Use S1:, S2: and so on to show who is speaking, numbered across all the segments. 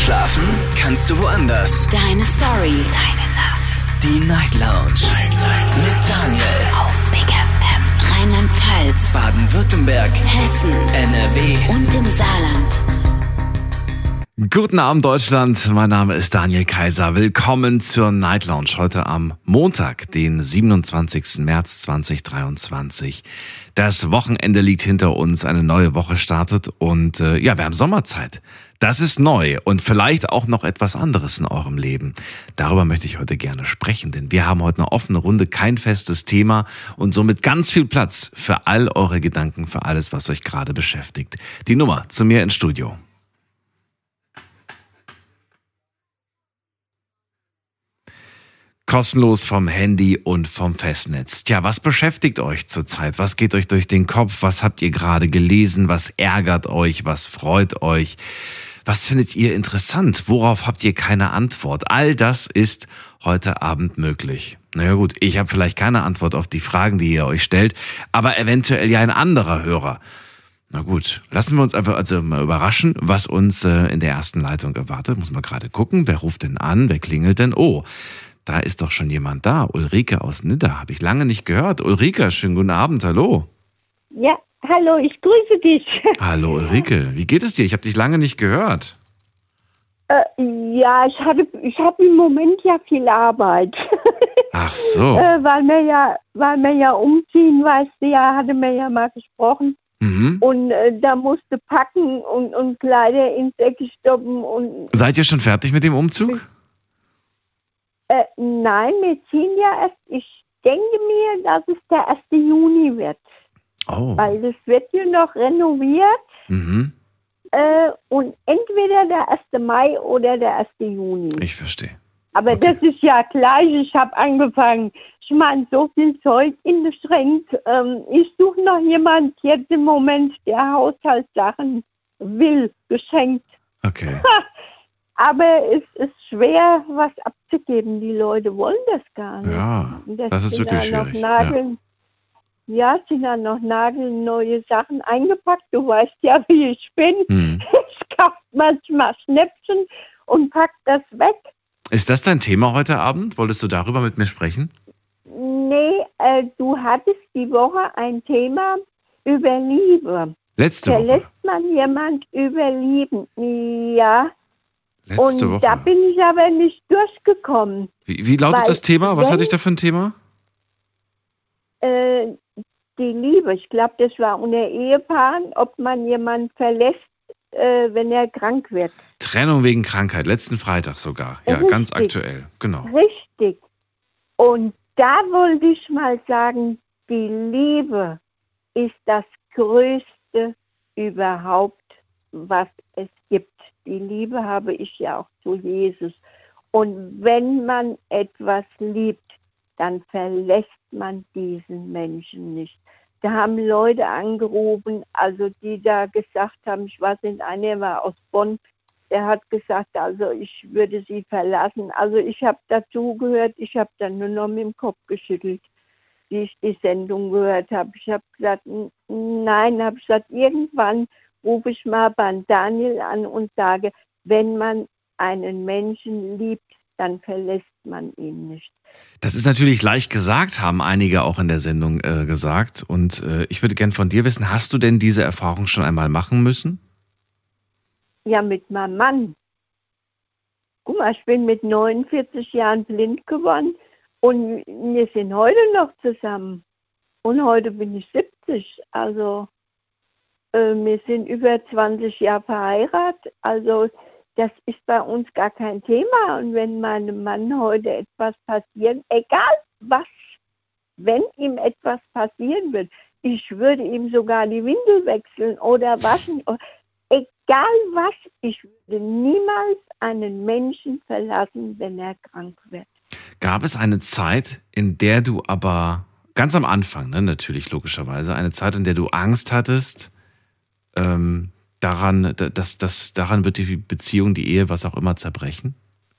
S1: Schlafen kannst du woanders.
S2: Deine Story. Deine Nacht.
S1: Die Night Lounge. Mit Daniel.
S2: Auf Big FM. Rheinland-Pfalz.
S1: Baden-Württemberg.
S2: Hessen.
S1: NRW.
S2: Und im Saarland.
S3: Guten Abend, Deutschland. Mein Name ist Daniel Kaiser. Willkommen zur Night Lounge. Heute am Montag, den 27. März 2023. Das Wochenende liegt hinter uns, eine neue Woche startet und wir haben Sommerzeit. Das ist neu und vielleicht auch noch etwas anderes in eurem Leben. Darüber möchte ich heute gerne sprechen, denn wir haben heute eine offene Runde, kein festes Thema und somit ganz viel Platz für all eure Gedanken, für alles, was euch gerade beschäftigt. Die Nummer zu mir ins Studio. Kostenlos vom Handy und vom Festnetz. Tja, was beschäftigt euch zurzeit? Was geht euch durch den Kopf? Was habt ihr gerade gelesen? Was ärgert euch? Was freut euch? Was findet ihr interessant? Worauf habt ihr keine Antwort? All das ist heute Abend möglich. Naja gut, ich habe vielleicht keine Antwort auf die Fragen, die ihr euch stellt, aber eventuell ja ein anderer Hörer. Na gut, lassen wir uns einfach also mal überraschen, was uns in der ersten Leitung erwartet. Muss man gerade gucken, wer ruft denn an, wer klingelt denn? Oh, da ist doch schon jemand da. Ulrike aus Nidda, habe ich lange nicht gehört. Ulrike, schönen guten Abend, hallo.
S4: Ja, hallo, ich grüße dich.
S3: Hallo Ulrike, wie geht es dir? Ich habe dich lange nicht gehört.
S4: Ja, ich habe im Moment ja viel Arbeit.
S3: Ach so.
S4: Weil wir ja umziehen, weißt du ja, hatte mir ja mal gesprochen.
S3: Mhm.
S4: Und da musste packen und Kleider ins Säcke stoppen. Und
S3: Seid ihr schon fertig mit dem Umzug?
S4: nein, wir ziehen ja erst, ich denke mir, dass es der 1. Juni wird.
S3: Oh.
S4: Weil es wird ja noch renoviert.
S3: Mhm.
S4: Und entweder der 1. Mai oder der 1. Juni.
S3: Ich verstehe.
S4: Aber
S3: Okay.
S4: das ist ja gleich, ich habe angefangen. Ich meine, so viel Zeug in den Schränken. Ich suche noch jemand jetzt im Moment, der Haushaltssachen will, geschenkt.
S3: Okay.
S4: Aber es ist schwer, was abzugeben. Die Leute wollen das gar nicht.
S3: Ja, das ist
S4: sind
S3: wirklich
S4: da noch
S3: schwierig.
S4: sind da noch nagelneue Sachen eingepackt. Du weißt ja, wie ich bin.
S3: Hm.
S4: Ich kaufe manchmal Schnäppchen und pack das weg.
S3: Ist das dein Thema heute Abend? Wolltest du darüber mit mir sprechen?
S4: Nee, du hattest die Woche ein Thema über Liebe.
S3: Letzte Woche.
S4: Verlässt man jemand über Lieben? Ja.
S3: Letzte
S4: Und
S3: Woche.
S4: da bin ich aber nicht durchgekommen.
S3: Wie lautet
S4: Weil
S3: das Thema? Was
S4: wenn-
S3: hatte ich da für ein Thema?
S4: Die Liebe, ich glaube, das war unter Ehepaaren, ob man jemanden verlässt, wenn er krank wird.
S3: Trennung wegen Krankheit, letzten Freitag sogar. Ja,
S4: Richtig.
S3: ganz aktuell, genau.
S4: Richtig. Und da wollte ich mal sagen, die Liebe ist das Größte überhaupt, was es gibt. Die Liebe habe ich ja auch zu Jesus. Und wenn man etwas liebt, dann verlässt man diesen Menschen nicht. Da haben Leute angerufen, also die da gesagt haben, ich weiß nicht, einer war aus Bonn, der hat gesagt, also ich würde sie verlassen. Also ich habe dazu gehört, ich habe dann nur noch mit dem Kopf geschüttelt, wie ich die Sendung gehört habe. Ich habe gesagt, nein, habe ich gesagt, irgendwann rufe ich mal beim Daniel an und sage, wenn man einen Menschen liebt, dann verlässt man ihn nicht.
S3: Das ist natürlich leicht gesagt, haben einige auch in der Sendung gesagt. Und ich würde gern von dir wissen, hast du denn diese Erfahrung schon einmal machen müssen?
S4: Ja, mit meinem Mann. Guck mal, ich bin mit 49 Jahren blind geworden und wir sind heute noch zusammen. Und heute bin ich 70. Also wir sind über 20 Jahre verheiratet. Also das ist bei uns gar kein Thema. Und wenn meinem Mann heute etwas passiert, egal was, wenn ihm etwas passieren wird, ich würde ihm sogar die Windel wechseln oder waschen. Egal was, ich würde niemals einen Menschen verlassen, wenn er krank wird.
S3: Gab es eine Zeit, in der du aber, ganz am Anfang, ne, natürlich logischerweise, eine Zeit, in der du Angst hattest, daran wird die Beziehung, die Ehe, was auch immer, zerbrechen?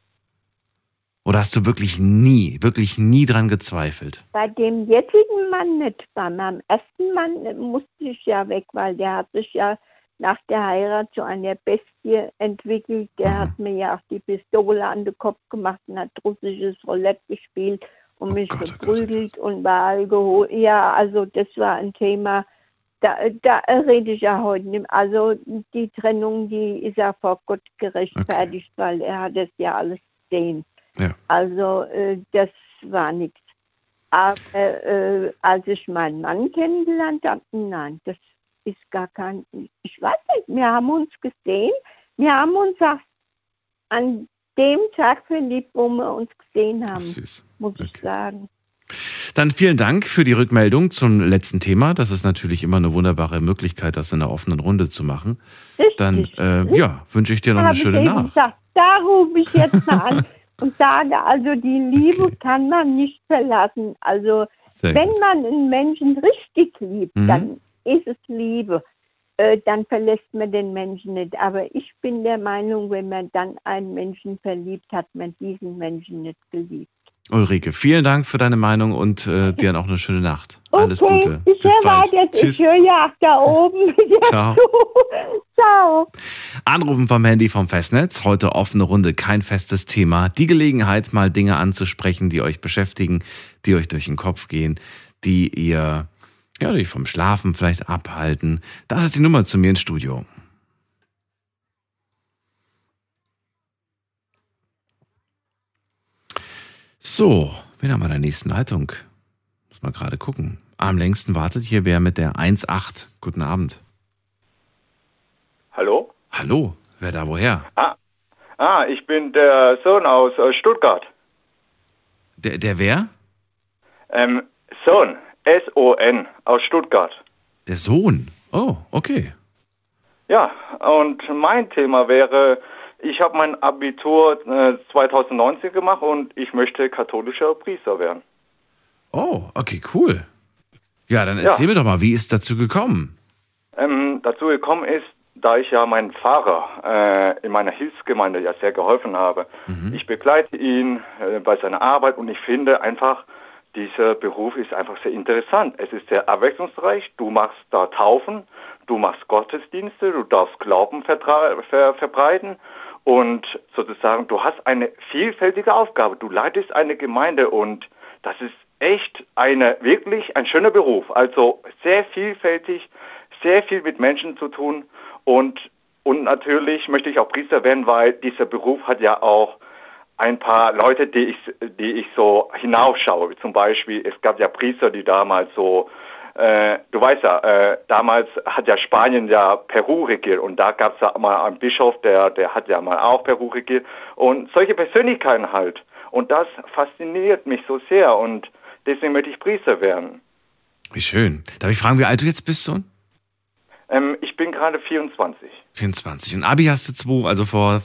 S3: Oder hast du wirklich nie dran gezweifelt?
S4: Bei dem jetzigen Mann nicht. Bei meinem ersten Mann musste ich ja weg, weil der hat sich ja nach der Heirat zu einer Bestie entwickelt. Der hat mir ja auch die Pistole an den Kopf gemacht und hat russisches Roulette gespielt und mich geprügelt und überall geholt. Ja, also das war ein Thema, da rede ich ja heute nicht mehr. Also die Trennung, die ist ja vor Gott gerechtfertigt, weil er hat das ja alles gesehen. Ja. Also das war nichts. Aber als ich meinen Mann kennengelernt habe, nein, das ist gar kein, ich weiß nicht, wir haben uns gesehen, wir haben uns auch an dem Tag verliebt, wo wir uns gesehen haben, muss ich sagen.
S3: Dann vielen Dank für die Rückmeldung zum letzten Thema. Das ist natürlich immer eine wunderbare Möglichkeit, das in einer offenen Runde zu machen. Richtig. Dann wünsche ich dir noch eine schöne Nacht.
S4: Da rufe ich jetzt mal an und sage, also die Liebe kann man nicht verlassen. Also wenn man einen Menschen richtig liebt, dann ist es Liebe. Dann verlässt man den Menschen nicht. Aber ich bin der Meinung, wenn man dann einen Menschen verliebt, hat man diesen Menschen nicht geliebt.
S3: Ulrike, vielen Dank für deine Meinung und dir auch eine schöne Nacht.
S4: Okay,
S3: alles Gute.
S4: Ich höre weiter. Ich höre ja auch da oben.
S3: Ciao.
S4: Ciao.
S3: Anrufen vom Handy vom Festnetz. Heute offene Runde, kein festes Thema. Die Gelegenheit, mal Dinge anzusprechen, die euch beschäftigen, die euch durch den Kopf gehen, die euch vom Schlafen vielleicht abhalten. Das ist die Nummer zu mir ins Studio. So, wen haben wir in der nächsten Leitung? Muss mal gerade gucken. Am längsten wartet hier wer mit der 1.8. Guten Abend.
S5: Hallo?
S3: Hallo, wer da woher?
S5: Ich bin der Sohn aus Stuttgart.
S3: Der wer?
S5: Sohn, S-O-N, aus Stuttgart.
S3: Der Sohn? Oh, okay.
S5: Ja, und mein Thema wäre, ich habe mein Abitur 2019 gemacht und ich möchte katholischer Priester werden.
S3: Oh, okay, cool. Ja, dann erzähl mir doch mal, wie ist es dazu gekommen?
S5: Dazu gekommen ist, da ich ja meinen Pfarrer in meiner Hilfsgemeinde ja sehr geholfen habe. Ich begleite ihn bei seiner Arbeit und ich finde einfach, dieser Beruf ist einfach sehr interessant. Es ist sehr abwechslungsreich. Du machst da Taufen, du machst Gottesdienste, du darfst Glauben verbreiten und sozusagen, du hast eine vielfältige Aufgabe. Du leitest eine Gemeinde und das ist echt wirklich ein schöner Beruf. Also sehr vielfältig, sehr viel mit Menschen zu tun und natürlich möchte ich auch Priester werden, weil dieser Beruf hat ja auch ein paar Leute, die ich so hinausschaue. Zum Beispiel, es gab ja Priester, die damals so, du weißt ja, damals hat ja Spanien ja Peru regiert und da gab es ja mal einen Bischof, der hat ja mal auch Peru regiert und solche Persönlichkeiten halt. Und das fasziniert mich so sehr und deswegen möchte ich Priester werden.
S3: Wie schön. Darf ich fragen, wie alt du jetzt bist, Sohn?
S5: Ich bin gerade 24.
S3: 24. Und Abi hast du vor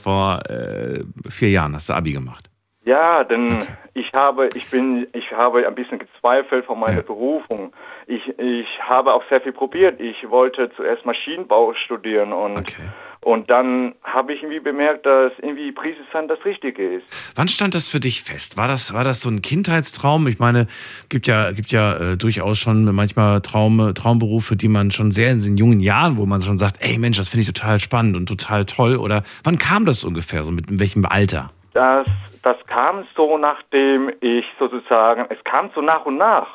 S3: 4 Jahren hast du Abi gemacht.
S5: Ja, denn ich habe ein bisschen gezweifelt von meiner Berufung. Ich habe auch sehr viel probiert. Ich wollte zuerst Maschinenbau studieren und dann habe ich irgendwie bemerkt, dass irgendwie Priester sein das Richtige ist.
S3: Wann stand das für dich fest? War das so ein Kindheitstraum? Ich meine, gibt ja durchaus schon manchmal Traumberufe, die man schon sehr in den jungen Jahren, wo man schon sagt, ey Mensch, das finde ich total spannend und total toll. Oder wann kam das ungefähr? So mit welchem Alter?
S5: Das kam so, nachdem ich sozusagen, es kam so nach und nach.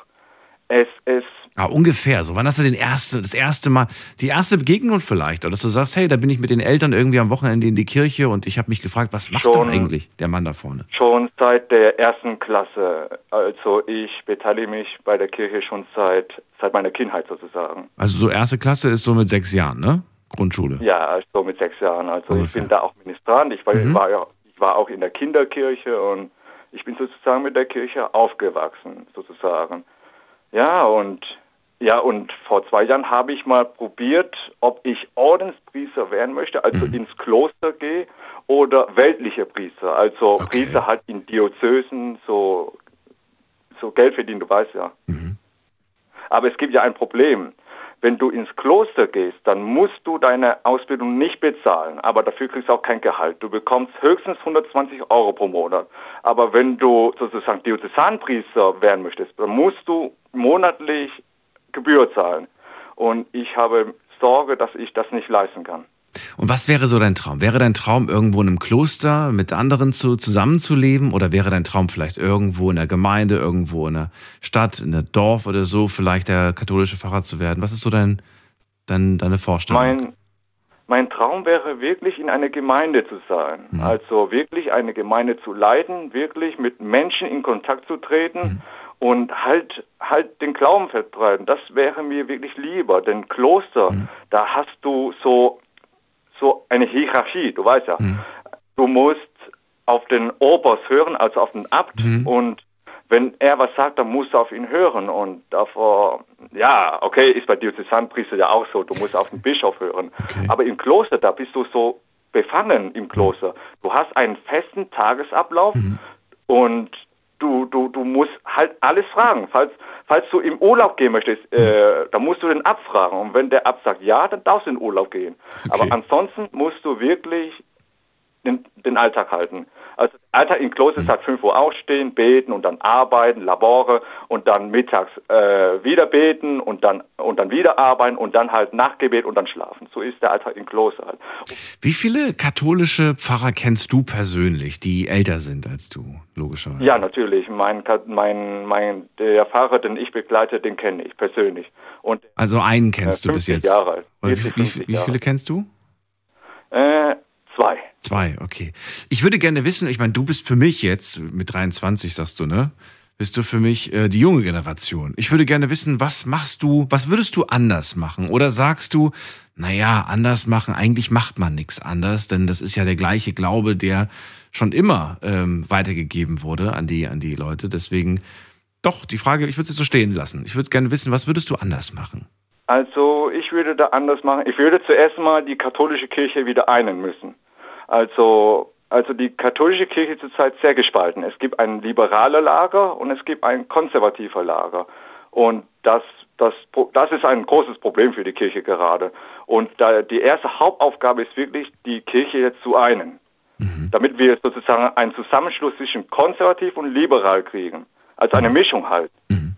S3: Ungefähr. So, wann hast du das erste Mal, die erste Begegnung vielleicht? Oder dass du sagst, hey, da bin ich mit den Eltern irgendwie am Wochenende in die Kirche und ich habe mich gefragt, was macht da eigentlich der Mann da vorne?
S5: Schon seit der 1. Klasse. Also ich beteilige mich bei der Kirche schon seit meiner Kindheit sozusagen.
S3: Also so 1. Klasse ist so mit 6 Jahren, ne? Grundschule.
S5: Ja, so mit 6 Jahren. Also ungefähr. Ich bin da auch Ministrant. Ich war auch in der Kinderkirche und ich bin sozusagen mit der Kirche aufgewachsen, sozusagen. Ja, und vor 2 Jahren habe ich mal probiert, ob ich Ordenspriester werden möchte, also ins Kloster gehe oder weltlicher Priester, also Priester halt in Diözesen, so Geld verdienen, du weißt ja. Aber es gibt ja ein Problem. Wenn du ins Kloster gehst, dann musst du deine Ausbildung nicht bezahlen, aber dafür kriegst du auch kein Gehalt. Du bekommst höchstens 120 € pro Monat. Aber wenn du sozusagen Diözesanpriester werden möchtest, dann musst du monatlich Gebühr zahlen. Und ich habe Sorge, dass ich das nicht leisten kann.
S3: Und was wäre so dein Traum? Wäre dein Traum, irgendwo in einem Kloster mit anderen zusammenzuleben? Oder wäre dein Traum vielleicht irgendwo in der Gemeinde, irgendwo in der Stadt, in einem Dorf oder so, vielleicht der katholische Pfarrer zu werden? Was ist so deine Vorstellung?
S5: Mein Traum wäre wirklich, in einer Gemeinde zu sein. Also wirklich eine Gemeinde zu leiten, wirklich mit Menschen in Kontakt zu treten und halt den Glauben verbreiten. Das wäre mir wirklich lieber. Denn Kloster, da hast du so eine Hierarchie, du weißt ja. Du musst auf den Oberst hören, also auf den Abt, und wenn er was sagt, dann musst du auf ihn hören. Und davor, ja, okay, ist bei Diözesanpriester ja auch so, du musst auf den Bischof hören. Okay. Aber im Kloster, da bist du so befangen im Kloster. Du hast einen festen Tagesablauf und du musst halt alles fragen. Falls du im Urlaub gehen möchtest, dann musst du den Abt fragen. Und wenn der Abt sagt ja, dann darfst du in den Urlaub gehen. Okay. Aber ansonsten musst du wirklich den Alltag halten. Also der Alltag im Kloster ist halt 5 Uhr aufstehen, beten und dann arbeiten, Labore und dann mittags wieder beten und dann wieder arbeiten und dann halt Nachtgebet und dann schlafen. So ist der Alltag im Kloster halt.
S3: Wie viele katholische Pfarrer kennst du persönlich, die älter sind als du, logischerweise?
S5: Ja, natürlich. Der Pfarrer, den ich begleite, den kenne ich persönlich. Und
S3: also einen kennst du bis jetzt?
S5: 50 Jahre alt.
S3: Wie viele kennst du?
S5: 2.
S3: 2, okay. Ich würde gerne wissen, ich meine, du bist für mich jetzt, mit 23 sagst du, ne? Bist du für mich die junge Generation. Ich würde gerne wissen, was würdest du anders machen? Oder sagst du, naja, anders machen, eigentlich macht man nichts anders, denn das ist ja der gleiche Glaube, der schon immer weitergegeben wurde an die Leute. Deswegen, doch, die Frage, ich würde sie so stehen lassen. Ich würde gerne wissen, was würdest du anders machen?
S5: Also ich würde da anders machen. Ich würde zuerst mal die katholische Kirche wieder einen müssen. Also die katholische Kirche ist zurzeit sehr gespalten. Es gibt ein liberaler Lager und es gibt ein konservativer Lager. Und das ist ein großes Problem für die Kirche gerade. Und die erste Hauptaufgabe ist wirklich, die Kirche jetzt zu einen. Damit wir sozusagen einen Zusammenschluss zwischen konservativ und liberal kriegen. Also eine Mischung halt.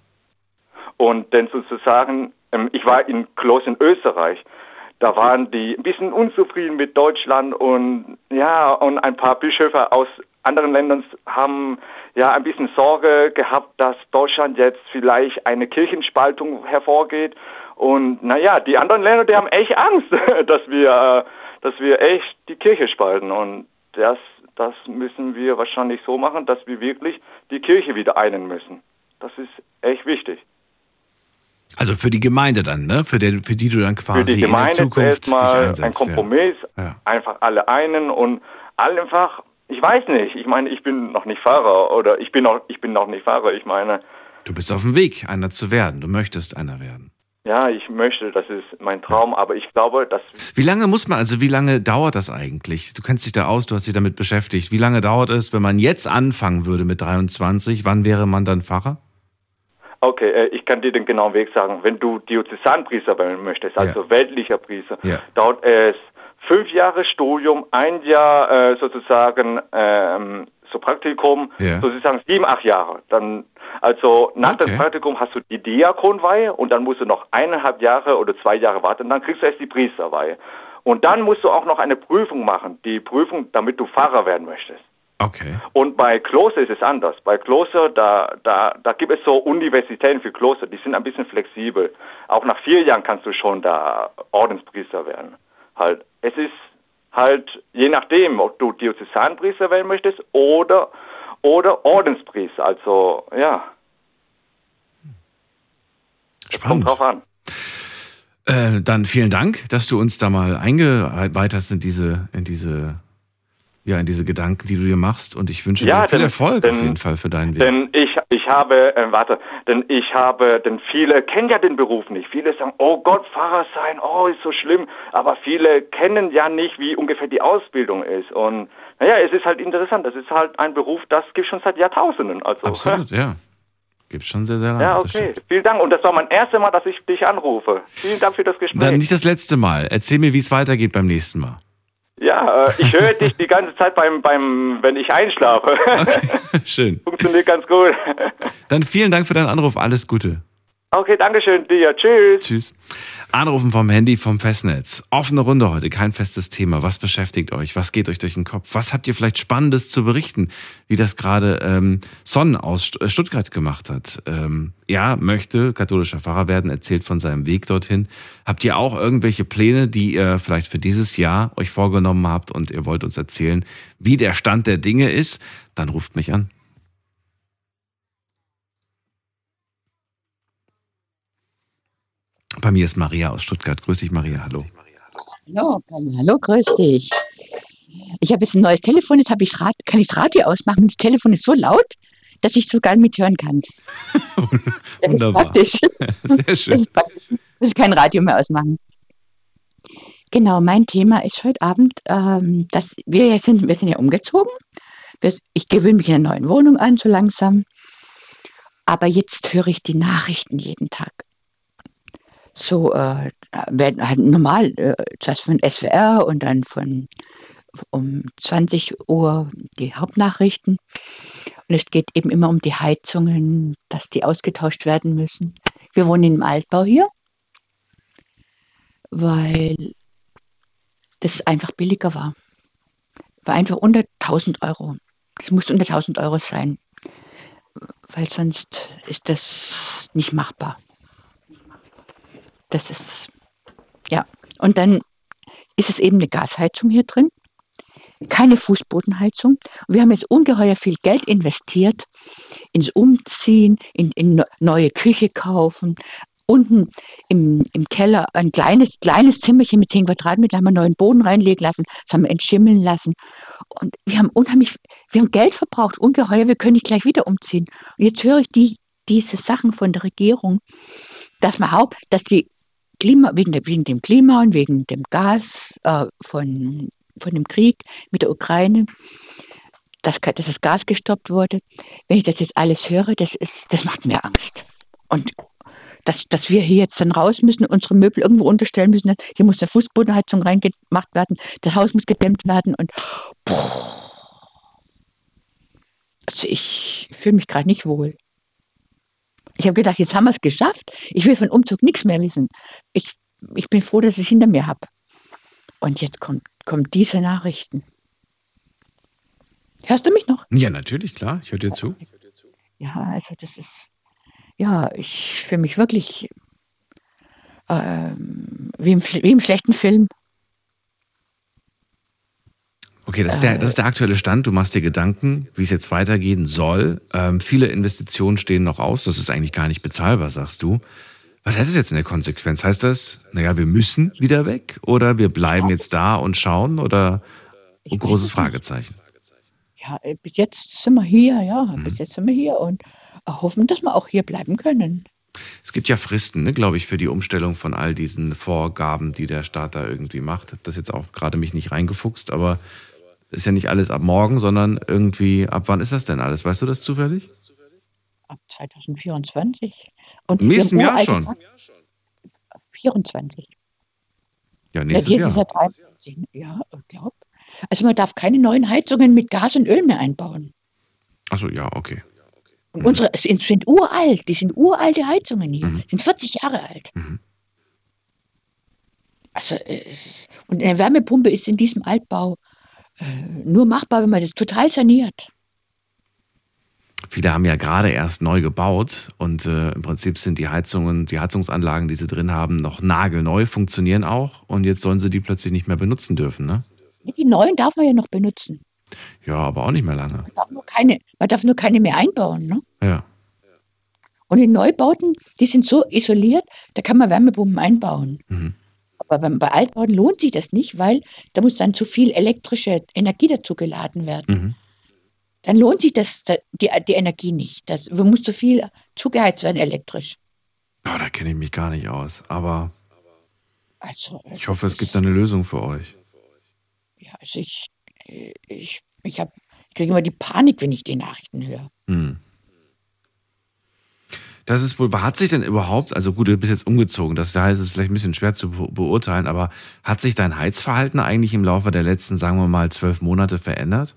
S5: Und dann sozusagen, ich war in Kloster in Österreich. Da waren die ein bisschen unzufrieden mit Deutschland und ein paar Bischöfe aus anderen Ländern haben ein bisschen Sorge gehabt, dass Deutschland jetzt vielleicht eine Kirchenspaltung hervorgeht. Und die anderen Länder, die haben echt Angst, dass wir echt die Kirche spalten. Und das müssen wir wahrscheinlich so machen, dass wir wirklich die Kirche wieder einen müssen. Das ist echt wichtig.
S3: Also für die Gemeinde dann, ne? Für die du dann quasi
S5: für die Gemeinde
S3: in der Zukunft dich einsetzt.
S5: Ein Kompromiss, einfach alle einen und einfach, ich weiß nicht, ich meine, ich bin noch nicht Pfarrer oder ich bin noch nicht Pfarrer, ich meine.
S3: Du bist auf dem Weg, einer zu werden, du möchtest einer werden.
S5: Ja, ich möchte, das ist mein Traum, aber ich glaube, dass...
S3: Wie lange dauert das eigentlich? Du kennst dich da aus, du hast dich damit beschäftigt. Wie lange dauert es, wenn man jetzt anfangen würde mit 23, wann wäre man dann Pfarrer?
S5: Okay, ich kann dir den genauen Weg sagen. Wenn du Diözesanpriester werden möchtest, also weltlicher Priester, dauert es 5 Jahre Studium, 1 Jahr sozusagen so Praktikum, sozusagen 7, 8 Jahre. Dann, also nach dem Praktikum hast du die Diakonweihe und dann musst du noch 1,5 Jahre oder 2 Jahre warten, dann kriegst du erst die Priesterweihe. Und dann musst du auch noch eine Prüfung machen, die Prüfung, damit du Pfarrer werden möchtest.
S3: Okay.
S5: Und bei Kloster ist es anders. Bei Kloster, da gibt es so Universitäten für Kloster, die sind ein bisschen flexibel. Auch nach 4 Jahren kannst du schon da Ordenspriester werden. Halt, es ist halt je nachdem, ob du Diözesanpriester werden möchtest oder Ordenspriester. Also, ja.
S3: Spannend.
S5: Kommt drauf an.
S3: Dann vielen Dank, dass du uns da mal eingeweiht hast in diese Gedanken, die du dir machst, und ich wünsche dir viel Erfolg auf jeden Fall für deinen Weg. Denn
S5: viele kennen ja den Beruf nicht. Viele sagen, oh Gott, Pfarrer sein, oh, ist so schlimm. Aber viele kennen ja nicht, wie ungefähr die Ausbildung ist. Und es ist halt interessant. Das ist halt ein Beruf, das gibt es schon seit Jahrtausenden. Also,
S3: absolut, ja. Gibt es schon sehr, sehr lange.
S5: Ja, okay. Vielen Dank. Und das war mein erstes Mal, dass ich dich anrufe. Vielen Dank für das Gespräch.
S3: Dann nicht das letzte Mal. Erzähl mir, wie es weitergeht beim nächsten Mal.
S5: Ja, ich höre dich die ganze Zeit wenn ich einschlafe.
S3: Okay. Schön.
S5: Funktioniert ganz gut.
S3: Dann vielen Dank für deinen Anruf. Alles Gute.
S5: Okay, danke schön dir. Tschüss.
S3: Tschüss. Anrufen vom Handy, vom Festnetz. Offene Runde heute, kein festes Thema. Was beschäftigt euch? Was geht euch durch den Kopf? Was habt ihr vielleicht Spannendes zu berichten? Wie das gerade Son aus Stuttgart gemacht hat. Möchte katholischer Pfarrer werden, erzählt von seinem Weg dorthin. Habt ihr auch irgendwelche Pläne, die ihr vielleicht für dieses Jahr euch vorgenommen habt und ihr wollt uns erzählen, wie der Stand der Dinge ist? Dann ruft mich an. Bei mir ist Maria aus Stuttgart. Grüß dich, Maria. Hallo.
S6: Hallo, grüß dich. Ich habe jetzt ein neues Telefon, jetzt kann ich das Radio ausmachen. Das Telefon ist so laut, dass ich sogar mithören kann.
S3: Wunderbar.
S6: Das ist praktisch.
S3: Sehr schön.
S6: Das ist praktisch. Das ist kein Radio mehr ausmachen. Genau, mein Thema ist heute Abend, dass wir sind ja umgezogen. Ich gewöhne mich in einer neuen Wohnung an, so langsam. Aber jetzt höre ich die Nachrichten jeden Tag. So werden halt normal, zuerst von SWR und dann um 20 Uhr die Hauptnachrichten. Und es geht eben immer um die Heizungen, dass die ausgetauscht werden müssen. Wir wohnen im Altbau hier, weil das einfach billiger war. War einfach unter 1.000 Euro. Das muss unter 1.000 Euro sein, weil sonst ist das nicht machbar. Das ist, ja. Und dann ist es eben eine Gasheizung hier drin, keine Fußbodenheizung. Und wir haben jetzt ungeheuer viel Geld investiert ins Umziehen, in neue Küche kaufen. Unten im Keller ein kleines Zimmerchen mit 10 Quadratmetern, haben wir neuen Boden reinlegen lassen, das haben wir entschimmeln lassen. Und wir haben Geld verbraucht, ungeheuer, wir können nicht gleich wieder umziehen. Und jetzt höre ich diese Sachen von der Regierung, dass die wegen dem Klima und wegen dem Gas von dem Krieg mit der Ukraine, dass das Gas gestoppt wurde. Wenn ich das jetzt alles höre, das macht mir Angst. Und dass wir hier jetzt dann raus müssen, unsere Möbel irgendwo unterstellen müssen, hier muss eine Fußbodenheizung reingemacht werden, das Haus muss gedämmt werden und also ich fühle mich gerade nicht wohl. Ich habe gedacht, jetzt haben wir es geschafft. Ich will von Umzug nichts mehr wissen. Ich bin froh, dass ich es hinter mir habe. Und jetzt kommen diese Nachrichten. Hörst du mich noch?
S3: Ja, natürlich, klar. Ich höre dir zu.
S6: Ja, also das ist, ja, ich fühle mich wirklich wie im schlechten Film.
S3: Okay, das ist der aktuelle Stand. Du machst dir Gedanken, wie es jetzt weitergehen soll. Viele Investitionen stehen noch aus. Das ist eigentlich gar nicht bezahlbar, sagst du. Was heißt das jetzt in der Konsequenz? Heißt das, naja, wir müssen wieder weg? Oder wir bleiben jetzt da und schauen? Oder ein großes Fragezeichen?
S6: Ja, bis jetzt sind wir hier, und hoffen, dass wir auch hier bleiben können.
S3: Es gibt ja Fristen, ne, glaube ich, für die Umstellung von all diesen Vorgaben, die der Staat da irgendwie macht. Ich habe das jetzt auch gerade mich nicht reingefuchst, aber ist ja nicht alles ab morgen, sondern irgendwie, ab wann ist das denn alles? Weißt du das zufällig?
S6: Ab 2024. Und
S3: im nächsten Jahr schon?
S6: 24.
S3: Ja, nächstes Jahr.
S6: Ist ja 23. Ja, ich glaube. Also man darf keine neuen Heizungen mit Gas und Öl mehr einbauen.
S3: Achso, ja, okay.
S6: Und unsere sind uralt, die sind uralte Heizungen hier, sind 40 Jahre alt.
S3: Mhm.
S6: Also und eine Wärmepumpe ist in diesem Altbau nur machbar, wenn man das total saniert.
S3: Viele haben ja gerade erst neu gebaut und im Prinzip sind die Heizungsanlagen, die sie drin haben, noch nagelneu, funktionieren auch und jetzt sollen sie die plötzlich nicht mehr benutzen dürfen, ne?
S6: Die neuen darf man ja noch benutzen.
S3: Ja, aber auch nicht mehr lange.
S6: Man darf nur keine mehr einbauen, ne?
S3: Ja.
S6: Und die Neubauten, die sind so isoliert, da kann man Wärmepumpen einbauen.
S3: Mhm.
S6: Aber bei Altbauten lohnt sich das nicht, weil da muss dann zu viel elektrische Energie dazu geladen werden.
S3: Mhm.
S6: Dann lohnt sich die Energie nicht. Das muss zu viel zugeheizt werden elektrisch.
S3: Oh, da kenne ich mich gar nicht aus. Aber
S6: Also,
S3: ich hoffe, es gibt da eine Lösung für euch.
S6: Ja, also ich kriege immer die Panik, wenn ich die Nachrichten höre.
S3: Hm. Das ist wohl, hat sich denn überhaupt, also gut, du bist jetzt umgezogen, da heißt es vielleicht ein bisschen schwer zu beurteilen, aber hat sich dein Heizverhalten eigentlich im Laufe der letzten, sagen wir mal, 12 Monate verändert?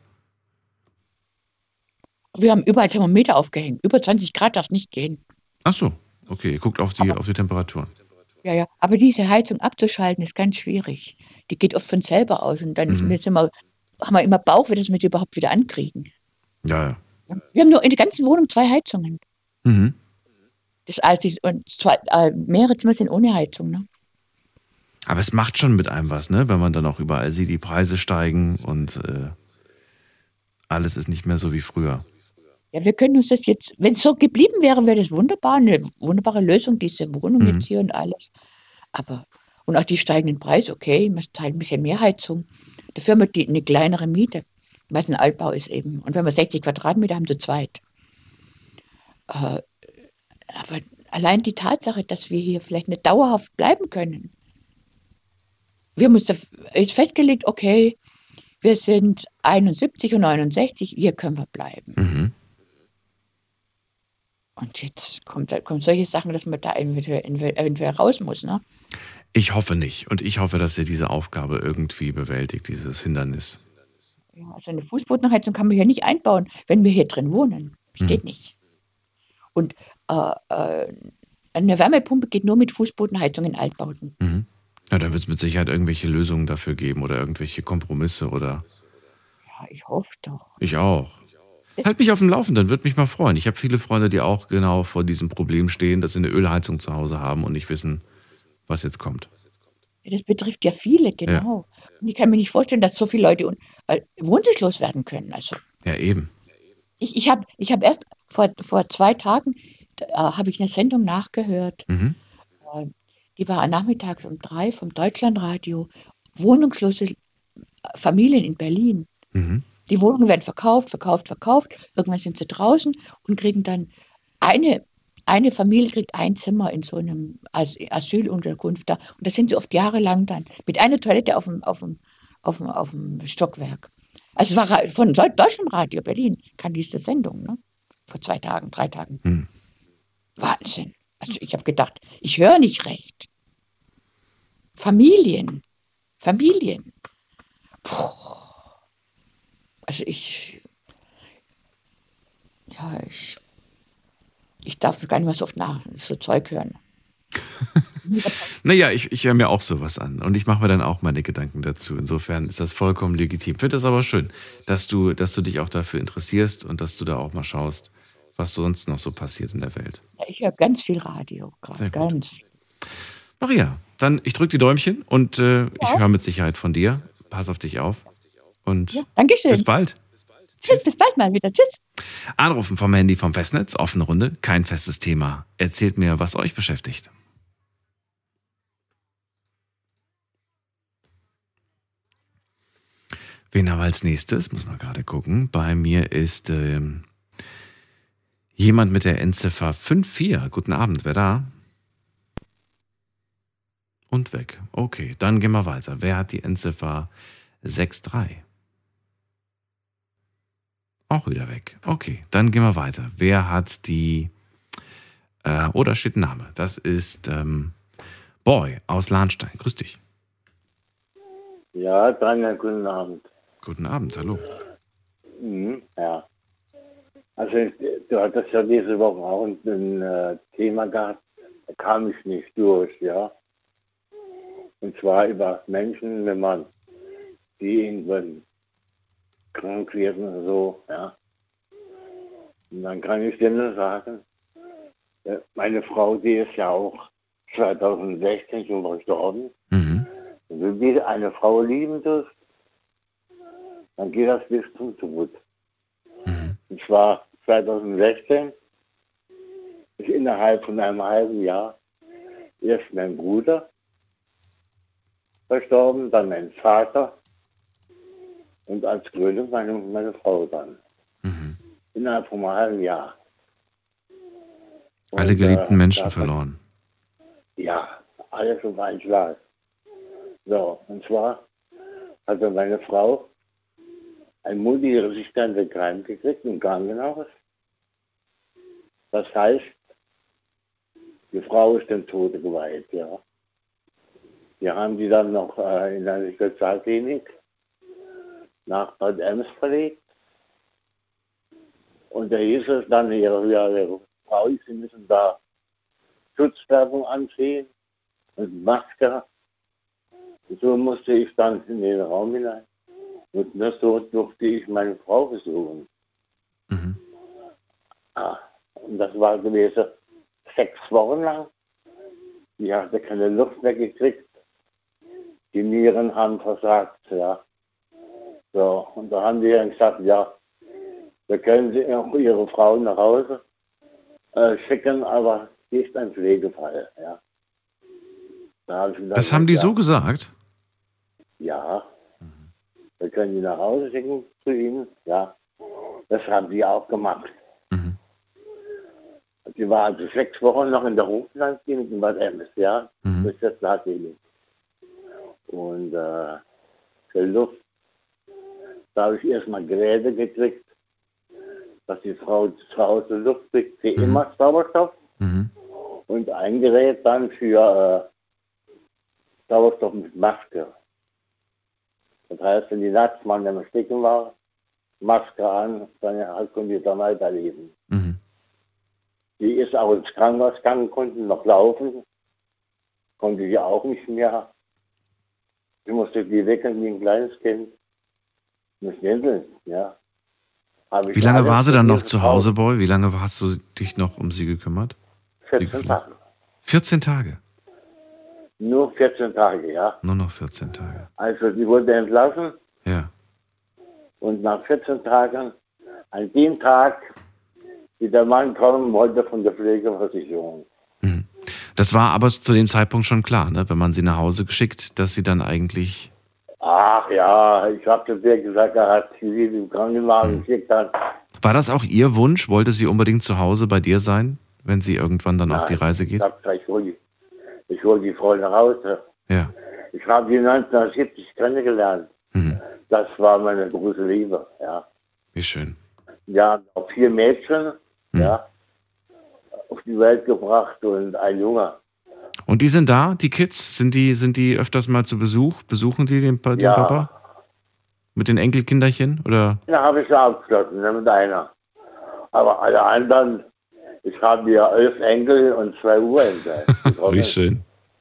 S6: Wir haben überall Thermometer aufgehängt. Über 20 Grad darf es nicht gehen.
S3: Ach so, Okay, ihr guckt auf die Temperaturen.
S6: Ja. Aber diese Heizung abzuschalten ist ganz schwierig. Die geht oft von selber aus und dann haben wir immer Bauch, wie das mit überhaupt wieder ankriegen.
S3: Ja.
S6: Wir haben nur in der ganzen Wohnung 2 Heizungen.
S3: Mhm.
S6: Und mehrere Zimmer sind ohne Heizung. Ne?
S3: Aber es macht schon mit einem was, ne? Wenn man dann auch überall sieht, die Preise steigen und alles ist nicht mehr so wie früher.
S6: Ja, wir können uns das jetzt, wenn es so geblieben wäre, wäre das wunderbar, eine wunderbare Lösung, diese Wohnung jetzt hier und alles. Und auch die steigenden Preise, okay, man zahlt ein bisschen mehr Heizung. Dafür haben wir eine kleinere Miete, weil es ein Altbau ist eben. Und wenn wir 60 Quadratmeter haben, zu zweit. Aber allein die Tatsache, dass wir hier vielleicht nicht dauerhaft bleiben können. Wir haben uns jetzt festgelegt, okay, wir sind 71 und 69, hier können wir bleiben.
S3: Mhm.
S6: Und jetzt kommen solche Sachen, dass man da eventuell raus muss, ne?
S3: Ich hoffe nicht. Und ich hoffe, dass ihr diese Aufgabe irgendwie bewältigt, dieses Hindernis.
S6: Ja, also eine Fußbodenheizung kann man hier nicht einbauen, wenn wir hier drin wohnen. Das geht nicht. Und eine Wärmepumpe geht nur mit Fußbodenheizung in Altbauten.
S3: Mhm. Ja, dann wird es mit Sicherheit irgendwelche Lösungen dafür geben oder irgendwelche Kompromisse oder.
S6: Ja, ich hoffe doch.
S3: Ich auch. Halt mich auf dem Laufenden, würde mich mal freuen. Ich habe viele Freunde, die auch genau vor diesem Problem stehen, dass sie eine Ölheizung zu Hause haben und nicht wissen, was jetzt kommt.
S6: Das betrifft ja viele, genau. Ja. Und ich kann mir nicht vorstellen, dass so viele Leute wohnungslos werden können. Also,
S3: ja, eben.
S6: Ich hab erst vor 2 Tagen habe ich eine Sendung nachgehört.
S3: Mhm.
S6: Die war nachmittags um 3 vom Deutschlandradio. Wohnungslose Familien in Berlin.
S3: Mhm.
S6: Die Wohnungen werden verkauft. Irgendwann sind sie draußen und kriegen dann eine Familie kriegt ein Zimmer in so einem Asylunterkunft da. Und da sind sie oft jahrelang dann mit einer Toilette auf dem Stockwerk. Also es war von Deutschlandradio Berlin, kam diese Sendung, ne? Vor 2 Tagen, 3 Tagen.
S3: Mhm.
S6: Wahnsinn. Also ich habe gedacht, ich höre nicht recht. Familien. Puh. Also ich darf gar nicht mehr so oft so Zeug hören.
S3: Naja, ich höre mir auch sowas an und ich mache mir dann auch meine Gedanken dazu. Insofern ist das vollkommen legitim. Ich finde das aber schön, dass du dich auch dafür interessierst und dass du da auch mal schaust, was sonst noch so passiert in der Welt.
S6: Ja, ich höre ganz viel Radio gerade, ganz viel.
S3: Maria, dann ich drücke die Däumchen und ich höre mit Sicherheit von dir. Pass auf dich auf und
S6: Dankeschön.
S3: Bis bald.
S6: Tschüss, bis bald mal wieder. Tschüss.
S3: Anrufen vom Handy vom Festnetz, offene Runde, kein festes Thema. Erzählt mir, was euch beschäftigt. Wen haben wir als nächstes? Muss man gerade gucken. Bei mir ist jemand mit der Endziffer 54. Guten Abend, wer da? Und weg. Okay, dann gehen wir weiter. Wer hat die Endziffer 63? Auch wieder weg. Okay, dann gehen wir weiter. Wer hat die... da steht ein Name. Das ist Boy aus Lahnstein. Grüß dich.
S7: Ja, Daniel, guten Abend.
S3: Guten Abend, hallo.
S7: Ja. Also du hattest ja diese Woche auch ein Thema gehabt, da kam ich nicht durch, ja. Und zwar über Menschen, wenn man die irgendwann krank werden oder so, ja. Und dann kann ich dir nur sagen, meine Frau, die ist ja auch 2016 schon verstorben.
S3: Mhm.
S7: Und wenn du eine Frau lieben tust, dann geht das bis zum Tod.
S3: Mhm.
S7: Und zwar 2016 ist innerhalb von einem halben Jahr erst mein Bruder verstorben, dann mein Vater und als Krönung meine Frau dann.
S3: Mhm.
S7: Innerhalb von einem halben Jahr. Und,
S3: alle geliebten Menschen verloren.
S7: Ja, alles auf einen Schlag. So, und zwar hatte meine Frau ein multiresistente Keim gekriegt im Krankenhaus. Das heißt, die Frau ist dem Tode geweiht, ja. Wir haben die dann noch in eine Spezialklinik nach Bad Ems verlegt. Und da hieß es dann, ihre Frau, sie müssen da Schutzkleidung anziehen und Maske. So musste ich dann in den Raum hinein. Und nur so durfte ich meine Frau besuchen.
S3: Mhm.
S7: Und das war gewesen 6 Wochen lang. Die hatte keine Luft mehr gekriegt. Die Nieren haben versagt, ja. So, und da haben die dann gesagt, ja, wir können Sie auch Ihre Frau nach Hause schicken, aber sie ist ein Pflegefall, ja. Da hab ich dann
S3: Das haben die so gesagt?
S7: Ja. Wir können die nach Hause schicken zu Ihnen, ja. Das haben die auch gemacht.
S3: Mhm.
S7: Die war also 6 Wochen noch in der Hochlandklinik in Bad Ems, ja. Das ist das tatsächlich. Und für Luft, da habe ich erstmal Geräte gekriegt, dass die Frau zu Hause Luft kriegt, für immer Sauerstoff.
S3: Mhm.
S7: Und ein Gerät dann für Sauerstoff mit Maske. Das heißt, wenn die nachts mal im Stecken war, Maske an, dann halt konnte die dann weiterleben.
S3: Mhm.
S7: Die ist auch ins Krankenhaus gegangen, konnte noch laufen, konnte die auch nicht mehr. Ich musste die wecken wie ein kleines Kind. Mit Händeln, ja.
S3: Wie lange war sie dann noch zu Hause, Boy? Wie lange hast du dich noch um sie gekümmert?
S7: 14 Tage.
S3: 14 Tage?
S7: Nur 14 Tage, ja.
S3: Nur noch 14 Tage.
S7: Also sie wurde entlassen.
S3: Ja.
S7: Und nach 14 Tagen, an dem Tag, wie der Mann kommen wollte von der Pflegeversicherung.
S3: Mhm. Das war aber zu dem Zeitpunkt schon klar, ne? Wenn man sie nach Hause geschickt, dass sie dann eigentlich...
S7: Ach ja, ich habe zu dir gesagt, er hat sie im Krankenwagen geschickt.
S3: War das auch Ihr Wunsch? Wollte sie unbedingt zu Hause bei dir sein, wenn sie irgendwann dann auf die Reise geht?
S7: Ich hol die Frau nach Hause.
S3: Ja.
S7: Ich habe die 1970 kennengelernt.
S3: Mhm.
S7: Das war meine große Liebe, ja.
S3: Wie schön.
S7: Ja, auch 4 Mädchen, ja, auf die Welt gebracht und ein Junge.
S3: Und die sind da, die Kids? Sind die öfters mal zu Besuch? Besuchen die den Papa? Mit den Enkelkinderchen? Oder?
S7: Da habe ich ja abgeschlossen, mit einer. Aber alle anderen, ich habe ja 11 Enkel und 2 Urenkel.
S3: Wie schön.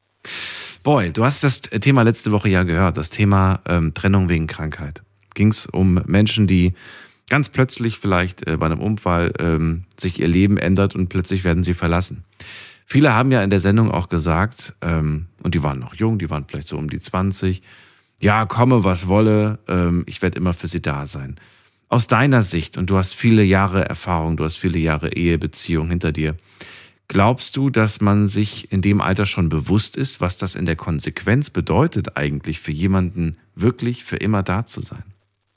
S3: Boy, du hast das Thema letzte Woche ja gehört, das Thema Trennung wegen Krankheit. Ging es um Menschen, die ganz plötzlich vielleicht bei einem Unfall sich ihr Leben ändert und plötzlich werden sie verlassen. Viele haben ja in der Sendung auch gesagt, und die waren noch jung, die waren vielleicht so um die 20, ja, komme, was wolle, ich werde immer für sie da sein. Aus deiner Sicht, und du hast viele Jahre Erfahrung, du hast viele Jahre Ehebeziehung hinter dir, glaubst du, dass man sich in dem Alter schon bewusst ist, was das in der Konsequenz bedeutet eigentlich für jemanden, wirklich für immer da zu sein?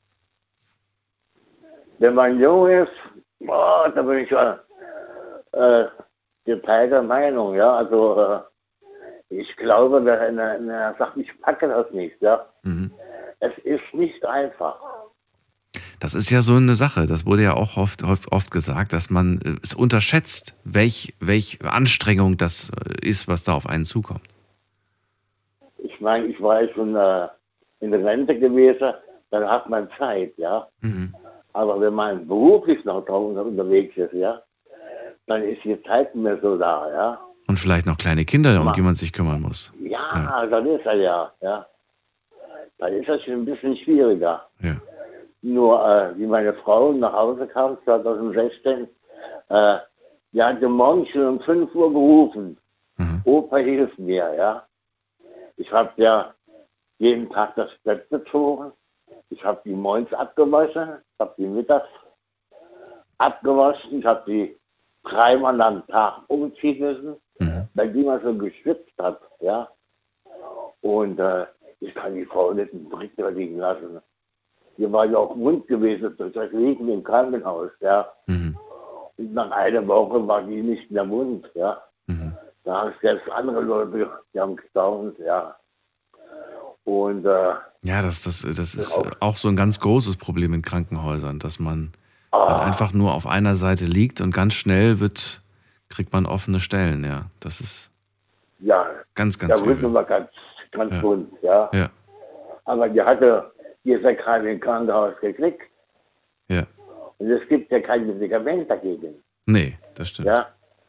S7: Wenn man jung ist, da bin ich ja geteilter Meinung, ja. Also ich glaube, er sagt, ich packe das nicht, ja. Mhm. Es ist nicht einfach.
S3: Das ist ja so eine Sache, das wurde ja auch oft gesagt, dass man es unterschätzt, welch Anstrengung das ist, was da auf einen zukommt.
S7: Ich meine, ich war ja schon in der Rente gewesen, dann hat man Zeit, ja. Mhm. Aber wenn man beruflich noch draußen unterwegs ist, ja, dann ist die Zeit nicht mehr so da, ja.
S3: Und vielleicht noch kleine Kinder, um die man sich kümmern muss.
S7: Ja, dann ist er ja. Dann ist das schon ein bisschen schwieriger.
S3: Ja.
S7: Nur, wie meine Frau nach Hause kam, 2016, die hatte morgens schon um 5 Uhr gerufen. Mhm. Opa, hilf mir, ja. Ich habe ja jeden Tag das Bett bezogen. Ich habe die morgens abgewaschen, habe die mittags abgewaschen, ich habe die 3-mal am Tag umziehen müssen, weil die mal so geschwitzt hat, ja. Und ich kann die Frau nicht im Dreck liegen lassen. Die war ja auch wund gewesen durch das Liegen im Krankenhaus, ja. Mhm. Und nach einer Woche war die nicht mehr wund, ja. Mhm. Da haben selbst andere Leute, die haben gestaunt, ja. Und
S3: ja, das ist auch so ein ganz großes Problem in Krankenhäusern, dass man dann einfach nur auf einer Seite liegt und ganz schnell kriegt man offene Stellen, ja. Das ist ganz
S7: da
S3: übel.
S7: War ganz bunt, ja. Aber die ist ja gerade im Krankenhaus gekriegt.
S3: Ja.
S7: Und es gibt ja kein Medikament dagegen.
S3: Nee, das stimmt.
S7: Ja.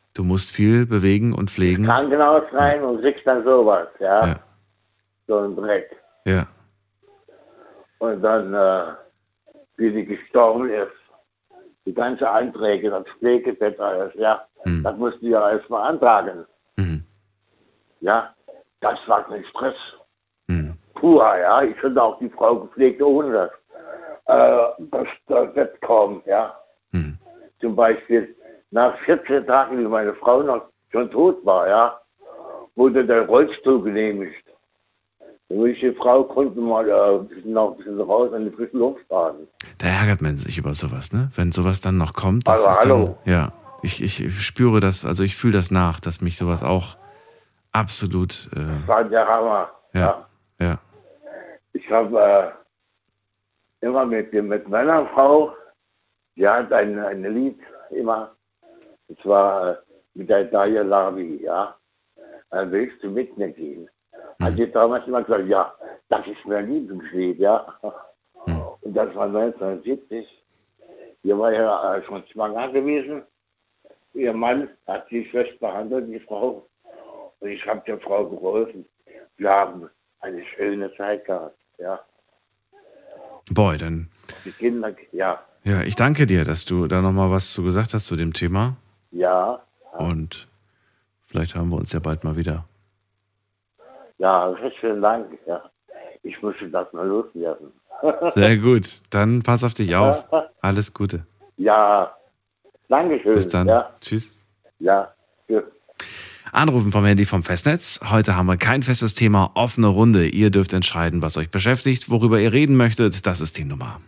S3: Du musst viel bewegen und pflegen.
S7: Krankenhaus rein und kriegst dann sowas, ja.
S3: Ja.
S7: So ein Dreck.
S3: Ja.
S7: Und dann, wie die gestorben ist, die ganze Anträge, das Pflegebett, alles, ja, das mussten wir alles beantragen.
S3: Mhm.
S7: Ja, das war kein Stress.
S3: Mhm.
S7: Puh, ja, ich hätte auch die Frau gepflegt ohne das Bett kommt, ja.
S3: Mhm.
S7: Zum Beispiel nach 14 Tagen, wie meine Frau noch schon tot war, ja, wurde der Rollstuhl genehmigt. Die Frau konnte mal noch ein bisschen raus an die frische Luft fahren.
S3: Da ärgert man sich über sowas, ne? Wenn sowas dann noch kommt. Das
S7: Also,
S3: ist dann,
S7: hallo.
S3: ja, ich spüre das, also ich fühle das nach, dass mich sowas auch absolut.
S7: Das war der Hammer.
S3: Ja.
S7: Ich habe immer mit meiner Frau, die hat ein Lied immer, und zwar mit der Daya Lavi, ja. Willst du mit mir gehen? Hat die damals immer gesagt, ja, das ist mein Lieblingslied, ja. Und das war 1970. Die war ja schon schwanger gewesen. Ihr Mann hat sie schlecht behandelt, die Frau. Und ich habe der Frau geholfen. Wir haben eine schöne Zeit gehabt, ja.
S3: Boy, dann.
S7: Die Kinder, ja.
S3: Ja, ich danke dir, dass du da nochmal was zu gesagt hast zu dem Thema.
S7: Ja.
S3: Und vielleicht haben wir uns ja bald mal wieder.
S7: Ja, vielen Dank, ja. Ich musste das mal loswerden.
S3: Sehr gut. Dann pass auf dich auf. Alles Gute.
S7: Ja. Dankeschön.
S3: Bis dann.
S7: Ja.
S3: Tschüss.
S7: Ja. Tschüss.
S3: Anrufen vom Handy vom Festnetz. Heute haben wir kein festes Thema, offene Runde. Ihr dürft entscheiden, was euch beschäftigt, worüber ihr reden möchtet. Das ist die Nummer.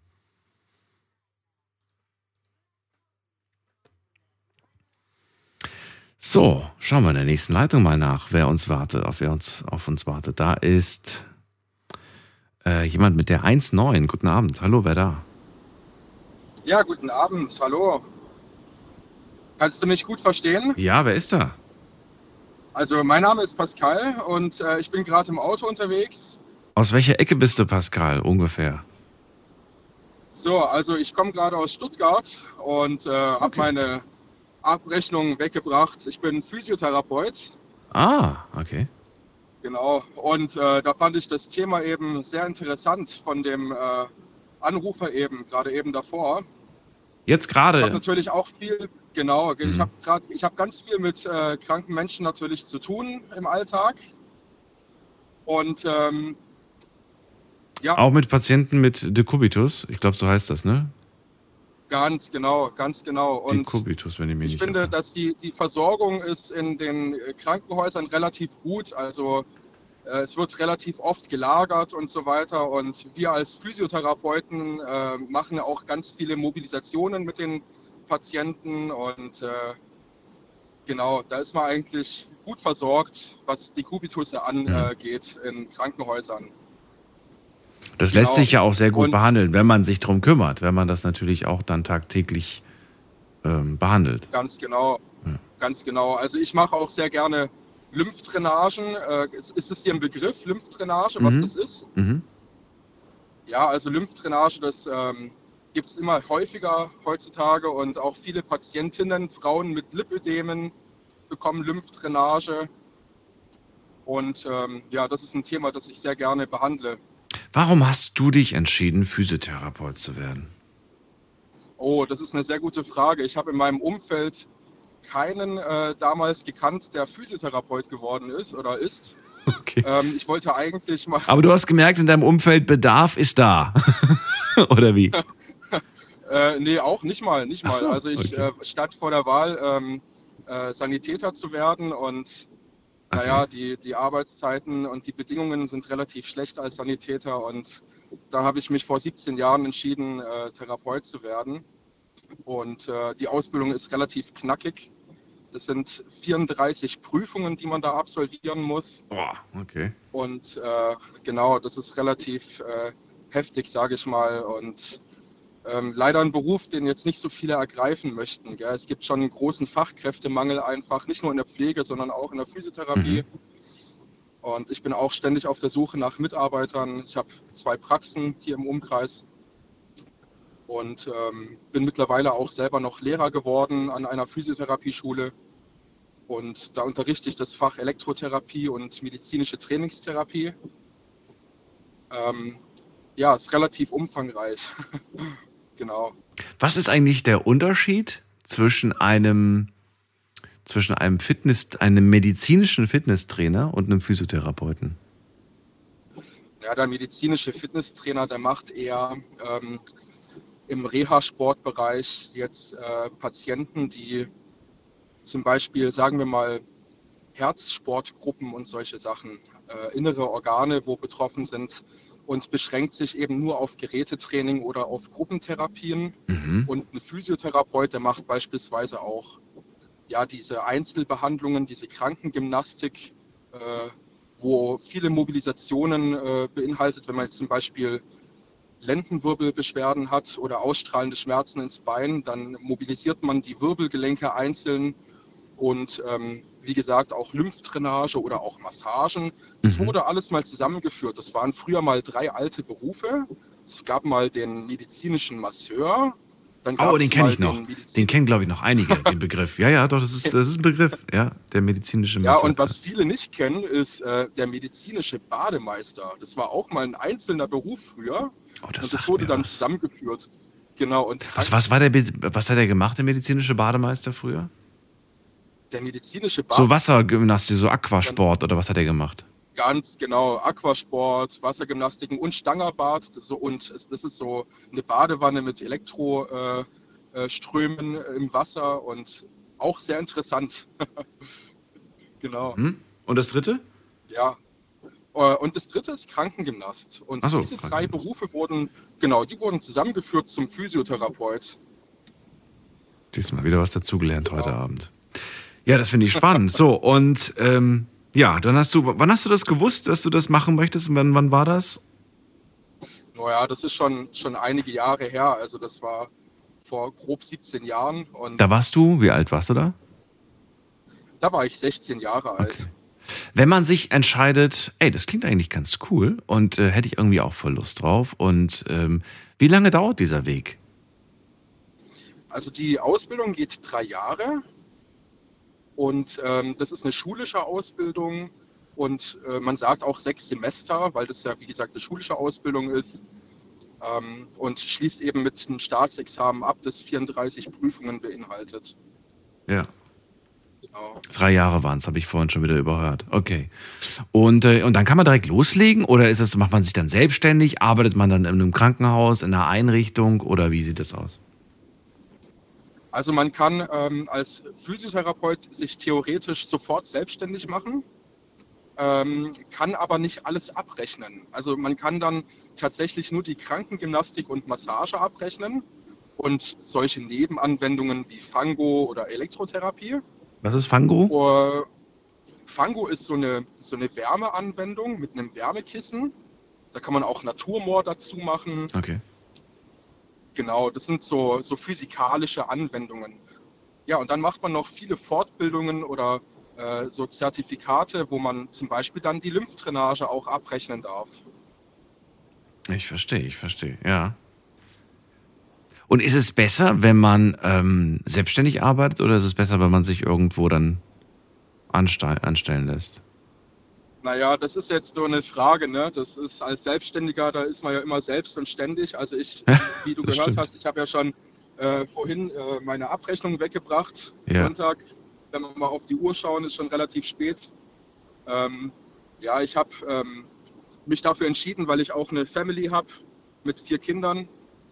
S3: So, schauen wir in der nächsten Leitung mal nach, wer uns auf uns wartet. Da ist jemand mit der 19. Guten Abend. Hallo, wer da?
S8: Ja, guten Abend. Hallo. Kannst du mich gut verstehen?
S3: Ja, wer ist da?
S8: Also mein Name ist Pascal und ich bin gerade im Auto unterwegs.
S3: Aus welcher Ecke bist du, Pascal, ungefähr?
S8: So, also ich komme gerade aus Stuttgart und habe meine Abrechnung weggebracht. Ich bin Physiotherapeut.
S3: Ah, okay.
S8: Genau. Und da fand ich das Thema eben sehr interessant von dem Anrufer eben, gerade eben davor.
S3: Jetzt gerade?
S8: Ich habe natürlich auch viel, genau, ich habe ganz viel mit kranken Menschen natürlich zu tun im Alltag. Und ja.
S3: Auch mit Patienten mit Dekubitus? Ich glaube, so heißt das, ne?
S8: Ganz genau. Und
S3: Dekubitus, wenn ich mich
S8: ich
S3: nicht
S8: finde,
S3: irre.
S8: dass die Versorgung ist in den Krankenhäusern relativ gut. Also es wird relativ oft gelagert und so weiter. Und wir als Physiotherapeuten machen auch ganz viele Mobilisationen mit den Patienten. Und genau, da ist man eigentlich gut versorgt, was Dekubitus angeht in Krankenhäusern.
S3: Das lässt
S8: Genau.
S3: sich ja auch sehr gut
S8: Und-
S3: behandeln, wenn man sich drum kümmert, wenn man das natürlich auch dann tagtäglich behandelt.
S8: Ganz genau. Also ich mache auch sehr gerne Lymphdrainagen. Ist es dir ein Begriff, Lymphdrainage, was das ist?
S3: Mhm.
S8: Ja, also Lymphdrainage, das gibt es immer häufiger heutzutage und auch viele Patientinnen, Frauen mit Lipödemen bekommen Lymphdrainage. Und ja, das ist ein Thema, das ich sehr gerne behandle.
S3: Warum hast du dich entschieden, Physiotherapeut zu werden?
S8: Oh, das ist eine sehr gute Frage. Ich habe in meinem Umfeld keinen damals gekannt, der Physiotherapeut geworden ist oder ist.
S3: Okay.
S8: Ich wollte eigentlich mal...
S3: Aber du hast gemerkt, in deinem Umfeld, Bedarf ist da. Oder wie?
S8: Nee, auch nicht mal.
S3: Ach so,
S8: Also ich stand vor der Wahl, Sanitäter zu werden und naja, die Arbeitszeiten und die Bedingungen sind relativ schlecht als Sanitäter und da habe ich mich vor 17 Jahren entschieden, Therapeut zu werden. Und die Ausbildung ist relativ knackig. Das sind 34 Prüfungen, die man da absolvieren muss.
S3: Boah, okay.
S8: Und genau, das ist relativ heftig, sage ich mal. Und leider ein Beruf, den jetzt nicht so viele ergreifen möchten. Gell? Es gibt schon einen großen Fachkräftemangel einfach, nicht nur in der Pflege, sondern auch in der Physiotherapie. Und ich bin auch ständig auf der Suche nach Mitarbeitern. Ich habe 2 Praxen hier im Umkreis und bin mittlerweile auch selber noch Lehrer geworden an einer Physiotherapieschule. Und da unterrichte ich das Fach Elektrotherapie und medizinische Trainingstherapie. Ja, ist relativ umfangreich. Genau.
S3: Was ist eigentlich der Unterschied zwischen einem einem medizinischen Fitnesstrainer und einem Physiotherapeuten?
S8: Ja, der medizinische Fitnesstrainer, der macht eher im Reha-Sportbereich jetzt Patienten, die zum Beispiel, sagen wir mal, Herzsportgruppen und solche Sachen, innere Organe, wo betroffen sind, und beschränkt sich eben nur auf Gerätetraining oder auf Gruppentherapien. Und ein Physiotherapeut, der macht beispielsweise auch ja, diese Einzelbehandlungen, diese Krankengymnastik, wo viele Mobilisationen beinhaltet, wenn man jetzt zum Beispiel Lendenwirbelbeschwerden hat oder ausstrahlende Schmerzen ins Bein, dann mobilisiert man die Wirbelgelenke einzeln und wie gesagt auch Lymphdrainage oder auch Massagen. Das wurde alles mal zusammengeführt. Das waren früher mal 3 alte Berufe. Es gab mal den medizinischen Masseur. Dann gab
S3: den kenne ich noch. Den kennen, glaube ich, noch einige, den Begriff. Ja, doch, das ist ein Begriff, ja, der medizinische Masseur.
S8: Ja, und was viele nicht kennen, ist der medizinische Bademeister. Das war auch mal ein einzelner Beruf früher. Und das wurde dann zusammengeführt. Genau. Und
S3: was hat der gemacht, der medizinische Bademeister früher?
S8: Der medizinische Bademeister.
S3: So Wassergymnastik, so Aquasport oder was hat er gemacht?
S8: Ganz genau, Aquasport, Wassergymnastiken und Stangerbad. Das ist so eine Badewanne mit Elektroströmen im Wasser und auch sehr interessant. Genau.
S3: Und das dritte?
S8: Ja. Und das dritte ist Krankengymnast. Und diese 3 Berufe wurden zusammengeführt zum Physiotherapeut.
S3: Diesmal wieder was dazugelernt heute Abend. Ja, das finde ich spannend. So, und ja, wann hast du das gewusst, dass du das machen möchtest und wann war das?
S8: Naja, das ist schon einige Jahre her. Also das war vor grob 17 Jahren. Und
S3: wie alt warst du da?
S8: Da war ich 16 Jahre alt.
S3: Wenn man sich entscheidet, das klingt eigentlich ganz cool und hätte ich irgendwie auch voll Lust drauf. Und wie lange dauert dieser Weg?
S8: Also die Ausbildung geht 3 Jahre. Und das ist eine schulische Ausbildung und man sagt auch 6 Semester, weil das ja, wie gesagt, eine schulische Ausbildung ist und schließt eben mit einem Staatsexamen ab, das 34 Prüfungen beinhaltet.
S3: Ja.
S8: Genau.
S3: 3 Jahre waren es, habe ich vorhin schon wieder überhört. Okay. Und dann kann man direkt loslegen oder macht man sich dann selbstständig? Arbeitet man dann in einem Krankenhaus, in einer Einrichtung oder wie sieht das aus?
S8: Also man kann als Physiotherapeut sich theoretisch sofort selbstständig machen, kann aber nicht alles abrechnen. Also man kann dann tatsächlich nur die Krankengymnastik und Massage abrechnen und solche Nebenanwendungen wie Fango oder Elektrotherapie.
S3: Was ist Fango?
S8: Fango ist so eine Wärmeanwendung mit einem Wärmekissen. Da kann man auch Naturmoor dazu machen.
S3: Okay.
S8: Genau, das sind so physikalische Anwendungen. Ja, und dann macht man noch viele Fortbildungen oder so Zertifikate, wo man zum Beispiel dann die Lymphdrainage auch abrechnen darf.
S3: Ich verstehe, ja. Und ist es besser, wenn man selbstständig arbeitet oder ist es besser, wenn man sich irgendwo dann anstellen lässt?
S8: Naja, das ist jetzt so eine Frage, ne? Das ist als Selbstständiger, da ist man ja immer selbst und ständig. Also wie du gehört hast, ich habe ja schon vorhin meine Abrechnung weggebracht. Ja. Sonntag, wenn wir mal auf die Uhr schauen, ist schon relativ spät. Ich habe mich dafür entschieden, weil ich auch eine Family habe mit 4 Kindern.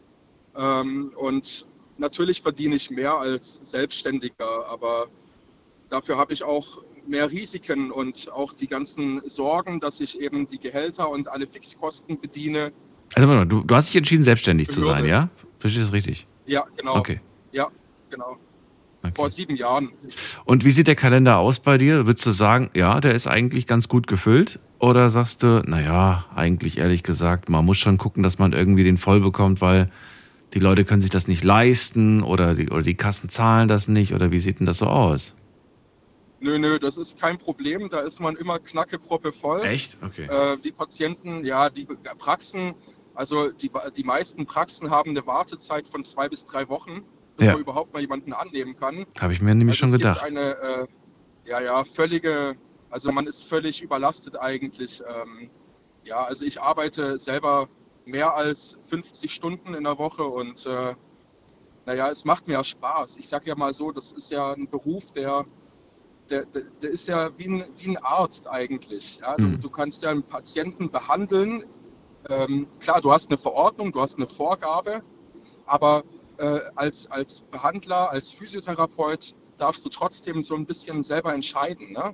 S8: Und natürlich verdiene ich mehr als Selbstständiger, aber dafür habe ich auch mehr Risiken und auch die ganzen Sorgen, dass ich eben die Gehälter und alle Fixkosten bediene.
S3: Also warte mal, du hast dich entschieden, selbstständig zu sein, ja? Verstehst du das richtig?
S8: Ja, genau.
S3: Okay.
S8: Ja, genau. Okay. Vor 7 Jahren.
S3: Und wie sieht der Kalender aus bei dir? Würdest du sagen, ja, der ist eigentlich ganz gut gefüllt? Oder sagst du, naja, eigentlich ehrlich gesagt, man muss schon gucken, dass man irgendwie den voll bekommt, weil die Leute können sich das nicht leisten oder die Kassen zahlen das nicht? Oder wie sieht denn das so aus?
S8: Nö, das ist kein Problem. Da ist man immer knackeproppe voll.
S3: Echt? Okay.
S8: Die Patienten, ja, die Praxen, also die meisten Praxen haben eine Wartezeit von 2 bis 3 Wochen, bis man überhaupt mal jemanden annehmen kann.
S3: Habe ich mir nämlich schon gedacht.
S8: Ja, also man ist völlig überlastet eigentlich. Ja, also ich arbeite selber mehr als 50 Stunden in der Woche und es macht mir ja Spaß. Ich sage ja mal so, das ist ja ein Beruf, der ist ja wie ein Arzt eigentlich. Ja? Du kannst ja einen Patienten behandeln. Klar, du hast eine Verordnung, du hast eine Vorgabe, aber als Behandler, als Physiotherapeut darfst du trotzdem so ein bisschen selber entscheiden. Ne?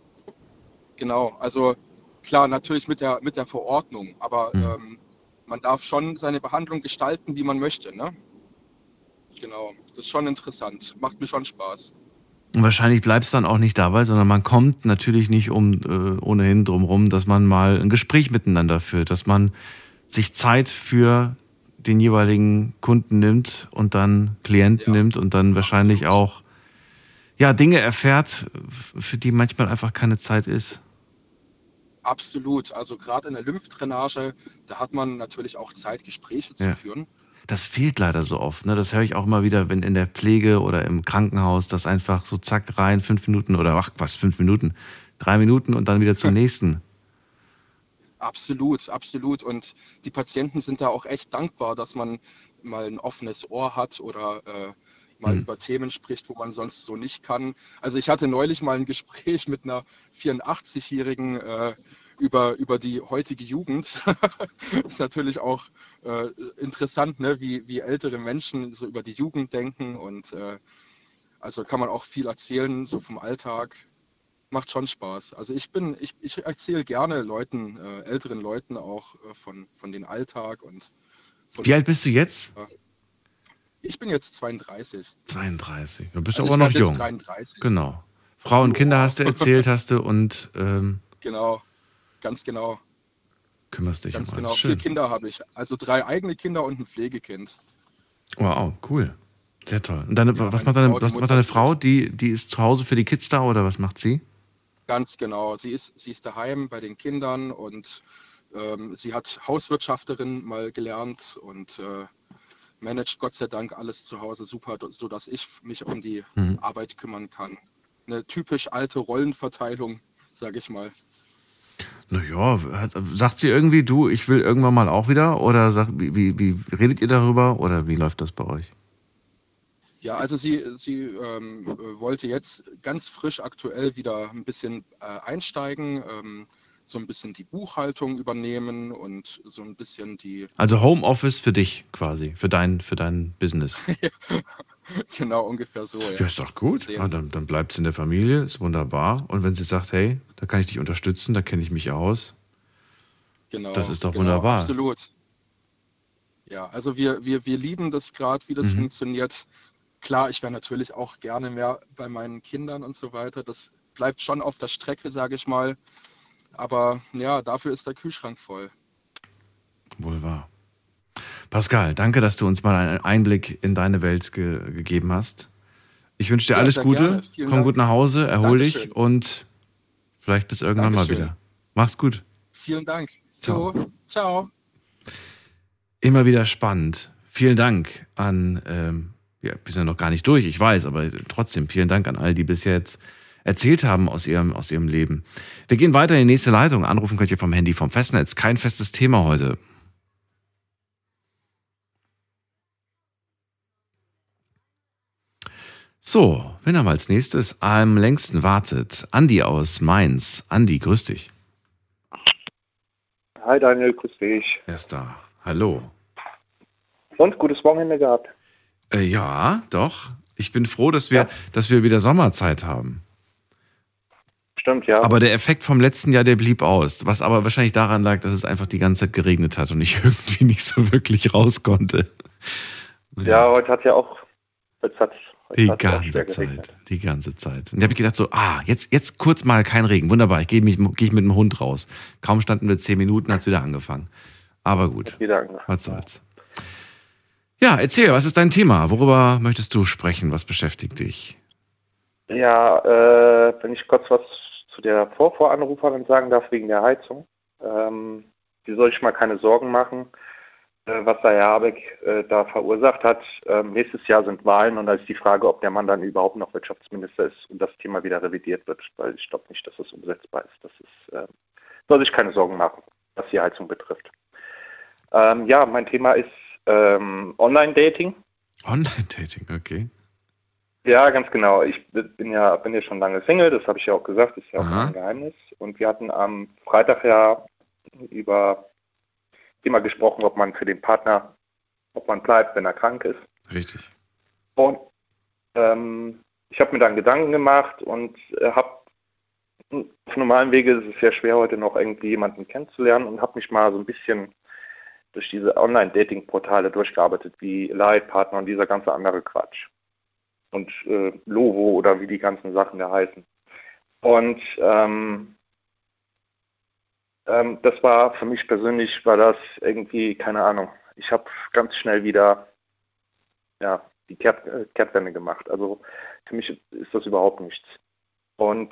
S8: Genau, also klar, natürlich mit der Verordnung, aber man darf schon seine Behandlung gestalten, wie man möchte. Ne? Genau, das ist schon interessant, macht mir schon Spaß.
S3: Und wahrscheinlich bleibt es dann auch nicht dabei, sondern man kommt natürlich nicht ohnehin drum rum, dass man mal ein Gespräch miteinander führt, dass man sich Zeit für den jeweiligen Kunden nimmt und dann Klienten nimmt und dann wahrscheinlich auch Dinge erfährt, für die manchmal einfach keine Zeit ist.
S8: Absolut, also gerade in der Lymphdrainage, da hat man natürlich auch Zeit, Gespräche zu führen.
S3: Das fehlt leider so oft. Ne? Das höre ich auch immer wieder, wenn in der Pflege oder im Krankenhaus das einfach so zack rein, 5 Minuten oder 5 Minuten, 3 Minuten und dann wieder zum nächsten.
S8: Absolut, absolut. Und die Patienten sind da auch echt dankbar, dass man mal ein offenes Ohr hat oder mal über Themen spricht, wo man sonst so nicht kann. Also ich hatte neulich mal ein Gespräch mit einer 84-Jährigen über die heutige Jugend. Das ist natürlich auch interessant, ne? wie ältere Menschen so über die Jugend denken und also kann man auch viel erzählen, so vom Alltag. Macht schon Spaß. Also ich erzähle gerne älteren Leuten auch von den Alltag und
S3: Wie alt bist du jetzt?
S8: Ich bin jetzt 32.
S3: 32. Du bist
S8: Also
S3: aber noch
S8: ich werde
S3: jung.
S8: jetzt 33.
S3: Genau. Frau und Kinder hast du und
S8: genau, ganz genau.
S3: Kümmerst dich
S8: Ganz
S3: um
S8: genau.
S3: alles.
S8: 4 Kinder habe ich. Also 3 eigene Kinder und ein Pflegekind.
S3: Wow, cool. Sehr toll. Und was macht deine Frau? Die ist zu Hause für die Kids da oder was macht sie?
S8: Ganz genau. Sie ist daheim bei den Kindern und sie hat Hauswirtschafterin mal gelernt und managt Gott sei Dank alles zu Hause super, sodass ich mich um die Arbeit kümmern kann. Eine typisch alte Rollenverteilung, sage ich mal.
S3: Naja, sagt sie irgendwie, du, ich will irgendwann mal auch wieder? Oder wie redet ihr darüber? Oder wie läuft das bei euch?
S8: Ja, also sie wollte jetzt ganz frisch aktuell wieder ein bisschen einsteigen, so ein bisschen die Buchhaltung übernehmen und so ein bisschen
S3: Also Homeoffice für dich quasi, für dein Business.
S8: Genau, ungefähr so.
S3: Ja, ist doch gut. Dann bleibt es in der Familie, ist wunderbar. Und wenn sie sagt, hey, da kann ich dich unterstützen, da kenne ich mich aus.
S8: Genau,
S3: das ist doch wunderbar.
S8: Absolut. Ja, also wir lieben das gerade, wie das funktioniert. Klar, ich wäre natürlich auch gerne mehr bei meinen Kindern und so weiter. Das bleibt schon auf der Strecke, sage ich mal. Aber ja, dafür ist der Kühlschrank voll.
S3: Wohl wahr. Pascal, danke, dass du uns mal einen Einblick in deine Welt gegeben hast. Ich wünsche dir alles Gute. Komm
S8: Dank.
S3: gut nach Hause, erhol dich
S8: Dankeschön.
S3: und vielleicht bis irgendwann mal wieder. Mach's gut.
S8: Vielen Dank.
S3: Ciao.
S8: Ciao.
S3: Immer wieder spannend. Vielen Dank an, wir sind ja noch gar nicht durch, ich weiß, aber trotzdem vielen Dank an all die bis jetzt erzählt haben aus ihrem Leben. Wir gehen weiter in die nächste Leitung. Anrufen könnt ihr vom Handy vom Festnetz. Kein festes Thema heute. So, wen haben wir als nächstes? Am längsten wartet Andi aus Mainz. Andi, grüß dich.
S9: Hi Daniel, grüß dich.
S3: Er ist da. Hallo.
S9: Und, gutes Wochenende gehabt?
S3: Ja, doch. Ich bin froh, dass wir wieder Sommerzeit haben.
S9: Stimmt, ja.
S3: Aber der Effekt vom letzten Jahr, der blieb aus. Was aber wahrscheinlich daran lag, dass es einfach die ganze Zeit geregnet hat und ich irgendwie nicht so wirklich raus konnte.
S9: Ja, heute hat ja auch...
S3: Die ganze Zeit. Und da habe ich gedacht so, jetzt kurz mal kein Regen. Wunderbar, gehe ich mit dem Hund raus. Kaum standen wir 10 Minuten, hat es wieder angefangen. Aber gut, was soll's. Ja, erzähl, was ist dein Thema? Worüber möchtest du sprechen? Was beschäftigt dich?
S9: Ja, wenn ich kurz was zu der Vorvoranruferin sagen darf, wegen der Heizung. Die soll ich mal keine Sorgen machen. was der Herr Habeck da verursacht hat. Nächstes Jahr sind Wahlen und da ist die Frage, ob der Mann dann überhaupt noch Wirtschaftsminister ist und das Thema wieder revidiert wird, weil ich glaube nicht, dass das umsetzbar ist. Das ist, soll sich keine Sorgen machen, was die Heizung betrifft. Ja, mein Thema ist Online-Dating.
S3: Online-Dating, okay.
S9: Ja, ganz genau. Ich bin ja schon lange Single, das habe ich ja auch gesagt, ist ja auch
S3: Aha.
S9: kein Geheimnis. Und wir hatten am Freitag ja über Thema gesprochen, ob man für den Partner, ob man bleibt, wenn er krank ist.
S3: Richtig.
S9: Und ich habe mir dann Gedanken gemacht und habe auf normalen Wege ist es sehr schwer, heute noch irgendwie jemanden kennenzulernen und habe mich mal so ein bisschen durch diese Online-Dating-Portale durchgearbeitet, wie Leitpartner und dieser ganze andere Quatsch. Und Lovo oder wie die ganzen Sachen da heißen. Und das war für mich persönlich, war das irgendwie, keine Ahnung, ich habe ganz schnell wieder die Kehrtwende gemacht. Also für mich ist das überhaupt nichts. Und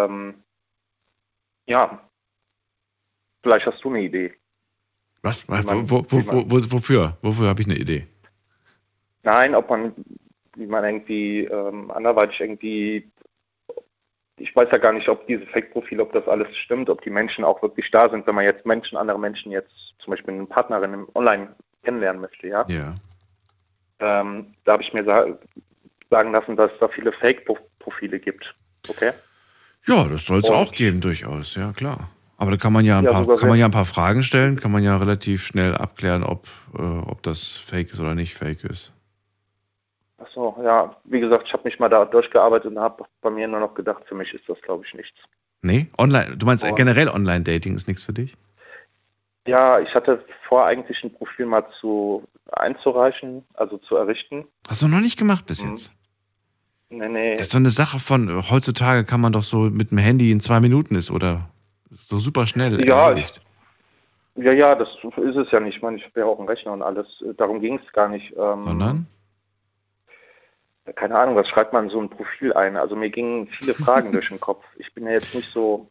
S9: vielleicht hast du eine Idee.
S3: Was? Wofür? Wofür habe ich eine Idee?
S9: Nein, wie man irgendwie anderweitig irgendwie, ich weiß ja gar nicht, ob diese Fake-Profile, ob das alles stimmt, ob die Menschen auch wirklich da sind, wenn man jetzt andere Menschen jetzt zum Beispiel eine Partnerin online kennenlernen möchte, ja.
S3: Ja.
S9: Da habe ich mir sagen lassen, dass es da viele Fake-Profile gibt. Okay?
S3: Ja, das soll es auch geben, durchaus, ja klar. Aber da kann man ja ein paar Fragen stellen, kann man ja relativ schnell abklären, ob das Fake ist oder nicht Fake ist.
S9: Ach so, ja, wie gesagt, ich habe mich mal da durchgearbeitet und habe bei mir nur noch gedacht, für mich ist das, glaube ich, nichts.
S3: Nee? Online, du meinst generell Online-Dating ist nichts für dich?
S9: Ja, ich hatte vor, eigentlich ein Profil mal einzureichen, also zu errichten.
S3: Hast du noch nicht gemacht bis jetzt?
S9: Nee.
S3: Das ist so eine Sache von, heutzutage kann man doch so mit dem Handy in 2 Minuten ist oder so super schnell erledigt.
S9: Ja, das ist es ja nicht. Ich meine, ich habe ja auch einen Rechner und alles. Darum ging es gar nicht.
S3: Sondern?
S9: Keine Ahnung, was schreibt man in so ein Profil ein? Also mir gingen viele Fragen durch den Kopf. Ich bin ja jetzt nicht so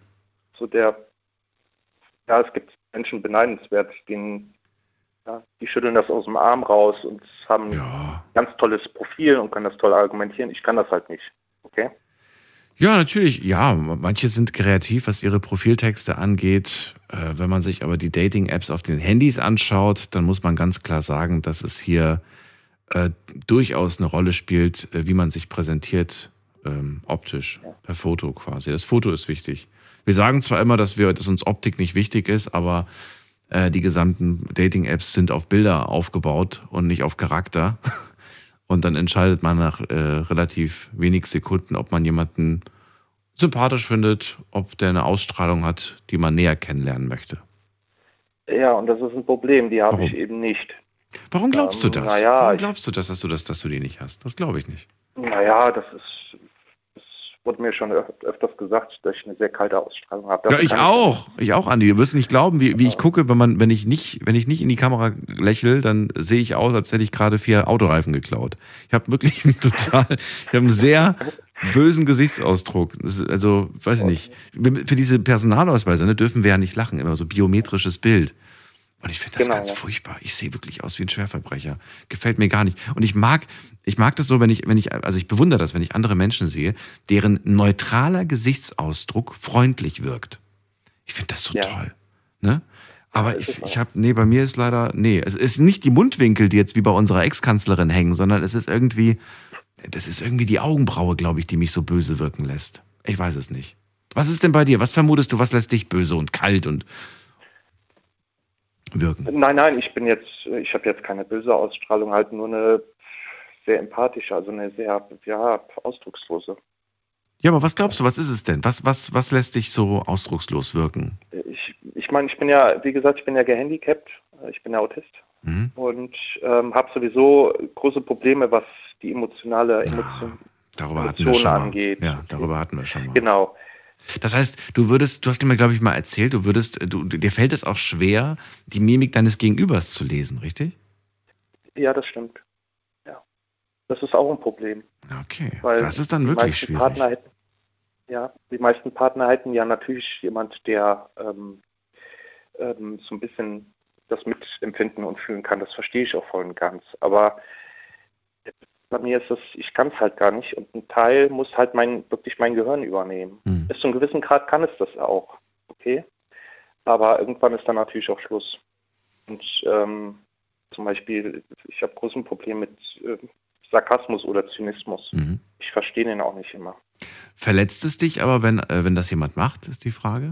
S9: es gibt Menschen beneidenswert, die schütteln das aus dem Arm raus und haben ein ganz tolles Profil und können das toll argumentieren. Ich kann das halt nicht. Okay?
S3: Ja, natürlich. Ja, manche sind kreativ, was ihre Profiltexte angeht. Wenn man sich aber die Dating-Apps auf den Handys anschaut, dann muss man ganz klar sagen, dass es hier durchaus eine Rolle spielt, wie man sich präsentiert, optisch, per Foto quasi. Das Foto ist wichtig. Wir sagen zwar immer, dass uns Optik nicht wichtig ist, aber die gesamten Dating-Apps sind auf Bilder aufgebaut und nicht auf Charakter. Und dann entscheidet man nach relativ wenig Sekunden, ob man jemanden sympathisch findet, ob der eine Ausstrahlung hat, die man näher kennenlernen möchte.
S9: Ja, und das ist ein Problem, die habe ich eben nicht.
S3: Warum glaubst du das? Warum glaubst du das, dass du die nicht hast? Das glaube ich nicht.
S9: Naja, das wurde mir schon öfters gesagt, dass ich eine sehr kalte Ausstrahlung habe.
S3: Ja, ich auch, Andi. Du wirst nicht glauben, wie ich gucke, wenn ich nicht in die Kamera lächle, dann sehe ich aus, als hätte ich gerade 4 Autoreifen geklaut. Ich habe wirklich einen sehr bösen Gesichtsausdruck. Also, weiß ich nicht. Für diese Personalausweise dürfen wir ja nicht lachen, immer so biometrisches Bild. Und ich finde das ganz furchtbar. Ich sehe wirklich aus wie ein Schwerverbrecher. Gefällt mir gar nicht. Und ich mag das so, ich bewundere das, wenn ich andere Menschen sehe, deren neutraler Gesichtsausdruck freundlich wirkt. Ich finde das so toll. Ne? Aber bei mir ist leider, es ist nicht die Mundwinkel, die jetzt wie bei unserer Ex-Kanzlerin hängen, sondern das ist irgendwie die Augenbraue, glaube ich, die mich so böse wirken lässt. Ich weiß es nicht. Was ist denn bei dir? Was vermutest du, was lässt dich böse und kalt und wirken?
S9: Nein, ich habe jetzt keine böse Ausstrahlung, halt nur eine sehr empathische, also eine sehr, ausdruckslose.
S3: Ja, aber was glaubst du, was ist es denn? Was lässt dich so ausdruckslos wirken?
S9: Ich meine, ich bin ja gehandicapt, ich bin ja Autist und habe sowieso große Probleme, was die Emotionen angeht.
S3: Ja, darüber hatten wir schon mal.
S9: Genau.
S3: Das heißt, du hast mir, glaube ich, mal erzählt, dir fällt es auch schwer, die Mimik deines Gegenübers zu lesen, richtig?
S9: Ja, das stimmt. Ja. Das ist auch ein Problem.
S3: Okay, das ist dann wirklich schwierig.
S9: Die meisten Partner hätten ja natürlich jemand, der so ein bisschen das mitempfinden und fühlen kann. Das verstehe ich auch voll und ganz. Aber bei mir ist das, ich kann es halt gar nicht und ein Teil muss halt wirklich mein Gehirn übernehmen. Bis zu einem gewissen Grad kann es das auch, okay? Aber irgendwann ist dann natürlich auch Schluss. Und zum Beispiel, ich habe großes Problem mit Sarkasmus oder Zynismus. Ich verstehe den auch nicht immer.
S3: Verletzt es dich aber, wenn das jemand macht, ist die Frage?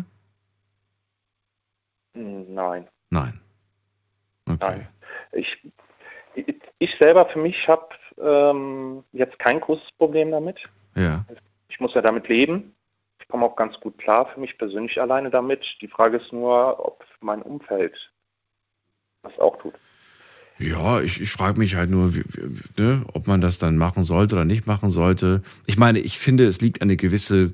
S9: Nein.
S3: Nein. Okay.
S9: Nein. Ich selber für mich habe jetzt kein großes Problem damit.
S3: Ja.
S9: Ich muss ja damit leben. Ich komme auch ganz gut klar für mich persönlich alleine damit. Die Frage ist nur, ob mein Umfeld das auch tut.
S3: Ja, ich frage mich halt nur, ob man das dann machen sollte oder nicht machen sollte. Ich meine, ich finde, es liegt eine gewisse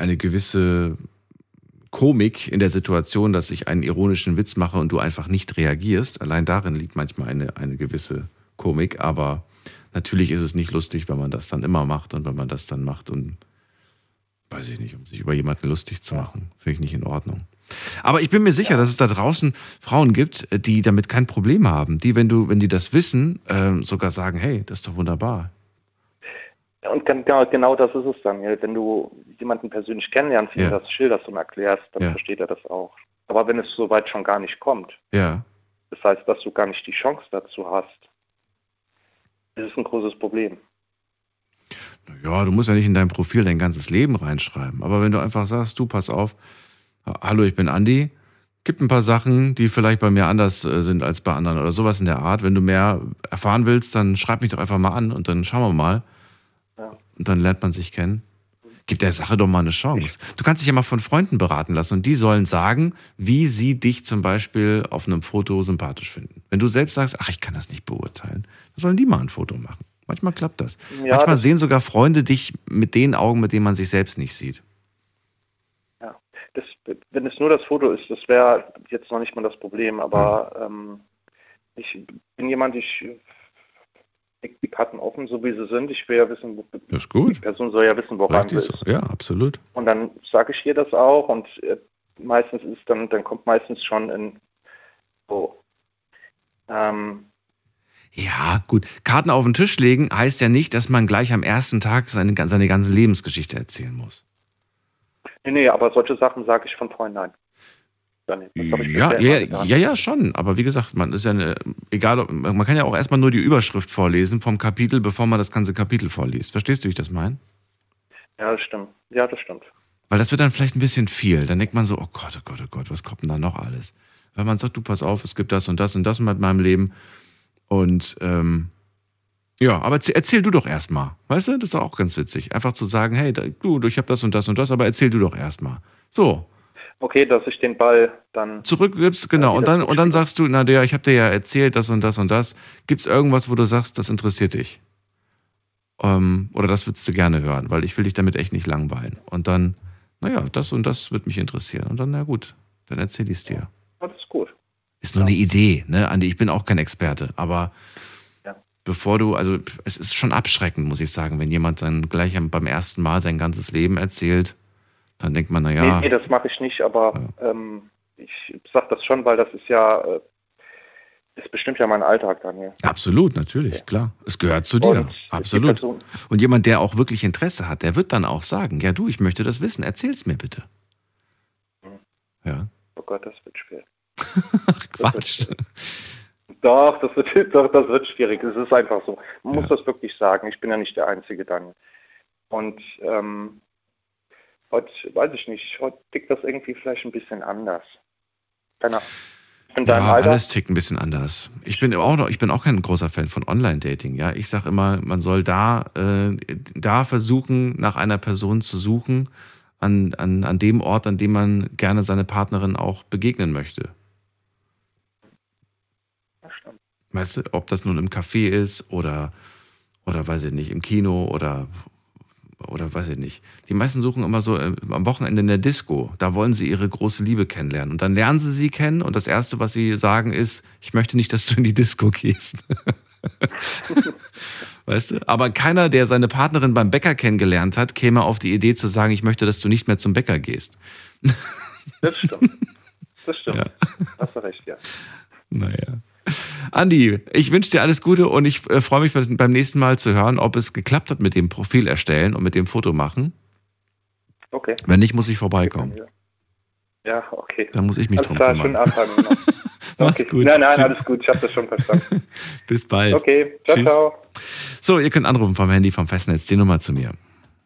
S3: Komik in der Situation, dass ich einen ironischen Witz mache und du einfach nicht reagierst. Allein darin liegt manchmal eine gewisse Komik, aber natürlich ist es nicht lustig, wenn man das dann immer macht und wenn man das dann macht und weiß ich nicht, um sich über jemanden lustig zu machen. Finde ich nicht in Ordnung. Aber ich bin mir sicher, dass es da draußen Frauen gibt, die damit kein Problem haben. Die, wenn die das wissen, sogar sagen, hey, das ist doch wunderbar.
S9: Und genau das ist es dann. Wenn du jemanden persönlich kennenlernst, ihm das schilderst und erklärst, dann versteht er das auch. Aber wenn es soweit schon gar nicht kommt, das heißt, dass du gar nicht die Chance dazu hast, ist es ein großes Problem.
S3: Ja, du musst ja nicht in dein Profil dein ganzes Leben reinschreiben. Aber wenn du einfach sagst, du, pass auf, hallo, ich bin Andi, gibt ein paar Sachen, die vielleicht bei mir anders sind als bei anderen oder sowas in der Art. Wenn du mehr erfahren willst, dann schreib mich doch einfach mal an und dann schauen wir mal. Ja. Und dann lernt man sich kennen. Gib der Sache doch mal eine Chance. Du kannst dich ja mal von Freunden beraten lassen und die sollen sagen, wie sie dich zum Beispiel auf einem Foto sympathisch finden. Wenn du selbst sagst, ach, ich kann das nicht beurteilen, dann sollen die mal ein Foto machen. Manchmal klappt das. Ja, manchmal sehen sogar Freunde dich mit den Augen, mit denen man sich selbst nicht sieht.
S9: Ja, wenn es nur das Foto ist, das wäre jetzt noch nicht mal das Problem. Aber ich bin jemand, ich leg die Karten offen, so wie sie sind. Ich will ja wissen,
S3: das ist gut.
S9: Die Person soll ja wissen, woran sie ist.
S3: So. Ja, absolut.
S9: Und dann sage ich ihr das auch und meistens ist dann kommt meistens schon in
S3: ja, gut. Karten auf den Tisch legen heißt ja nicht, dass man gleich am ersten Tag seine ganze Lebensgeschichte erzählen muss.
S9: Nee, aber solche Sachen sage ich von vornherein.
S3: Ja, schon. Aber wie gesagt, man ist ja man kann ja auch erstmal nur die Überschrift vorlesen vom Kapitel, bevor man das ganze Kapitel vorliest. Verstehst du, wie ich das meine?
S9: Ja, das stimmt. Ja, das stimmt.
S3: Weil das wird dann vielleicht ein bisschen viel. Dann denkt man so, oh Gott, was kommt denn da noch alles? Wenn man sagt, du, pass auf, es gibt das und das und das mit meinem Leben. Und aber erzähl du doch erstmal. Weißt du, das ist doch auch ganz witzig. Einfach zu sagen, hey, ich habe das und das und das, aber erzähl du doch erstmal. So.
S9: Okay, dass ich den Ball dann
S3: zurückgibst, genau. Und dann sagst du, Nadia, ich habe dir ja erzählt, das und das und das. Gibt es irgendwas, wo du sagst, das interessiert dich? Oder das würdest du gerne hören, weil ich will dich damit echt nicht langweilen. Und dann, das und das wird mich interessieren. Und dann, na gut, dann erzähl ich es dir.
S9: Das ist gut.
S3: Ist nur eine Idee, ne, Andi? Ich bin auch kein Experte, aber es ist schon abschreckend, muss ich sagen, wenn jemand dann gleich beim ersten Mal sein ganzes Leben erzählt, dann denkt man,
S9: Nee, das mache ich nicht, aber ich sage das schon, weil das ist ja, ist bestimmt ja mein Alltag, Daniel.
S3: Absolut, natürlich, klar. Es gehört zu dir, absolut. Und jemand, der auch wirklich Interesse hat, der wird dann auch sagen, ja du, ich möchte das wissen, erzähl's mir bitte. Ja.
S9: Oh Gott, das wird schwer.
S3: Ach, Quatsch.
S9: Das wird schwierig. Es ist einfach so. Man muss das wirklich sagen. Ich bin ja nicht der Einzige, Daniel. Und heute, weiß ich nicht, heute tickt das irgendwie vielleicht ein bisschen anders. Keine Ahnung.
S3: Alles tickt ein bisschen anders. Ich bin auch kein großer Fan von Online-Dating. Ja, ich sage immer, man soll da versuchen, nach einer Person zu suchen, an dem Ort, an dem man gerne seine Partnerin auch begegnen möchte. Weißt du, ob das nun im Café ist oder weiß ich nicht, im Kino oder weiß ich nicht. Die meisten suchen immer so am Wochenende in der Disco. Da wollen sie ihre große Liebe kennenlernen. Und dann lernen sie kennen und das Erste, was sie sagen, ist, ich möchte nicht, dass du in die Disco gehst. Weißt du? Aber keiner, der seine Partnerin beim Bäcker kennengelernt hat, käme auf die Idee zu sagen, ich möchte, dass du nicht mehr zum Bäcker gehst.
S9: Das stimmt.
S3: Ja.
S9: Hast du recht, ja.
S3: Naja. Andi, ich wünsche dir alles Gute und ich freue mich beim nächsten Mal zu hören, ob es geklappt hat mit dem Profil erstellen und mit dem Foto machen.
S9: Okay.
S3: Wenn nicht, muss ich vorbeikommen.
S9: Ja, okay.
S3: Dann muss ich mich
S9: alles
S3: drum
S9: klar,
S3: kümmern.
S9: Schönen Abend noch.
S3: Mach's
S9: Okay.
S3: gut.
S9: Nein, alles gut. Ich habe das schon verstanden.
S3: Bis bald.
S9: Okay, ciao,
S3: Tschüss.
S9: ciao.
S3: So, ihr könnt anrufen vom Handy, vom Festnetz, die Nummer zu mir.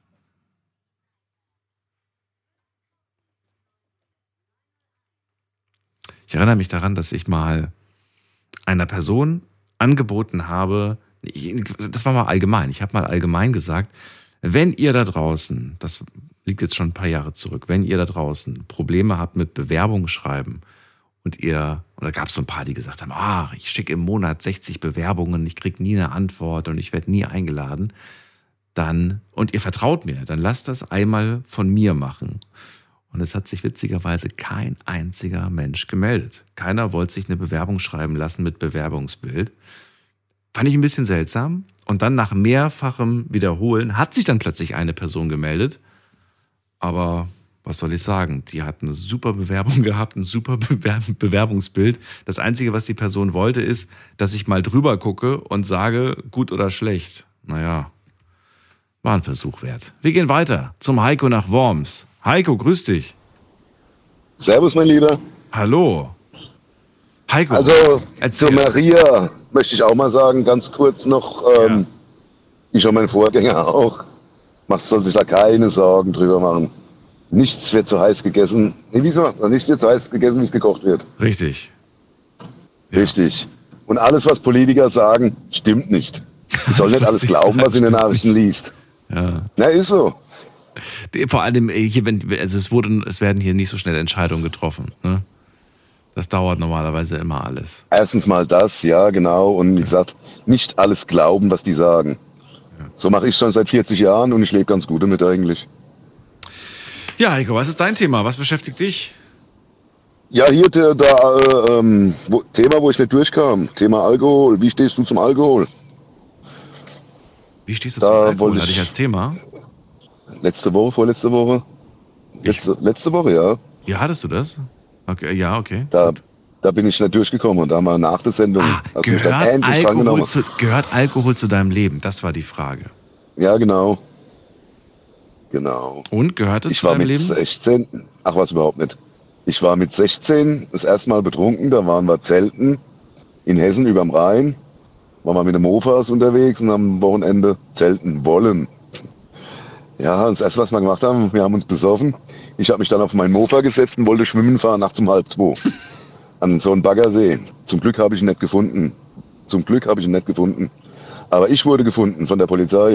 S3: Ich erinnere mich daran, dass ich mal einer Person angeboten habe, das war mal allgemein, ich habe mal allgemein gesagt, wenn ihr da draußen, das liegt jetzt schon ein paar Jahre zurück, wenn ihr da draußen Probleme habt mit Bewerbung schreiben und da gab es so ein paar, die gesagt haben, ich schicke im Monat 60 Bewerbungen, ich kriege nie eine Antwort und ich werde nie eingeladen, und ihr vertraut mir, dann lasst das einmal von mir machen. Und es hat sich witzigerweise kein einziger Mensch gemeldet. Keiner wollte sich eine Bewerbung schreiben lassen mit Bewerbungsbild. Fand ich ein bisschen seltsam. Und dann nach mehrfachem Wiederholen hat sich dann plötzlich eine Person gemeldet. Aber was soll ich sagen? Die hat eine super Bewerbung gehabt, ein super Bewerbungsbild. Das Einzige, was die Person wollte, ist, dass ich mal drüber gucke und sage, gut oder schlecht. Naja, war ein Versuch wert. Wir gehen weiter zum Heiko nach Worms. Heiko, grüß dich.
S10: Servus, mein Lieber.
S3: Hallo. Heiko,
S10: also
S3: erzähl.
S10: zu Maria möchte ich auch mal sagen, ganz kurz noch, wie schon mein Vorgänger auch, soll sich da keine Sorgen drüber machen. Nichts wird so heiß gegessen. Nichts wird so heiß gegessen, wie es gekocht wird.
S3: Richtig.
S10: Ja. Richtig. Und alles, was Politiker sagen, stimmt nicht. Ich soll nicht alles glauben, was in den Nachrichten liest.
S3: Ja.
S10: Na, ist so.
S3: Vor allem, hier, es werden hier nicht so schnell Entscheidungen getroffen. Ne? Das dauert normalerweise immer alles.
S10: Erstens mal das, ja, genau. Und wie gesagt, nicht alles glauben, was die sagen. Ja. So mache ich schon seit 40 Jahren und ich lebe ganz gut damit eigentlich.
S3: Ja, Heiko, was ist dein Thema? Was beschäftigt dich?
S10: Ja, hier Thema, wo ich nicht durchkam. Thema Alkohol. Wie stehst du zum Alkohol?
S3: Wie stehst du zum Alkohol? Hatte ich als Thema?
S10: Vorletzte Woche? Letzte Woche, ja.
S3: Ja, hattest du das? Okay, ja, okay.
S10: Da bin ich nicht durchgekommen und da mal nach der Sendung.
S3: Gehört Alkohol zu deinem Leben? Das war die Frage.
S10: Ja, genau.
S3: Und gehört es zu deinem Leben?
S10: Ich war mit 16, überhaupt nicht. Ich war mit 16 das erste Mal betrunken, da waren wir zelten in Hessen überm Rhein. Waren wir mit den Mofas unterwegs und am Wochenende zelten wollen. Ja, das erste, was wir gemacht haben, wir haben uns besoffen. Ich habe mich dann auf meinen Mofa gesetzt und wollte schwimmen fahren nachts um 1:30 an so einen Baggersee. Zum Glück habe ich ihn nicht gefunden. Aber ich wurde gefunden von der Polizei.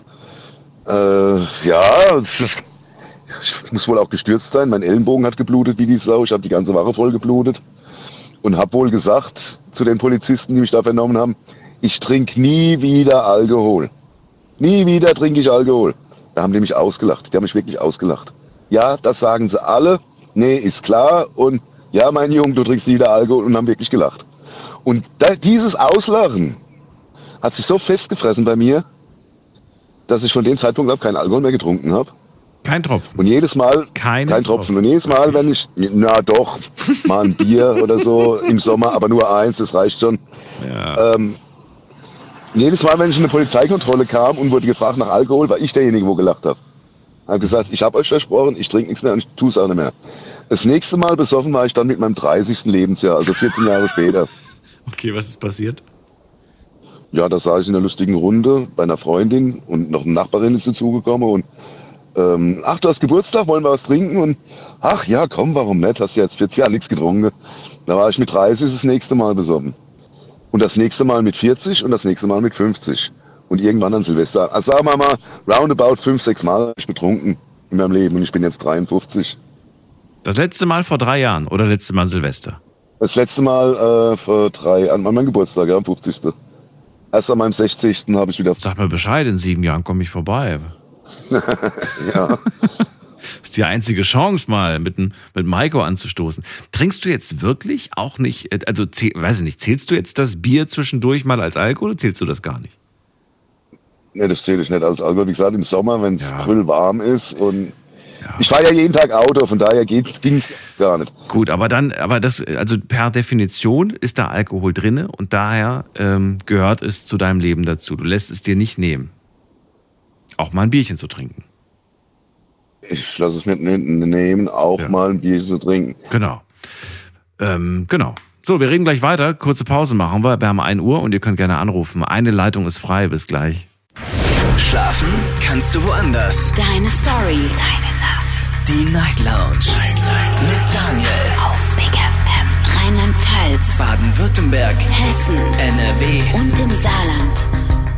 S10: Ich muss wohl auch gestürzt sein. Mein Ellenbogen hat geblutet wie die Sau. Ich habe die ganze Waffe voll geblutet. Und habe wohl gesagt zu den Polizisten, die mich da vernommen haben, ich trinke nie wieder Alkohol. Nie wieder trinke ich Alkohol. Da haben die mich ausgelacht. Die haben mich wirklich ausgelacht. Ja, das sagen sie alle. Nee, ist klar. Und ja, mein Junge, du trinkst nie wieder Alkohol. Und haben wirklich gelacht. Und dieses Auslachen hat sich so festgefressen bei mir, dass ich von dem Zeitpunkt ab keinen Alkohol mehr getrunken habe.
S3: Kein Tropfen.
S10: Und jedes Mal, kein Tropfen. Und jedes Mal, wenn ich, mal ein Bier oder so im Sommer, aber nur eins, das reicht schon.
S3: Ja.
S10: Jedes Mal, wenn ich in eine Polizeikontrolle kam und wurde gefragt nach Alkohol, war ich derjenige, wo gelacht habe. Ich habe gesagt, ich habe euch versprochen, ich trinke nichts mehr und ich tue es auch nicht mehr. Das nächste Mal besoffen war ich dann mit meinem 30. Lebensjahr, also 14 Jahre später.
S3: Okay, was ist passiert?
S10: Ja, da saß ich in einer lustigen Runde bei einer Freundin und noch eine Nachbarin ist dazugekommen und du hast Geburtstag, wollen wir was trinken? Und ach ja, komm, warum nicht? Hast du jetzt 40 Jahre nichts getrunken. Da war ich mit 30 das nächste Mal besoffen. Und das nächste Mal mit 40 und das nächste Mal mit 50. Und irgendwann an Silvester. Also sagen wir mal, roundabout 5-6 Mal habe ich betrunken in meinem Leben und ich bin jetzt 53.
S3: Das letzte Mal vor 3 Jahren oder letzte Mal Silvester?
S10: Das letzte Mal vor 3 Jahren, an meinem Geburtstag, ja, am 50. Erst an meinem 60. habe ich wieder...
S3: Sag mir Bescheid, in 7 Jahren komme ich vorbei.
S10: Ja.
S3: Das ist die einzige Chance, mal mit Maiko anzustoßen. Trinkst du jetzt wirklich auch nicht, also weiß ich nicht, zählst du jetzt das Bier zwischendurch mal als Alkohol oder zählst du das gar nicht?
S10: Nee, das zähle ich nicht als Alkohol. Wie gesagt, im Sommer, wenn es brüllwarm ist und Ich fahre ja jeden Tag Auto, von daher ging es gar nicht.
S3: Gut, aber also per Definition ist da Alkohol drinne und daher gehört es zu deinem Leben dazu. Du lässt es dir nicht nehmen, auch mal ein Bierchen zu trinken.
S10: Ich lasse es mir nicht nehmen, auch mal ein Bierchen zu trinken.
S3: Genau. Genau. So, wir reden gleich weiter. Kurze Pause machen wir. Wir haben 1 Uhr und ihr könnt gerne anrufen. Eine Leitung ist frei. Bis gleich.
S1: Schlafen kannst du woanders.
S2: Deine Story. Deine Nacht.
S1: Die Night Lounge. Mit Daniel.
S2: Auf Big FM. Rheinland-Pfalz.
S1: Baden-Württemberg.
S2: Hessen.
S1: NRW.
S2: Und im Saarland.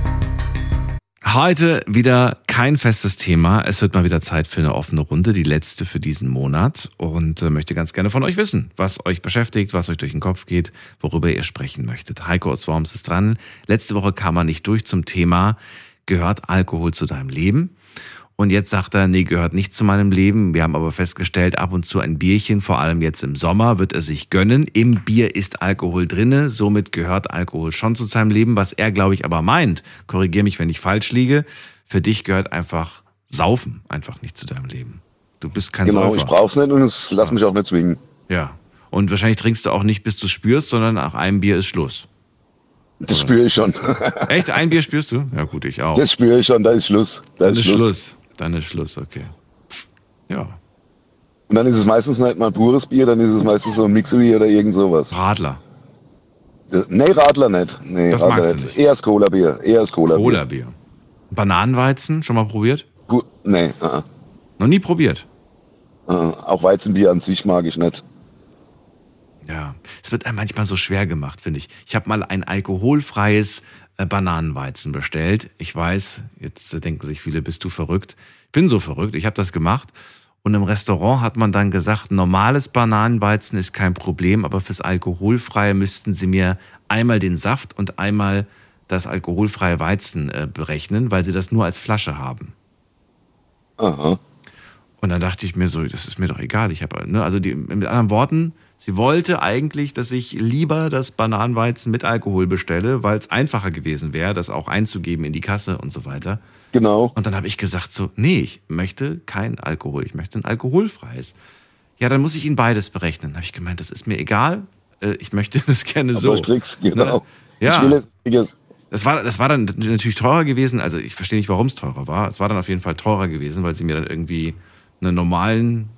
S3: Heute wieder kein festes Thema. Es wird mal wieder Zeit für eine offene Runde, die letzte für diesen Monat. Und möchte ganz gerne von euch wissen, was euch beschäftigt, was euch durch den Kopf geht, worüber ihr sprechen möchtet. Heiko aus Worms ist dran. Letzte Woche kam er nicht durch zum Thema, gehört Alkohol zu deinem Leben? Und jetzt sagt er, nee, gehört nicht zu meinem Leben. Wir haben aber festgestellt, ab und zu ein Bierchen, vor allem jetzt im Sommer, wird er sich gönnen. Im Bier ist Alkohol drinne, somit gehört Alkohol schon zu seinem Leben. Was er, glaube ich, aber meint, korrigiere mich, wenn ich falsch liege, für dich gehört einfach Saufen einfach nicht zu deinem Leben. Du bist kein Säufer.
S10: Genau, ich brauch's nicht und es lass mich auch nicht zwingen.
S3: Ja, und wahrscheinlich trinkst du auch nicht, bis du es spürst, sondern nach einem Bier ist Schluss.
S10: Das spüre ich schon.
S3: Echt? Ein Bier spürst du? Ja gut, ich auch.
S10: Das spüre ich schon, da ist Schluss.
S3: Dann ist Schluss. Dann ist Schluss, okay. Ja.
S10: Und dann ist es meistens nicht mal pures Bier, dann ist es meistens so ein Mixery oder irgend sowas.
S3: Radler.
S10: Nee, Radler nicht. Nee,
S3: das
S10: Radler
S3: magst du nicht.
S10: Eher das Cola-Bier.
S3: Cola-Bier. Bananenweizen, schon mal probiert?
S10: Nee.
S3: Noch nie probiert?
S10: Auch Weizenbier an sich mag ich nicht.
S3: Ja, es wird einem manchmal so schwer gemacht, finde ich. Ich habe mal ein alkoholfreies Bananenweizen bestellt. Ich weiß, jetzt denken sich viele, bist du verrückt? Ich bin so verrückt, ich habe das gemacht. Und im Restaurant hat man dann gesagt, normales Bananenweizen ist kein Problem, aber fürs Alkoholfreie müssten sie mir einmal den Saft und einmal das alkoholfreie Weizen berechnen, weil sie das nur als Flasche haben.
S10: Aha.
S3: Und dann dachte ich mir so, das ist mir doch egal. Ich habe, also mit anderen Worten, sie wollte eigentlich, dass ich lieber das Bananenweizen mit Alkohol bestelle, weil es einfacher gewesen wäre, das auch einzugeben in die Kasse und so weiter.
S10: Genau.
S3: Und dann habe ich gesagt so, nee, ich möchte kein Alkohol, ich möchte ein alkoholfreies. Ja, dann muss ich Ihnen beides berechnen. Habe ich gemeint, das ist mir egal, ich möchte das gerne so.
S10: Aber ich krieg's, genau.
S3: Ja.
S10: Ich will es.
S3: Das war dann natürlich teurer gewesen, also ich verstehe nicht, warum es teurer war. Es war dann auf jeden Fall teurer gewesen, weil sie mir dann irgendwie einen normalen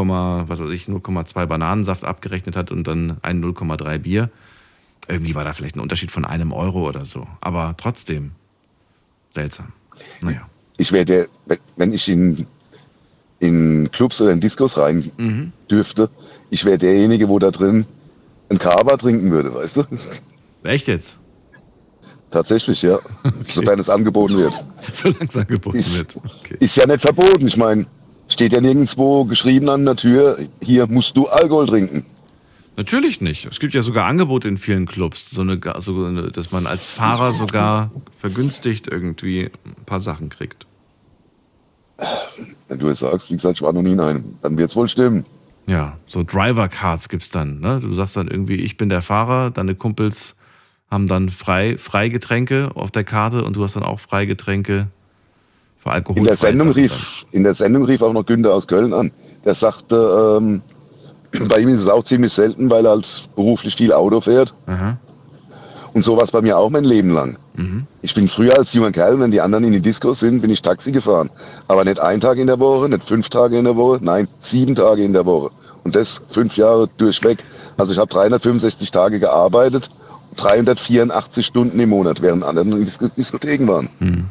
S3: 0,2 Bananensaft abgerechnet hat und dann ein 0,3 Bier. Irgendwie war da vielleicht ein Unterschied von €1 oder so. Aber trotzdem seltsam. Naja.
S10: Ich werde, wenn ich in Clubs oder in Discos rein dürfte, ich wäre derjenige, wo da drin ein Kaba trinken würde, weißt du?
S3: Echt jetzt?
S10: Tatsächlich, ja. Okay. Sofern es angeboten wird.
S3: Solange es angeboten wird. Okay.
S10: Ist ja nicht verboten. Ich meine, steht ja nirgendwo geschrieben an der Tür, hier musst du Alkohol trinken.
S3: Natürlich nicht. Es gibt ja sogar Angebote in vielen Clubs, dass man als Fahrer sogar vergünstigt irgendwie ein paar Sachen kriegt.
S10: Wenn du es sagst, wie gesagt, ich war noch nie in einem, dann wird es wohl stimmen.
S3: Ja, so Driver-Cards gibt's dann. Ne? Du sagst dann irgendwie, ich bin der Fahrer, deine Kumpels haben dann Freigetränke auf der Karte und du hast dann auch Freigetränke für Alkohol.
S10: In der Sendung rief auch noch Günther aus Köln an. Der sagte, bei ihm ist es auch ziemlich selten, weil er halt beruflich viel Auto fährt.
S3: Aha.
S10: Und so war es bei mir auch mein Leben lang. Mhm. Ich bin früher als junger Kerl, wenn die anderen in die Disco sind, bin ich Taxi gefahren. Aber nicht 1 Tag in der Woche, nicht 5 Tage in der Woche, nein, 7 Tage in der Woche. Und das 5 Jahre durchweg. Also ich habe 365 Tage gearbeitet, 384 Stunden im Monat, während andere in Diskotheken waren.
S3: Mhm.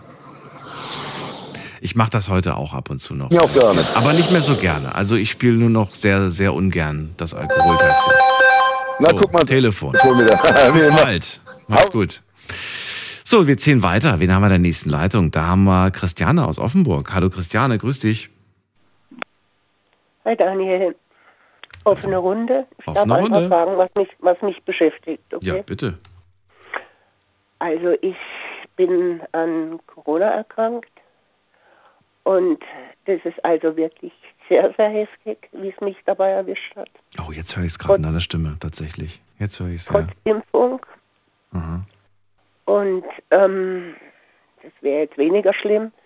S3: Ich mache das heute auch ab und zu noch.
S10: Ja, auch gar nicht.
S3: Aber nicht mehr so gerne. Also ich spiele nur noch sehr, sehr ungern das Alkoholtaxi.
S10: Na, so, guck mal.
S3: Telefon.
S10: Bis
S3: bald. Macht's gut. So, wir ziehen weiter. Wen haben wir in der nächsten Leitung? Da haben wir Christiane aus Offenburg. Hallo Christiane, grüß dich.
S11: Hi Daniel. Offene Runde. Ich darf einfach sagen, was mich beschäftigt. Okay?
S3: Ja, bitte.
S11: Also ich bin an Corona erkrankt und das ist also wirklich sehr, sehr heftig, wie es mich dabei erwischt hat.
S3: Oh, jetzt höre ich es gerade in deiner Stimme, tatsächlich. Jetzt höre ich es, ja.
S11: Trotz Impfung.
S3: Aha.
S11: Und das wäre jetzt weniger schlimm. Ich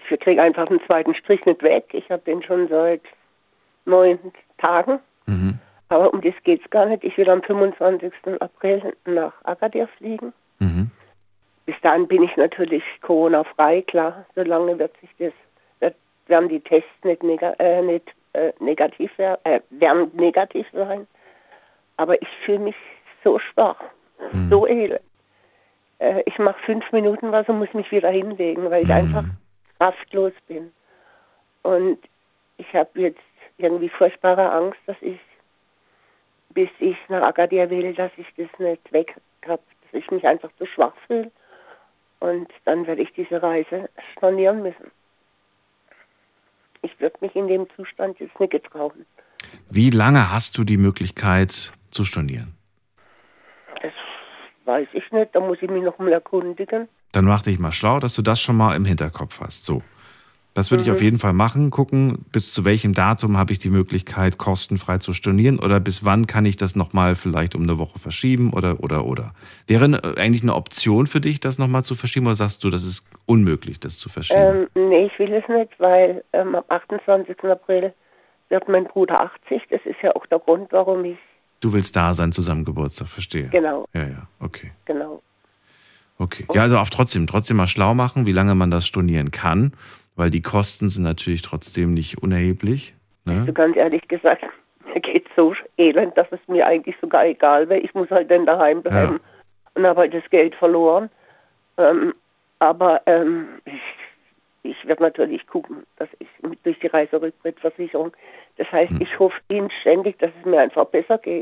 S11: ich kriege einfach den zweiten Strich nicht weg. Ich habe den schon seit 9 Tagen.
S3: Mhm.
S11: Aber um das geht es gar nicht. Ich will am 25. April nach Agadir fliegen.
S3: Mhm.
S11: Bis dahin bin ich natürlich Corona-frei, klar. Solange werden die Tests nicht negativ sein. Aber ich fühle mich so schwach, so elend. Ich mache 5 Minuten was und muss mich wieder hinlegen, weil ich einfach kraftlos bin. Und ich habe jetzt irgendwie furchtbare Angst, dass ich, bis ich nach Agadir will, dass ich das nicht weg habe, dass ich mich einfach so schwach fühle. Und dann werde ich diese Reise stornieren müssen. Ich würde mich in dem Zustand jetzt nicht getrauen.
S3: Wie lange hast du die Möglichkeit zu stornieren?
S11: Das weiß ich nicht, da muss ich mich noch mal erkundigen.
S3: Dann mach dich mal schlau, dass du das schon mal im Hinterkopf hast. So. Das würde ich auf jeden Fall machen. Gucken, bis zu welchem Datum habe ich die Möglichkeit, kostenfrei zu stornieren oder bis wann kann ich das nochmal vielleicht um eine Woche verschieben oder. Wäre eigentlich eine Option für dich, das nochmal zu verschieben oder sagst du, das ist unmöglich, das zu verschieben?
S11: Nee, ich will es nicht, weil am 28. April wird mein Bruder 80. Das ist ja auch der Grund, warum ich...
S3: Du willst da sein zu seinem Geburtstag, verstehe.
S11: Genau.
S3: Ja, okay.
S11: Genau.
S3: Okay. Ja, also auch trotzdem mal schlau machen, wie lange man das stornieren kann, weil die Kosten sind natürlich trotzdem nicht unerheblich. Ne?
S11: Also ganz ehrlich gesagt, mir geht so elend, dass es mir eigentlich sogar egal wäre. Ich muss halt dann daheim bleiben und habe halt das Geld verloren. Aber ich werde natürlich gucken, dass ich durch die Reiserücktrittsversicherung, das heißt, ich hoffe inständig, dass es mir einfach besser geht.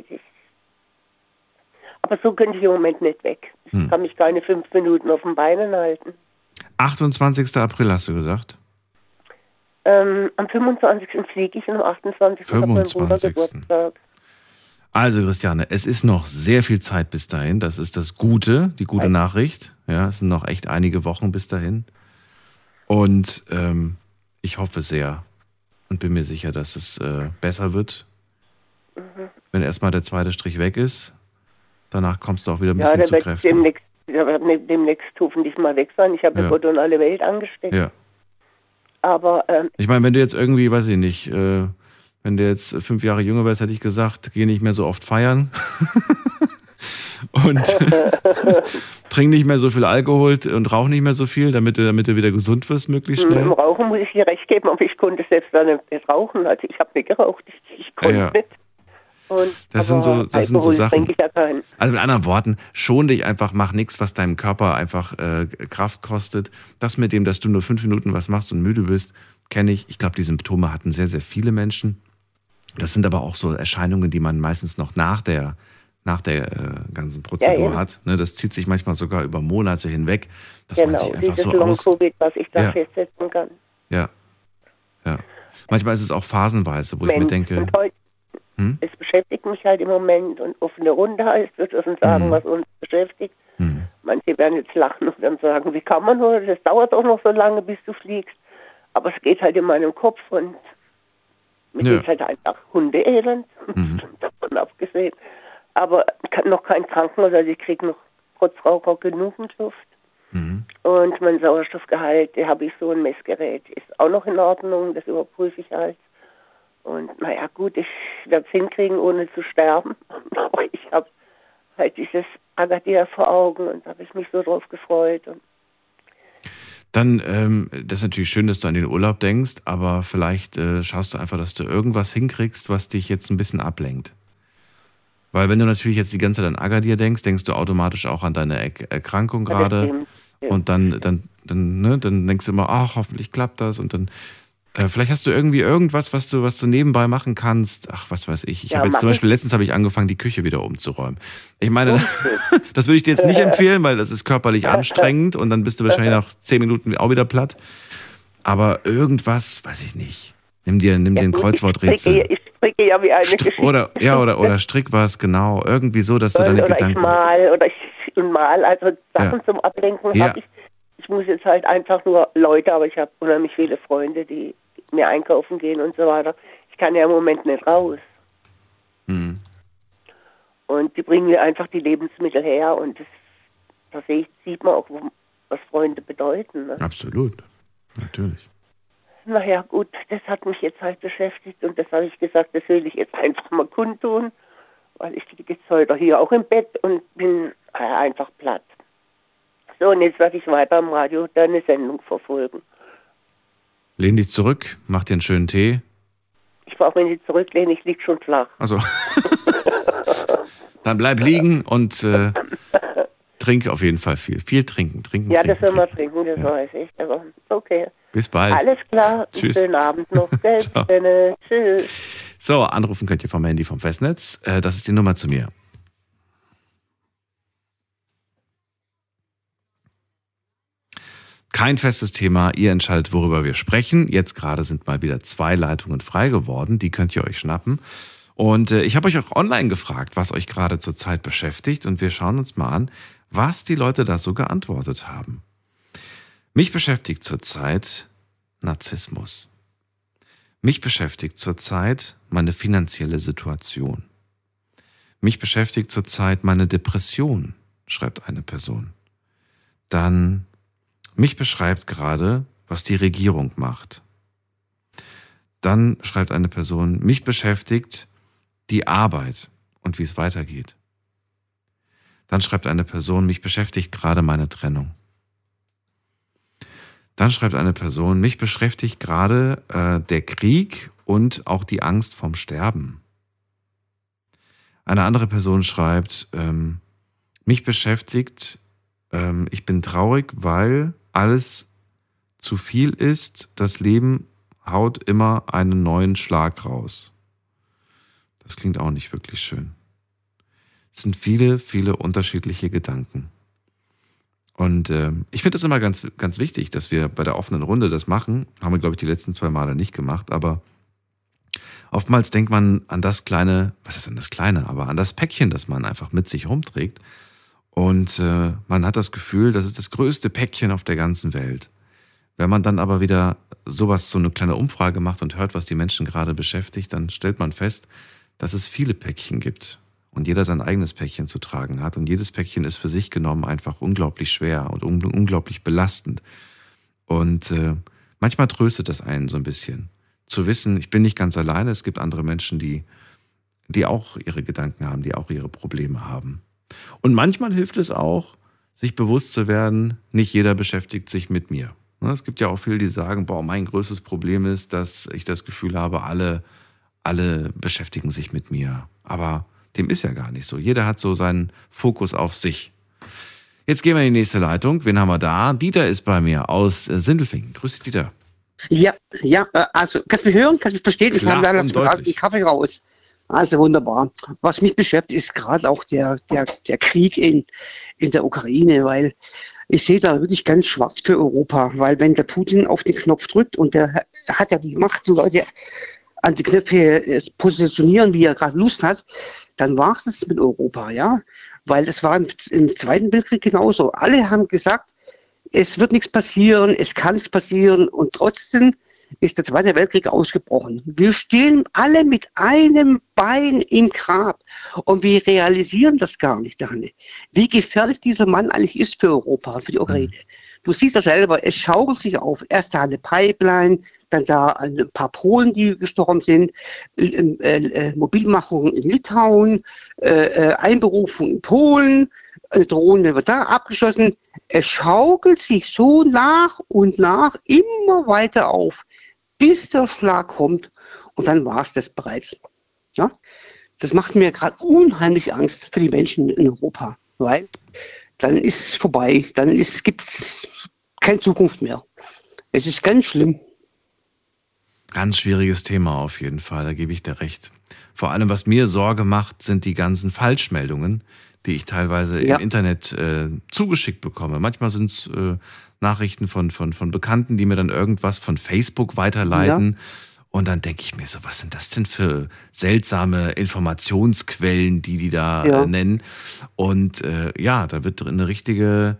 S11: Aber so könnte ich im Moment nicht weg. Ich kann mich keine 5 Minuten auf den Beinen halten.
S3: 28. April hast du gesagt?
S11: Am 25. fliege ich und am 28. hat mein Bruder Geburtstag.
S3: Also Christiane, es ist noch sehr viel Zeit bis dahin. Das ist das Gute, die gute Nachricht. Ja, es sind noch echt einige Wochen bis dahin. Und ich hoffe sehr und bin mir sicher, dass es besser wird. Wenn erstmal der zweite Strich weg ist, danach kommst du auch wieder ein bisschen zu Kräften.
S11: Der wird demnächst hoffentlich mal weg sein. Ich habe Gott und alle Welt angesteckt.
S3: Ja.
S11: Aber
S3: ich meine, wenn du jetzt irgendwie, weiß ich nicht, wenn du jetzt 5 Jahre jünger wärst, hätte ich gesagt, geh nicht mehr so oft feiern. Und trink nicht mehr so viel Alkohol und rauch nicht mehr so viel, damit du wieder gesund wirst, möglichst schnell.
S11: Im Rauchen muss ich dir recht geben, aber ich konnte selbst dann nicht rauchen. Also ich habe nicht geraucht, ich konnte nicht. Und
S3: das sind so Sachen.
S11: Ich ja keinen.
S3: Also mit anderen Worten, schon dich einfach, mach nichts, was deinem Körper einfach Kraft kostet. Das mit dem, dass du nur 5 Minuten was machst und müde bist, kenne ich. Ich glaube, die Symptome hatten sehr, sehr viele Menschen. Das sind aber auch so Erscheinungen, die man meistens noch nach der ganzen Prozedur hat. Ne, das zieht sich manchmal sogar über Monate hinweg, dass man sich einfach so
S11: Long-Covid, was ich da festsetzen kann.
S3: Ja. Manchmal ist es auch phasenweise, wo ich mir denke...
S11: Es beschäftigt mich halt im Moment und offene Runde heißt, wir dürfen sagen, was uns beschäftigt. Manche werden jetzt lachen und dann sagen, wie kann man nur, das dauert auch noch so lange, bis du fliegst. Aber es geht halt in meinem Kopf und mir ist halt einfach Hundeelend, davon abgesehen. Aber noch kein Krankenhaus, also ich kriege noch trotz Raucher genügend Luft. Und mein Sauerstoffgehalt, da habe ich so ein Messgerät, ist auch noch in Ordnung, das überprüfe ich halt. Und naja gut, ich werde es hinkriegen, ohne zu sterben. Aber ich habe halt dieses Agadir vor Augen und da habe ich mich so drauf gefreut. Und
S3: dann, das ist natürlich schön, dass du an den Urlaub denkst, aber vielleicht schaust du einfach, dass du irgendwas hinkriegst, was dich jetzt ein bisschen ablenkt. Weil wenn du natürlich jetzt die ganze Zeit an Agadir denkst, denkst du automatisch auch an deine Erkrankung gerade. Und dann denkst du immer, ach, hoffentlich klappt das. Und dann vielleicht hast du irgendwie irgendwas, was du nebenbei machen kannst. Ach, was weiß ich. Ich habe jetzt zum Beispiel, letztens habe ich angefangen, die Küche wieder umzuräumen. Ich meine, das würde ich dir jetzt nicht empfehlen, weil das ist körperlich anstrengend und dann bist du wahrscheinlich nach 10 Minuten auch wieder platt. Aber irgendwas, weiß ich nicht. Nimm dir ein Kreuzworträtsel.
S11: Ich stricke ja wie eine Geschichte.
S3: Oder strick was, genau. Irgendwie so, dass du deine Gedanken...
S11: Ich mal, also Sachen zum Ablenken habe ich. Ich muss jetzt halt einfach nur Leute, aber ich habe unheimlich viele Freunde, die mir einkaufen gehen und so weiter. Ich kann ja im Moment nicht raus. Und die bringen mir einfach die Lebensmittel her und da sieht man auch, was Freunde bedeuten. Ne?
S3: Absolut, natürlich.
S11: naja gut, das hat mich jetzt halt beschäftigt und das habe ich gesagt, das will ich jetzt einfach mal kundtun, weil ich liege jetzt heute hier auch im Bett und bin einfach platt. So, und jetzt werde ich weiter am Radio deine Sendung verfolgen.
S3: Lehn dich zurück, mach dir einen schönen Tee.
S11: Ich brauche mich nicht zurücklehnen, ich liege schon flach.
S3: Also, dann bleib liegen und trink auf jeden Fall viel. Viel trinken.
S11: Ja, das soll man trinken, das weiß ich. Aber okay.
S3: Bis bald.
S11: Alles klar,
S3: Tschüss.
S11: Schönen Abend noch. Tschüss.
S3: So, anrufen könnt ihr vom Handy vom Festnetz. Das ist die Nummer zu mir. Kein festes Thema, ihr entscheidet, worüber wir sprechen. Jetzt gerade sind mal wieder 2 Leitungen frei geworden, die könnt ihr euch schnappen. Und ich habe euch auch online gefragt, was euch gerade zurzeit beschäftigt. Und wir schauen uns mal an, was die Leute da so geantwortet haben. Mich beschäftigt zurzeit Narzissmus. Mich beschäftigt zurzeit meine finanzielle Situation. Mich beschäftigt zurzeit meine Depression, schreibt eine Person. Dann mich beschreibt gerade, was die Regierung macht. Dann schreibt eine Person, mich beschäftigt die Arbeit und wie es weitergeht. Dann schreibt eine Person, mich beschäftigt gerade meine Trennung. Dann schreibt eine Person, mich beschäftigt gerade der Krieg und auch die Angst vorm Sterben. Eine andere Person schreibt, mich beschäftigt, ich bin traurig, weil alles zu viel ist. Das Leben haut immer einen neuen Schlag raus. Das klingt auch nicht wirklich schön. Es sind viele, viele unterschiedliche Gedanken. Und ich finde es immer ganz, ganz wichtig, dass wir bei der offenen Runde das machen. Haben wir, glaube ich, die letzten 2 Male nicht gemacht. Aber oftmals denkt man an das kleine, was ist denn das Kleine? Aber an das Päckchen, das man einfach mit sich rumträgt. Und man hat das Gefühl, das ist das größte Päckchen auf der ganzen Welt. Wenn man dann aber wieder so eine kleine Umfrage macht und hört, was die Menschen gerade beschäftigt, dann stellt man fest, dass es viele Päckchen gibt und jeder sein eigenes Päckchen zu tragen hat. Und jedes Päckchen ist für sich genommen einfach unglaublich schwer und unglaublich belastend. Und manchmal tröstet das einen so ein bisschen. Zu wissen, ich bin nicht ganz alleine, es gibt andere Menschen, die auch ihre Gedanken haben, die auch ihre Probleme haben. Und manchmal hilft es auch, sich bewusst zu werden, nicht jeder beschäftigt sich mit mir. Es gibt ja auch viele, die sagen, mein größtes Problem ist, dass ich das Gefühl habe, alle beschäftigen sich mit mir. Aber dem ist ja gar nicht so. Jeder hat so seinen Fokus auf sich. Jetzt gehen wir in die nächste Leitung. Wen haben wir da? Dieter ist bei mir aus Sindelfingen. Grüß dich, Dieter.
S12: Ja, also kannst du mich hören? Kannst du mich verstehen? Ich habe leider gerade den Kaffee raus. Also wunderbar. Was mich beschäftigt, ist gerade auch der Krieg in der Ukraine, weil ich sehe da wirklich ganz schwarz für Europa, weil wenn der Putin auf den Knopf drückt und der hat ja die Macht, die Leute an die Knöpfe positionieren, wie er gerade Lust hat, dann war es mit Europa, ja, weil das war im Zweiten Weltkrieg genauso. Alle haben gesagt, es wird nichts passieren, es kann nichts passieren und trotzdem ist der Zweite Weltkrieg ausgebrochen. Wir stehen alle mit einem Bein im Grab und wir realisieren das gar nicht, Daniel, wie gefährlich dieser Mann eigentlich ist für Europa, für die Ukraine. Du siehst das selber, es schaukelt sich auf. Erst da eine Pipeline, dann da ein paar Polen, die gestorben sind, Mobilmachung in Litauen, Einberufung in Polen, eine Drohne wird da abgeschossen. Es schaukelt sich so nach und nach immer weiter auf, bis der Schlag kommt und dann war es das bereits. Ja? Das macht mir gerade unheimlich Angst für die Menschen in Europa, weil dann ist es vorbei, dann gibt es keine Zukunft mehr. Es ist ganz schlimm.
S3: Ganz schwieriges Thema auf jeden Fall, da gebe ich dir recht. Vor allem, was mir Sorge macht, sind die ganzen Falschmeldungen, die ich teilweise im Internet zugeschickt bekomme. Manchmal sind es Nachrichten von Bekannten, die mir dann irgendwas von Facebook weiterleiten. Ja. Und dann denke ich mir so, was sind das denn für seltsame Informationsquellen, die da nennen? Und da wird eine richtige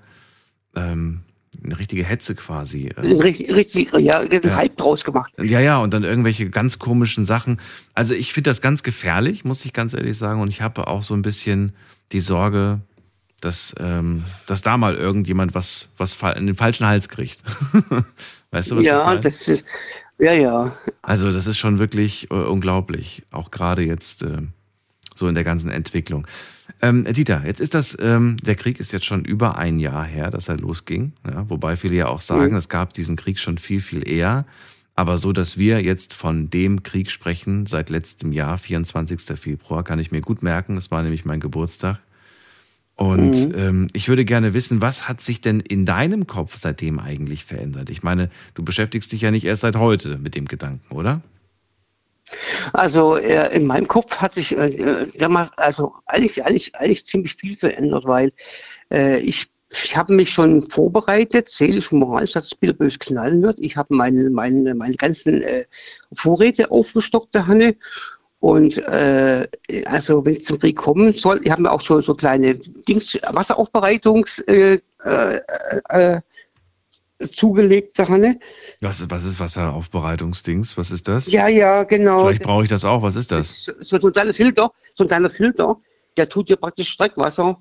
S3: Hetze quasi.
S12: Richtig, Hype draus gemacht.
S3: Ja, und dann irgendwelche ganz komischen Sachen. Also ich finde das ganz gefährlich, muss ich ganz ehrlich sagen. Und ich habe auch so ein bisschen die Sorge, dass da mal irgendjemand was in den falschen Hals kriegt. Weißt du, was ich meine?
S12: Ja, ja.
S3: Also das ist schon wirklich unglaublich, auch gerade jetzt so in der ganzen Entwicklung. Dieter, jetzt ist der Krieg ist jetzt schon über ein Jahr her, dass er losging. Ja, wobei viele ja auch sagen, es gab diesen Krieg schon viel, viel eher. Aber so, dass wir jetzt von dem Krieg sprechen, seit letztem Jahr, 24. Februar, kann ich mir gut merken. Das war nämlich mein Geburtstag. Und ich würde gerne wissen, was hat sich denn in deinem Kopf seitdem eigentlich verändert? Ich meine, du beschäftigst dich ja nicht erst seit heute mit dem Gedanken, oder?
S12: Also in meinem Kopf hat sich damals eigentlich ziemlich viel verändert, weil ich habe mich schon vorbereitet, seelisch und moralisch, dass es wieder böse knallen wird. Ich habe meine ganzen Vorräte aufgestockt, der Hanne. Und also wenn es zum Krieg kommen soll, ich habe mir auch so kleine Wasseraufbereitungs zugelegt, der Hanne.
S3: Was ist Wasseraufbereitungsdings? Was ist das?
S12: Ja, genau.
S3: Vielleicht brauche ich das auch. Was ist das?
S12: So ein kleiner Filter, der tut dir praktisch Streckwasser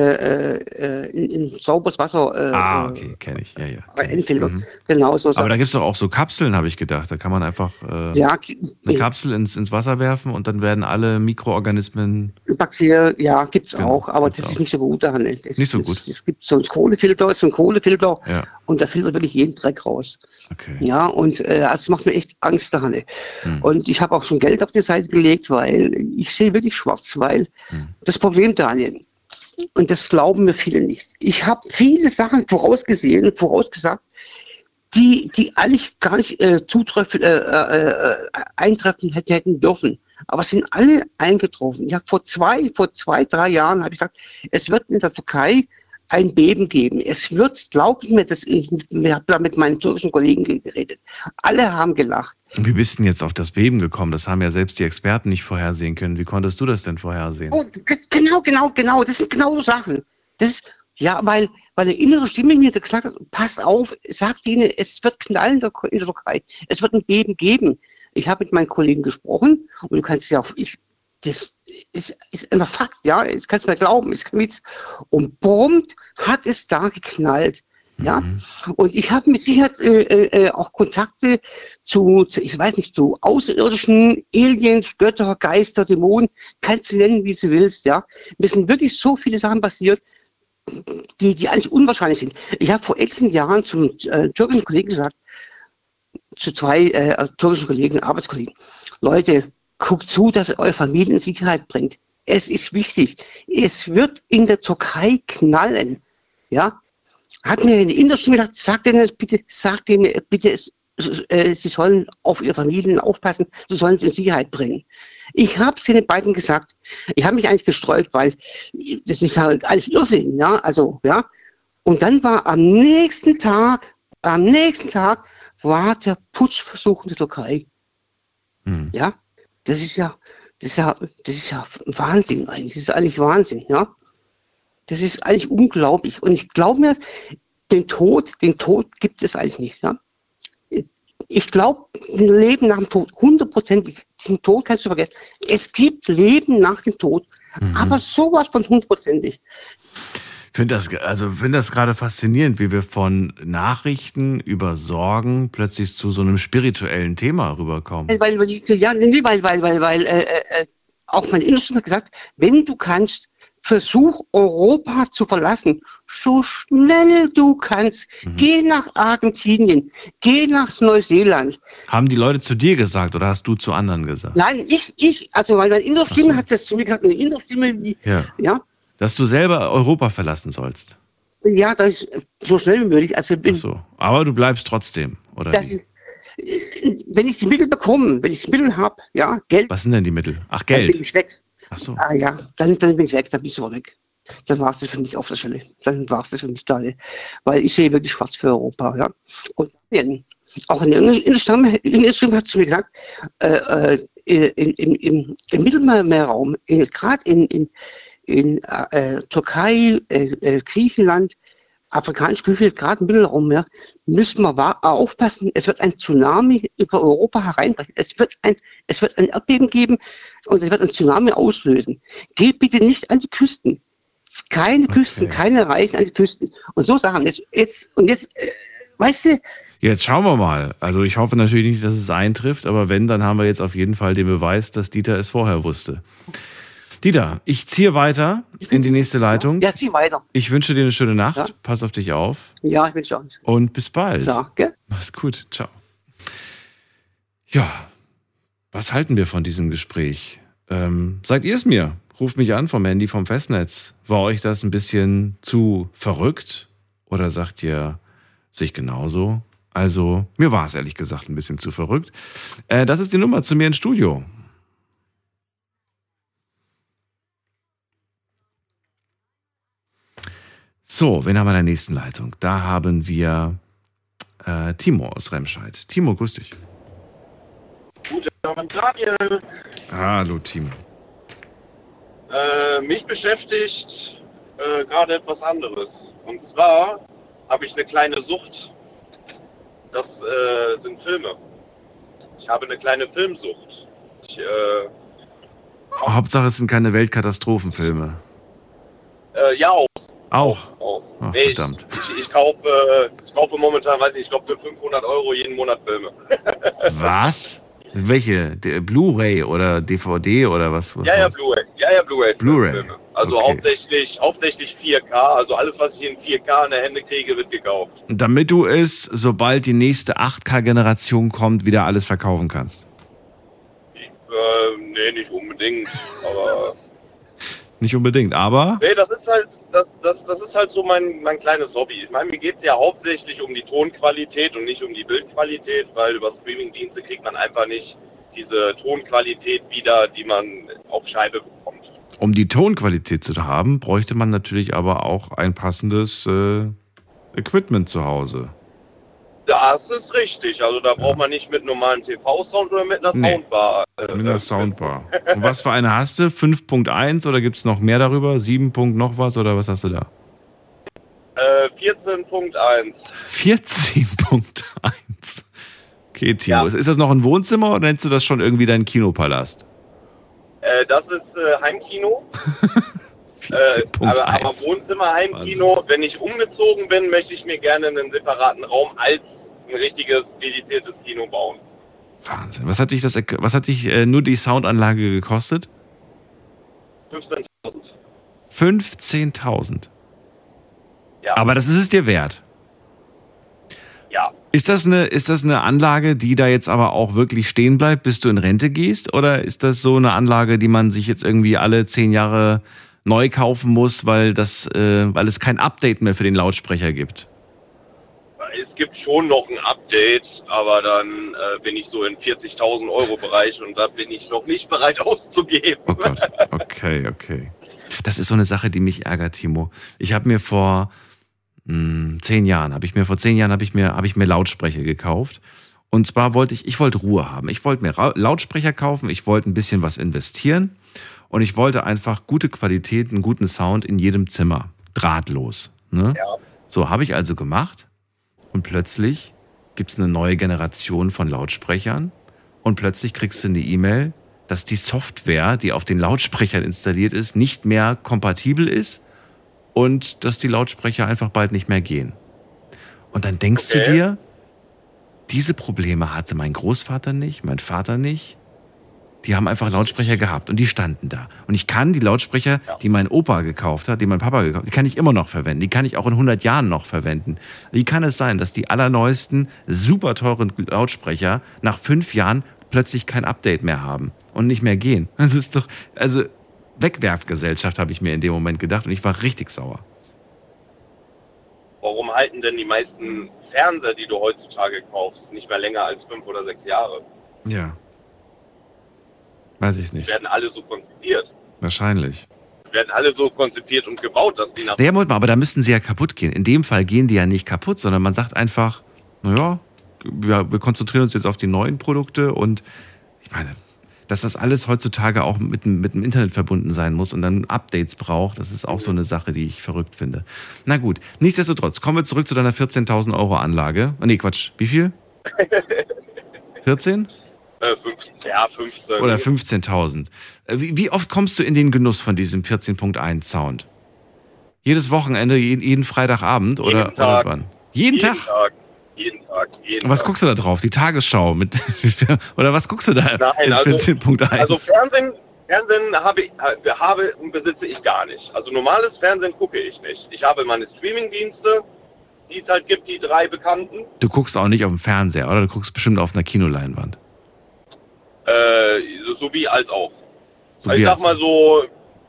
S12: in sauberes Wasser.
S3: Okay, kenne ich. Ja.
S12: Entfiltert. Genau so.
S3: Aber da gibt es doch auch so Kapseln, habe ich gedacht. Da kann man einfach eine Kapsel ins Wasser werfen und dann werden alle Mikroorganismen.
S12: Bakterien, ja, gibt es auch, aber das ist nicht so gut.
S3: Nicht so gut.
S12: Es gibt so einen Kohlefilter, und der filtert wirklich jeden Dreck raus.
S3: Okay.
S12: Ja, und es macht mir echt Angst, der Hanne. Und ich habe auch schon Geld auf die Seite gelegt, weil ich sehe wirklich schwarz, weil das Problem, Daniel, und das glauben mir viele nicht. Ich habe viele Sachen vorausgesagt, die eigentlich gar nicht eintreffen hätten dürfen. Aber es sind alle eingetroffen. Ich habe vor 3 Jahren habe ich gesagt, es wird in der Türkei ein Beben geben. Es wird, glaubt mir, ich habe da mit meinen türkischen Kollegen geredet. Alle haben gelacht.
S3: Und wie bist du denn jetzt auf das Beben gekommen? Das haben ja selbst die Experten nicht vorhersehen können. Wie konntest du das denn vorhersehen?
S12: Oh, genau. Das sind genau so Sachen. Weil eine innere Stimme mir gesagt hat, passt auf, sagt ihnen, es wird knallen in der Türkei. Es wird ein Beben geben. Ich habe mit meinen Kollegen gesprochen und du kannst ja auch, das ist ein Fakt, ja, das kannst du mir glauben, ist kein Witz. Und prompt hat es da geknallt. Ja, und ich habe mit Sicherheit auch Kontakte zu außerirdischen Aliens, Götter, Geister, Dämonen, kannst du nennen, wie du willst, ja. Mir sind wirklich so viele Sachen passiert, die eigentlich unwahrscheinlich sind. Ich habe vor etlichen Jahren zum türkischen Kollegen gesagt, zu 2 türkischen Kollegen, Arbeitskollegen, Leute, guckt zu, dass ihr eure Familie in Sicherheit bringt. Es ist wichtig. Es wird in der Türkei knallen, ja. Hat mir eine Industrie gesagt, sagt denen bitte, sie sollen auf ihre Familien aufpassen, sie sollen sie in Sicherheit bringen. Ich habe es den beiden gesagt. Ich habe mich eigentlich gesträubt, weil das ist halt alles Irrsinn, ja, also, ja. Und dann war am nächsten Tag war der Putschversuch in der Türkei. Ja, das ist ja Wahnsinn eigentlich. Das ist eigentlich Wahnsinn, ja. Das ist eigentlich unglaublich. Und ich glaube mir, den Tod gibt es eigentlich nicht. Ja? Ich glaube, ein Leben nach dem Tod, 100%, den Tod kannst du vergessen. Es gibt Leben nach dem Tod, aber sowas von 100%.
S3: Ich finde das gerade faszinierend, wie wir von Nachrichten über Sorgen plötzlich zu so einem spirituellen Thema rüberkommen.
S12: Weil auch meine Industrie hat gesagt, wenn du kannst, versuch Europa zu verlassen, so schnell du kannst. Geh nach Argentinien, geh nach Neuseeland.
S3: Haben die Leute zu dir gesagt oder hast du zu anderen gesagt?
S12: Nein, also meine innere Stimme hat das zu mir gesagt, eine innere Stimme, ja.
S3: Dass du selber Europa verlassen sollst.
S12: Ja, das ist so schnell wie möglich. Also
S3: aber du bleibst trotzdem, oder?
S12: Wenn ich die Mittel bekomme, wenn ich die Mittel habe, ja, Geld.
S3: Was sind denn die Mittel? Ach, Geld.
S12: Dann bin ich weg.
S3: Ach so.
S12: Ja, dann bin ich weg, dann bist du weg. Dann war es das für mich auf der Stelle. Dann war es das für mich da. Weil ich sehe wirklich schwarz für Europa, ja. Und auch in der Industrie hat zu mir gesagt, im Mittelmeerraum, gerade in Türkei, Griechenland, afrikanisch Griechenland, gerade im Mittelraum, ja, müssen wir aufpassen. Es wird ein Tsunami über Europa hereinbrechen. Es wird ein Erdbeben geben und es wird ein Tsunami auslösen. Geht bitte nicht an die Küsten. Keine Küsten, keine Reisen an die Küsten. Und so Sachen. Jetzt, weißt du,
S3: Jetzt schauen wir mal. Also ich hoffe natürlich nicht, dass es eintrifft, aber wenn, dann haben wir jetzt auf jeden Fall den Beweis, dass Dieter es vorher wusste. Dieter, ich ziehe weiter in die nächste Leitung.
S12: Ja, zieh weiter.
S3: Ich wünsche dir eine schöne Nacht.
S12: Ja.
S3: Pass auf dich auf.
S12: Ja, ich wünsche auch.
S3: Und bis bald.
S12: Ja, gell?
S3: Mach's gut. Ciao. Ja, was halten wir von diesem Gespräch? Seid ihr es mir? Ruft mich an vom Handy, vom Festnetz. War euch das ein bisschen zu verrückt? Oder sagt ihr, sich genauso? Also, mir war es ehrlich gesagt ein bisschen zu verrückt. Das ist die Nummer zu mir ins Studio. So, wen haben wir in der nächsten Leitung? Da haben wir Timo aus Remscheid. Timo, grüß dich.
S13: Guten Abend, Daniel.
S3: Hallo, Timo.
S13: Mich beschäftigt gerade etwas anderes. Und zwar habe ich eine kleine Sucht. Das sind Filme. Ich habe eine kleine Filmsucht.
S3: Hauptsache, es sind keine Weltkatastrophenfilme.
S13: Ja, auch.
S3: Auch?
S13: Ach,
S3: nee, verdammt.
S13: Ich kaufe momentan, weiß nicht, ich glaube für 500 € jeden Monat Filme.
S3: Was? Welche? Blu-ray oder DVD oder was?
S13: Ja, Blu-ray. Ja, Blu-ray.
S3: Blu-ray.
S13: Also
S3: okay.
S13: hauptsächlich 4K. Also alles, was ich in 4K in der Hände kriege, wird gekauft.
S3: Damit du es, sobald die nächste 8K-Generation kommt, wieder alles verkaufen kannst.
S13: Nee, nicht unbedingt. Aber
S3: nicht unbedingt, aber?
S13: Nee, das ist halt so mein kleines Hobby. Ich meine, mir geht es ja hauptsächlich um die Tonqualität und nicht um die Bildqualität, weil über Streamingdienste kriegt man einfach nicht diese Tonqualität wieder, die man auf Scheibe bekommt.
S3: Um die Tonqualität zu haben, bräuchte man natürlich aber auch ein passendes Equipment zu Hause.
S13: Das ist richtig. Also da braucht man nicht mit normalem TV-Sound oder mit einer Soundbar.
S3: Mit einer Soundbar. Und was für eine hast du? 5.1 oder gibt es noch mehr darüber? 7. noch was oder was hast du da?
S13: 14.1.
S3: 14.1. Okay, Timo. Ja. Ist das noch ein Wohnzimmer oder nennst du das schon irgendwie dein Kinopalast?
S13: Das ist Heimkino. Aber Wohnzimmer, Heimkino. Wenn ich umgezogen bin, möchte ich mir gerne einen separaten Raum als ein richtiges, dediziertes Kino bauen.
S3: Wahnsinn. Was hat dich nur die Soundanlage gekostet?
S13: 15.000.
S3: 15.000?
S13: Ja.
S3: Aber das ist es dir wert?
S13: Ja.
S3: Ist das eine Anlage, die da jetzt aber auch wirklich stehen bleibt, bis du in Rente gehst? Oder ist das so eine Anlage, die man sich jetzt irgendwie alle 10 Jahre neu kaufen muss, weil es kein Update mehr für den Lautsprecher gibt?
S13: Es gibt schon noch ein Update, aber dann bin ich so im 40.000 € Bereich und da bin ich noch nicht bereit auszugeben.
S3: Oh Gott, okay. Das ist so eine Sache, die mich ärgert, Timo. Ich habe mir vor 10 Jahren habe ich mir Lautsprecher gekauft. Und zwar wollte ich Ruhe haben. Ich wollte mir Lautsprecher kaufen, ich wollte ein bisschen was investieren und ich wollte einfach gute Qualität, einen guten Sound in jedem Zimmer. Drahtlos. Ne?
S13: Ja.
S3: So habe ich also gemacht. Und plötzlich gibt es eine neue Generation von Lautsprechern und plötzlich kriegst du eine E-Mail, dass die Software, die auf den Lautsprechern installiert ist, nicht mehr kompatibel ist und dass die Lautsprecher einfach bald nicht mehr gehen. Und dann denkst du dir, diese Probleme hatte mein Großvater nicht, mein Vater nicht. Die haben einfach Lautsprecher gehabt und die standen da. Und ich kann die Lautsprecher, die mein Opa gekauft hat, die mein Papa gekauft hat, die kann ich immer noch verwenden. Die kann ich auch in 100 Jahren noch verwenden. Wie kann es sein, dass die allerneuesten, super teuren Lautsprecher nach 5 Jahren plötzlich kein Update mehr haben und nicht mehr gehen? Das ist doch, also Wegwerfgesellschaft, habe ich mir in dem Moment gedacht und ich war richtig sauer.
S13: Warum halten denn die meisten Fernseher, die du heutzutage kaufst, nicht mehr länger als 5 oder 6 Jahre?
S3: Ja. Weiß ich nicht.
S13: Die werden alle so konzipiert.
S3: Wahrscheinlich.
S13: Die werden alle so konzipiert und gebaut, dass die nach...
S3: Naja, Moment mal, aber da müssten sie ja kaputt gehen. In dem Fall gehen die ja nicht kaputt, sondern man sagt einfach, naja, wir konzentrieren uns jetzt auf die neuen Produkte und ich meine, dass das alles heutzutage auch mit dem Internet verbunden sein muss und dann Updates braucht, das ist auch so eine Sache, die ich verrückt finde. Na gut, nichtsdestotrotz, kommen wir zurück zu deiner 14.000 € Anlage. Oh, nee, Quatsch, wie viel? 14?
S13: 15.
S3: Oder 15.000. Wie oft kommst du in den Genuss von diesem 14.1 Sound? Jedes Wochenende, jeden Freitagabend oder wann? Jeden Tag?
S13: Jeden Tag.
S3: Und was guckst du da drauf? Die Tagesschau? Oder was guckst du da?
S13: Nein,
S3: in 14.1?
S13: also Fernsehen habe und besitze ich gar nicht. Also normales Fernsehen gucke ich nicht. Ich habe meine Streamingdienste, die es halt gibt, die 3 bekannten.
S3: Du guckst auch nicht auf dem Fernseher, oder? Du guckst bestimmt auf einer Kinoleinwand.
S13: Sowie als auch. Also ich sag mal so,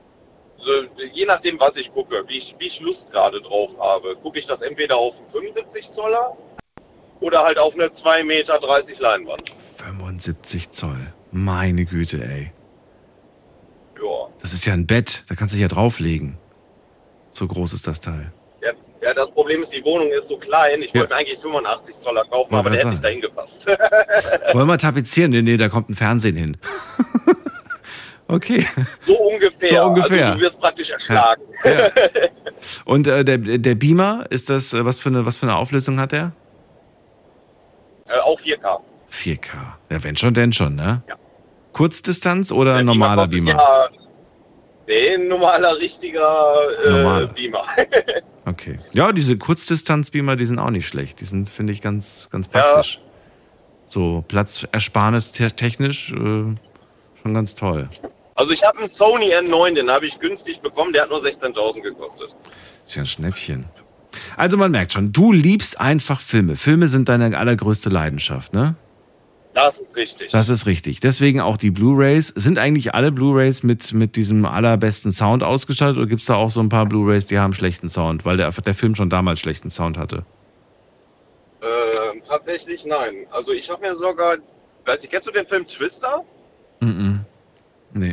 S13: je nachdem, was ich gucke, wie ich Lust gerade drauf habe, gucke ich das entweder auf einen 75 Zoller oder halt auf eine 2,30 Meter Leinwand.
S3: 75 Zoll. Meine Güte, ey.
S13: Ja.
S3: Das ist ja ein Bett, da kannst du dich ja drauflegen. So groß ist das Teil.
S13: Ja, das Problem ist, die Wohnung ist so klein. Ich wollte mir eigentlich 85 Zoller kaufen, aber der hätte nicht dahin gepasst.
S3: Wollen wir tapezieren? Nee, da kommt ein Fernsehen hin. Okay.
S13: So ungefähr. Also du wirst praktisch erschlagen.
S3: Ja. Und der Beamer, ist das, was für eine Auflösung hat der?
S13: Auch 4K.
S3: 4K. Ja, wenn schon, denn schon, ne?
S13: Ja.
S3: Kurzdistanz oder normaler Beamer?
S13: Ja, nee, ein normaler, richtiger Beamer.
S3: Okay. Ja, diese Kurzdistanz-Beamer, die sind auch nicht schlecht. Die sind, finde ich, ganz, ganz praktisch. Ja. So Platzersparnis technisch schon ganz toll.
S13: Also ich habe einen Sony N9, den habe ich günstig bekommen, der hat nur 16.000 gekostet.
S3: Ist ja ein Schnäppchen. Also man merkt schon, du liebst einfach Filme. Filme sind deine allergrößte Leidenschaft, ne?
S13: Das ist richtig.
S3: Das ist richtig. Deswegen auch die Blu-Rays. Sind eigentlich alle Blu-Rays mit diesem allerbesten Sound ausgestattet oder gibt es da auch so ein paar Blu-Rays, die haben schlechten Sound, weil der Film schon damals schlechten Sound hatte?
S13: Tatsächlich nein. Also ich habe mir sogar, kennst du den Film Twister?
S3: Nee.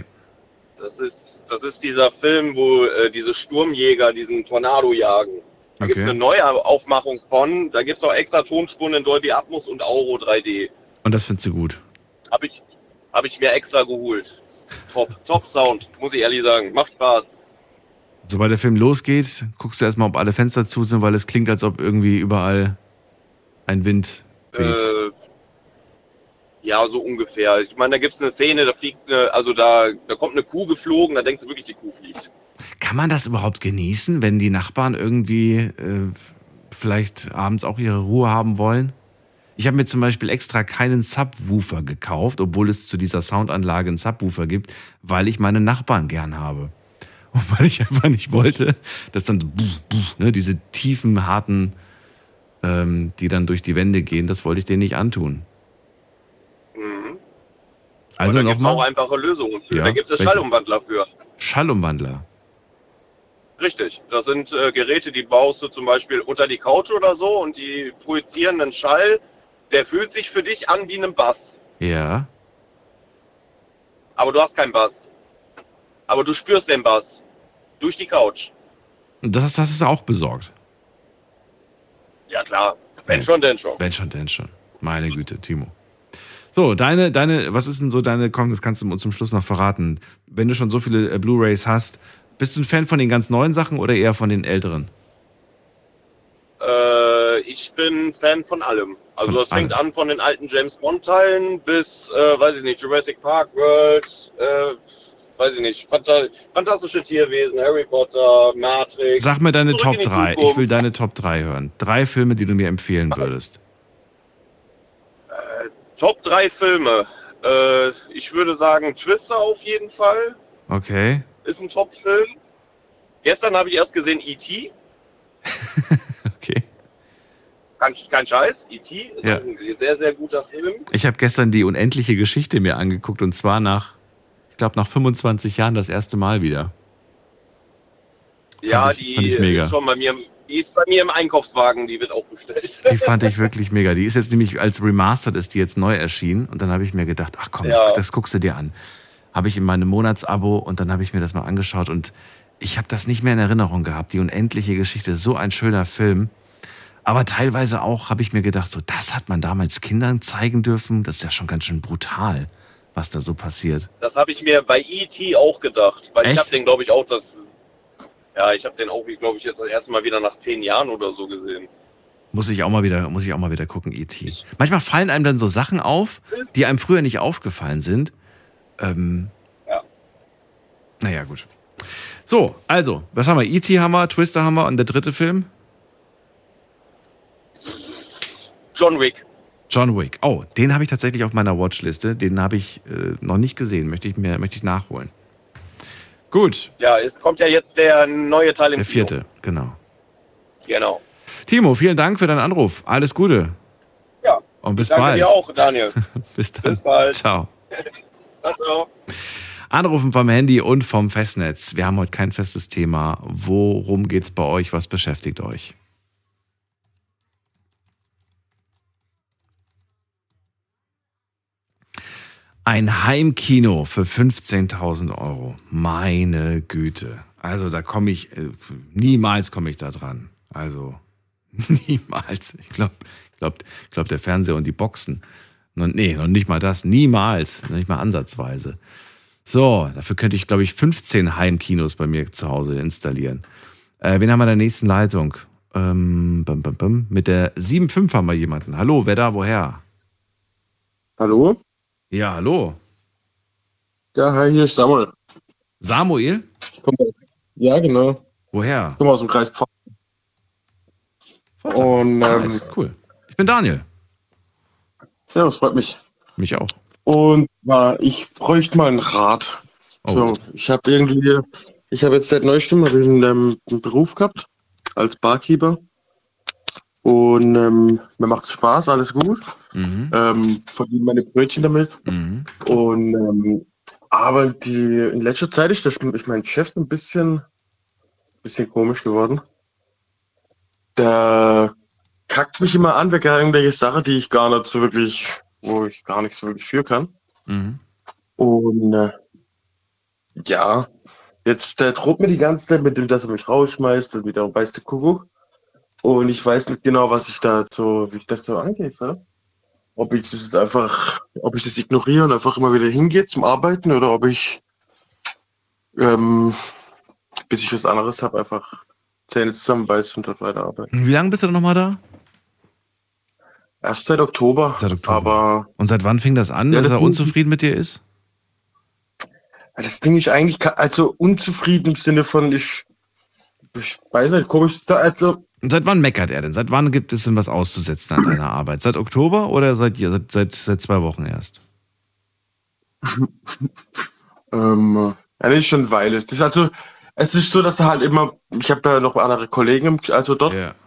S13: Das ist dieser Film, wo diese Sturmjäger diesen Tornado jagen. Da gibt es eine neue Aufmachung von, da gibt es auch extra Tonspuren in Dolby Atmos und Auro 3D.
S3: Und das findest du gut?
S13: Hab ich mir extra geholt. Top Sound, muss ich ehrlich sagen. Macht Spaß.
S3: Sobald der Film losgeht, guckst du erstmal, ob alle Fenster zu sind, weil es klingt, als ob irgendwie überall ein Wind weht.
S13: Ja, so ungefähr. Ich meine, da gibt es eine Szene, da kommt eine Kuh geflogen, da denkst du wirklich, die Kuh fliegt.
S3: Kann man das überhaupt genießen, wenn die Nachbarn irgendwie vielleicht abends auch ihre Ruhe haben wollen? Ich habe mir zum Beispiel extra keinen Subwoofer gekauft, obwohl es zu dieser Soundanlage einen Subwoofer gibt, weil ich meine Nachbarn gern habe. Und weil ich einfach nicht wollte, dass dann diese tiefen, harten, die dann durch die Wände gehen, das wollte ich denen nicht antun.
S13: Mhm.
S3: Also
S13: da gibt es
S3: nochmal.
S13: auch einfache Lösungen für.
S3: Ja,
S13: Da gibt es Schallumwandler für.
S3: Schallumwandler?
S13: Richtig. Das sind Geräte, die baust du zum Beispiel unter die Couch oder so und die projizieren einen Schall, der fühlt sich für dich an wie ein Bass.
S3: Ja.
S13: Aber du hast keinen Bass. Aber du spürst den Bass. Durch die Couch.
S3: Und das ist auch besorgt.
S13: Ja klar. Wenn schon, denn schon.
S3: Wenn schon, denn schon. Meine Güte, Timo. So, was ist denn so komm, das kannst du uns zum Schluss noch verraten. Wenn du schon so viele Blu-Rays hast, bist du ein Fan von den ganz neuen Sachen oder eher von den älteren?
S13: Ich bin Fan von allem. Also es fängt an von den alten James Bond Teilen bis, weiß ich nicht, Jurassic Park World, weiß ich nicht, fantastische Tierwesen, Harry Potter, Matrix.
S3: Sag mir deine Top 3. Ich will deine Top 3 hören. 3 Filme, die du mir empfehlen würdest.
S13: Top 3 Filme. Ich würde sagen Twister auf jeden Fall.
S3: Okay.
S13: Ist ein Top-Film. Gestern habe ich erst gesehen E.T.
S3: Okay.
S13: Kein Scheiß, E.T. ist ein sehr, sehr guter Film.
S3: Ich habe gestern die unendliche Geschichte mir angeguckt und zwar nach 25 Jahren das erste Mal wieder.
S13: Ja, die ist schon bei mir. Die ist bei mir im Einkaufswagen, die wird auch bestellt.
S3: Die fand ich wirklich mega. Die ist jetzt nämlich als Remastered, ist die jetzt neu erschienen und dann habe ich mir gedacht, ach komm, das guckst du dir an. Habe ich in meinem Monatsabo und dann habe ich mir das mal angeschaut und ich habe das nicht mehr in Erinnerung gehabt. Die unendliche Geschichte, so ein schöner Film. Aber teilweise auch habe ich mir gedacht, so das hat man damals Kindern zeigen dürfen. Das ist ja schon ganz schön brutal, was da so passiert.
S13: Das habe ich mir bei E.T. auch gedacht. Weil ich habe den, glaube ich, auch ich habe den auch, glaube ich, jetzt das erste Mal wieder nach 10 Jahren oder so gesehen.
S3: Muss ich auch mal wieder gucken, E.T. Manchmal fallen einem dann so Sachen auf, die einem früher nicht aufgefallen sind. Naja, gut. So, also, was haben wir? E.T. haben wir, Twister haben wir und der dritte Film?
S13: John Wick.
S3: John Wick. Oh, den habe ich tatsächlich auf meiner Watchliste. Den habe ich noch nicht gesehen. Möchte ich nachholen. Gut.
S13: Ja, es kommt ja jetzt der neue Teil im
S3: Der 4., genau.
S13: Genau.
S3: Timo, vielen Dank für deinen Anruf. Alles Gute.
S13: Ja.
S3: Und bis
S13: Danke
S3: bald.
S13: dir auch, Daniel.
S3: Bis dann.
S13: Bis bald.
S3: Ciao.
S13: Ciao.
S3: Anrufen vom Handy und vom Festnetz. Wir haben heute kein festes Thema. Worum geht's bei euch? Was beschäftigt euch? Ein Heimkino für 15.000 €. Meine Güte. Also da komme ich, niemals komme ich da dran. Also niemals. Ich glaube, der Fernseher und die Boxen. Nee, noch nicht mal das. Niemals. Noch nicht mal ansatzweise. So, dafür könnte ich, glaube ich, 15 Heimkinos bei mir zu Hause installieren. Wen haben wir in der nächsten Leitung? Mit der 7.5 haben wir jemanden. Hallo, wer da, woher?
S14: Hallo?
S3: Ja, hallo.
S14: Ja, hi, hier ist Samuel.
S3: Samuel?
S14: Ja, genau.
S3: Woher?
S14: Ich komme aus dem Kreis Pforzheim. Und,
S3: nice, cool. Ich bin Daniel.
S14: Servus, freut mich.
S3: Mich auch.
S14: Und ich bräuchte mal einen Rat.
S3: Oh.
S14: So, ich habe jetzt seit neuestem einen Beruf gehabt als Barkeeper. Und mir macht es Spaß, alles gut. Verdiene meine Brötchen damit. Und aber in letzter Zeit ist mein Chef ein bisschen komisch geworden. Der kackt mich immer an wegen irgendwelche Sachen, wo ich gar nicht so wirklich für kann. Und ja, jetzt der droht mir die ganze Zeit mit dem, dass er mich rausschmeißt und wieder weiß der Kuckuck. Und ich weiß nicht genau, wie ich das so angehe. Ja? Ob ich das ignoriere und einfach immer wieder hingehe zum Arbeiten oder ob ich, bis ich was anderes habe, einfach Zähne zusammenbeißen und dort weiterarbeiten.
S3: Wie lange bist du nochmal da?
S14: Erst seit Oktober. Aber
S3: und seit wann fing das an, dass er unzufrieden mit dir ist?
S14: Das Ding ist eigentlich, also unzufrieden im Sinne von, ich weiß nicht, komisch, also.
S3: Und seit wann meckert er denn? Seit wann gibt es denn was auszusetzen an deiner Arbeit? Seit Oktober oder seit 2 Wochen erst?
S14: Das ist schon eine Weile. Es ist so, dass da halt immer, ich habe ja noch andere Kollegen, also dort.
S3: Ja.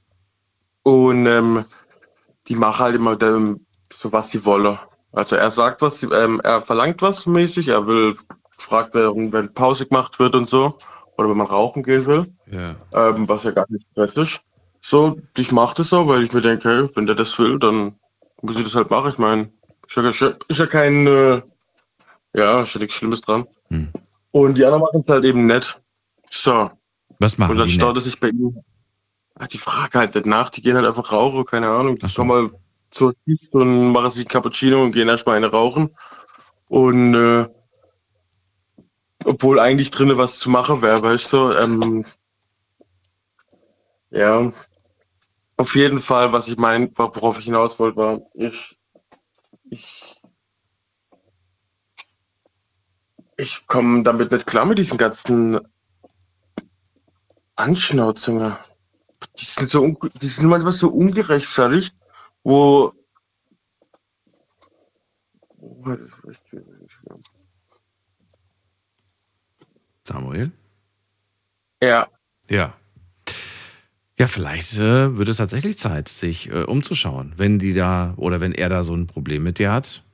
S14: Und die machen halt immer so, was sie wollen. Also er sagt was, er verlangt was mäßig, fragt, wenn Pause gemacht wird und so. Oder wenn man rauchen gehen will.
S3: Ja.
S14: Was ja gar nicht stressig ist. So, ich mache das so, weil ich mir denke, hey, wenn der das will, dann muss ich das halt machen. Ich meine, ist ja kein, ist ja nichts Schlimmes dran. Und die anderen machen es halt eben nicht. So.
S3: Was machen die?
S14: Und dann staut es sich bei ihm. Die fragen halt nicht nach, die gehen halt einfach rauchen, keine Ahnung. Die kommen mal zur Kiste und machen sich Cappuccino und gehen erstmal eine rauchen. Und obwohl eigentlich drinnen was zu machen wäre, weißt du. Ja. Auf jeden Fall, was ich meine, worauf ich hinaus wollte, war, ich komme damit nicht klar mit diesen ganzen Anschnauzungen. Die sind manchmal so ungerechtfertigt, wo.
S3: Samuel?
S14: Ja.
S3: Ja. Ja, vielleicht wird es tatsächlich Zeit, sich umzuschauen, wenn er da so ein Problem mit dir hat.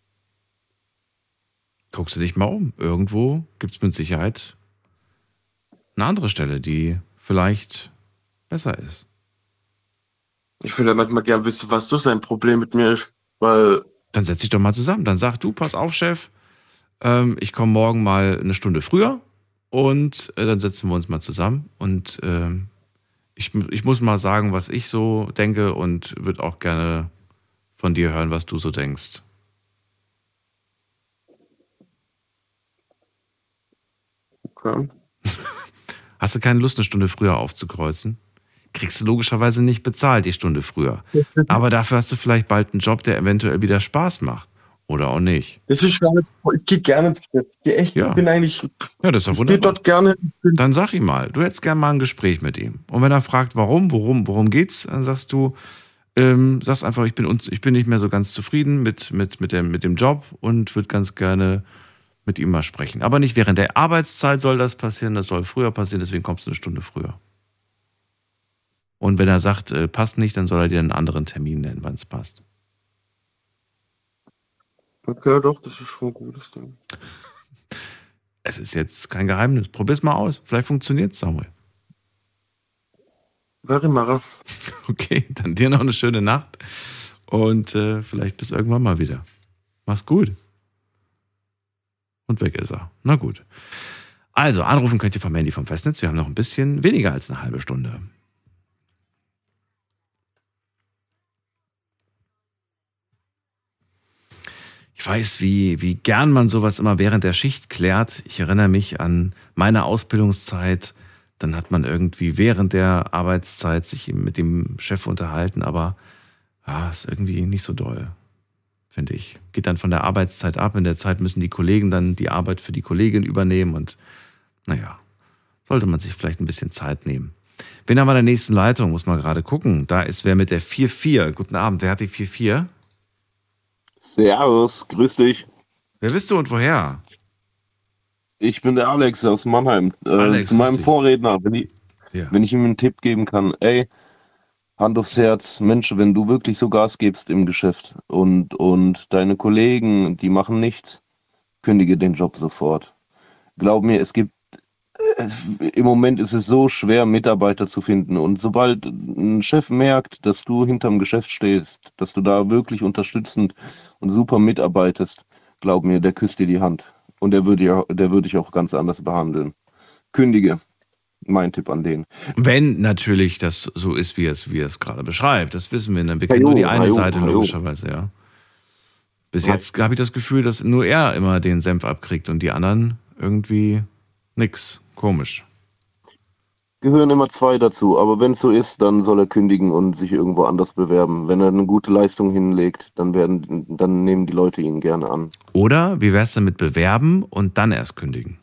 S3: Guckst du dich mal um. Irgendwo gibt es mit Sicherheit eine andere Stelle, die vielleicht besser ist.
S14: Ich will ja manchmal gern wissen, was so sein Problem mit mir ist, weil...
S3: Dann setz dich doch mal zusammen. Dann sag du, pass auf, Chef, ich komme morgen mal eine Stunde früher und dann setzen wir uns mal zusammen und ich muss mal sagen, was ich so denke und würde auch gerne von dir hören, was du so denkst.
S14: Okay.
S3: Hast du keine Lust, eine Stunde früher aufzukreuzen? Kriegst du logischerweise nicht bezahlt, die Stunde früher. Aber dafür hast du vielleicht bald einen Job, der eventuell wieder Spaß macht. Oder auch nicht.
S14: Das ist gar nicht, ich gehe gerne ins Geschäft. Ich bin eigentlich...
S3: Ja, das ist doch wunderbar. Ich gehe dort gerne... Dann sag ihm mal, du hättest gerne mal ein Gespräch mit ihm. Und wenn er fragt, worum geht's, dann sagst du, sagst einfach, ich bin nicht mehr so ganz zufrieden mit dem Job und würde ganz gerne mit ihm mal sprechen. Aber nicht während der Arbeitszeit soll das passieren, das soll früher passieren, deswegen kommst du eine Stunde früher. Und wenn er sagt, passt nicht, dann soll er dir einen anderen Termin nennen, wann es passt.
S14: Okay, doch, das ist schon ein gutes Ding.
S3: Es ist jetzt kein Geheimnis. Probier's mal aus. Vielleicht funktioniert's, Samuel.
S14: Wäre mache.
S3: Okay, dann dir noch eine schöne Nacht. Und vielleicht bis irgendwann mal wieder. Mach's gut. Und weg ist er. Na gut. Also, anrufen könnt ihr vom Handy vom Festnetz. Wir haben noch ein bisschen weniger als eine halbe Stunde. Ich weiß, wie gern man sowas immer während der Schicht klärt. Ich erinnere mich an meine Ausbildungszeit. Dann hat man irgendwie während der Arbeitszeit sich mit dem Chef unterhalten, aber ist irgendwie nicht so doll, finde ich. Geht dann von der Arbeitszeit ab. In der Zeit müssen die Kollegen dann die Arbeit für die Kollegin übernehmen und sollte man sich vielleicht ein bisschen Zeit nehmen. Wen haben wir in der nächsten Leitung? Muss man gerade gucken. Da ist wer mit der 4-4. Guten Abend, wer hat die 4-4?
S15: Servus, grüß dich.
S3: Wer bist du und woher?
S15: Ich bin der Alex aus Mannheim.
S3: Alex,
S15: zu meinem Vorredner, wenn ich ihm einen Tipp geben kann. Ey, Hand aufs Herz, Mensch, wenn du wirklich so Gas gibst im Geschäft und deine Kollegen, die machen nichts, kündige den Job sofort. Glaub mir, im Moment ist es so schwer, Mitarbeiter zu finden. Und sobald ein Chef merkt, dass du hinterm Geschäft stehst, dass du da wirklich unterstützend und super mitarbeitest, glaub mir, der küsst dir die Hand. Und der würde dich auch ganz anders behandeln. Kündige. Mein Tipp an den.
S3: Wenn natürlich das so ist, wie es gerade beschreibt. Das wissen wir. Wir kennen nur die eine Seite, logischerweise, ja. Bis jetzt habe ich das Gefühl, dass nur er immer den Senf abkriegt und die anderen irgendwie nix. Komisch.
S15: Gehören immer zwei dazu, aber wenn es so ist, dann soll er kündigen und sich irgendwo anders bewerben. Wenn er eine gute Leistung hinlegt, dann nehmen die Leute ihn gerne an.
S3: Oder wie wär's denn mit bewerben und dann erst kündigen?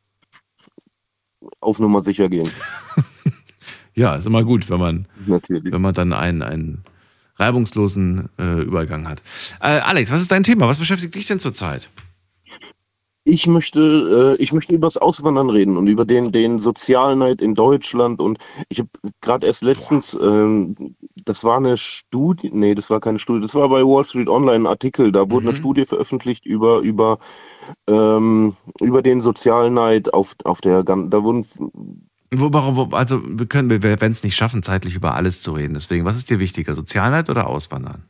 S15: Auf Nummer sicher gehen.
S3: Ja, ist immer gut, wenn man dann einen reibungslosen Übergang hat. Alex, was ist dein Thema? Was beschäftigt dich denn zurzeit?
S15: Ich möchte über das Auswandern reden und über den Sozialneid in Deutschland. Und ich habe gerade erst letztens, das war eine Studie, nee, das war keine Studie, das war bei Wall Street Online ein Artikel, da wurde eine Studie veröffentlicht über den Sozialneid auf der ganzen, da wurden...
S3: Also wir werden es nicht schaffen, zeitlich über alles zu reden. Deswegen, was ist dir wichtiger, Sozialneid oder Auswandern?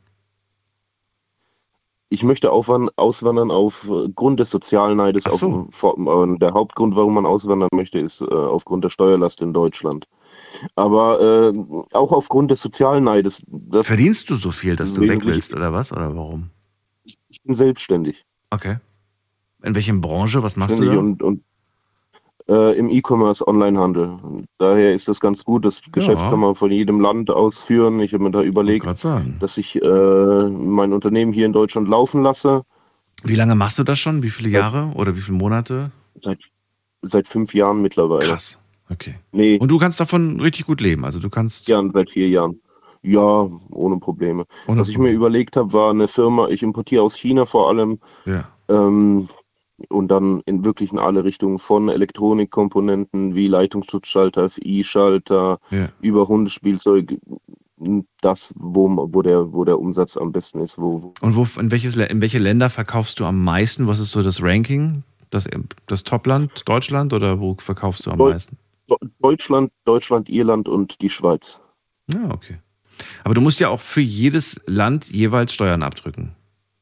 S15: Ich möchte auswandern aufgrund des Sozialneides.
S3: So.
S15: Der Hauptgrund, warum man auswandern möchte, ist aufgrund der Steuerlast in Deutschland. Aber auch aufgrund des Sozialneides.
S3: Verdienst du so viel, dass du weg willst, oder was? Oder warum?
S15: Ich bin selbstständig.
S3: Okay. In welcher Branche? Was machst du da?
S15: Und im E-Commerce, Onlinehandel. Daher ist das ganz gut. Das Geschäft kann man von jedem Land ausführen. Ich habe mir da überlegt, dass ich mein Unternehmen hier in Deutschland laufen lasse.
S3: Wie lange machst du das schon? Wie viele Jahre oder wie viele Monate?
S15: Seit 5 Jahren mittlerweile.
S3: Krass, okay.
S15: Nee.
S3: Und du kannst davon richtig gut leben? Also du kannst...
S15: Ja, seit 4 Jahren. Ja, ohne Probleme. Was ich mir überlegt habe, war eine Firma, ich importiere aus China vor allem.
S3: Ja.
S15: Und dann wirklich in alle Richtungen, von Elektronikkomponenten wie Leitungsschutzschalter, FI-Schalter, über Hundespielzeug, das, wo der Umsatz am besten ist.
S3: Und in welche Länder verkaufst du am meisten? Was ist so das Ranking? Das Topland, Deutschland, oder wo verkaufst du am meisten?
S15: Deutschland, Irland und die Schweiz.
S3: Ja, okay. Aber du musst ja auch für jedes Land jeweils Steuern abdrücken.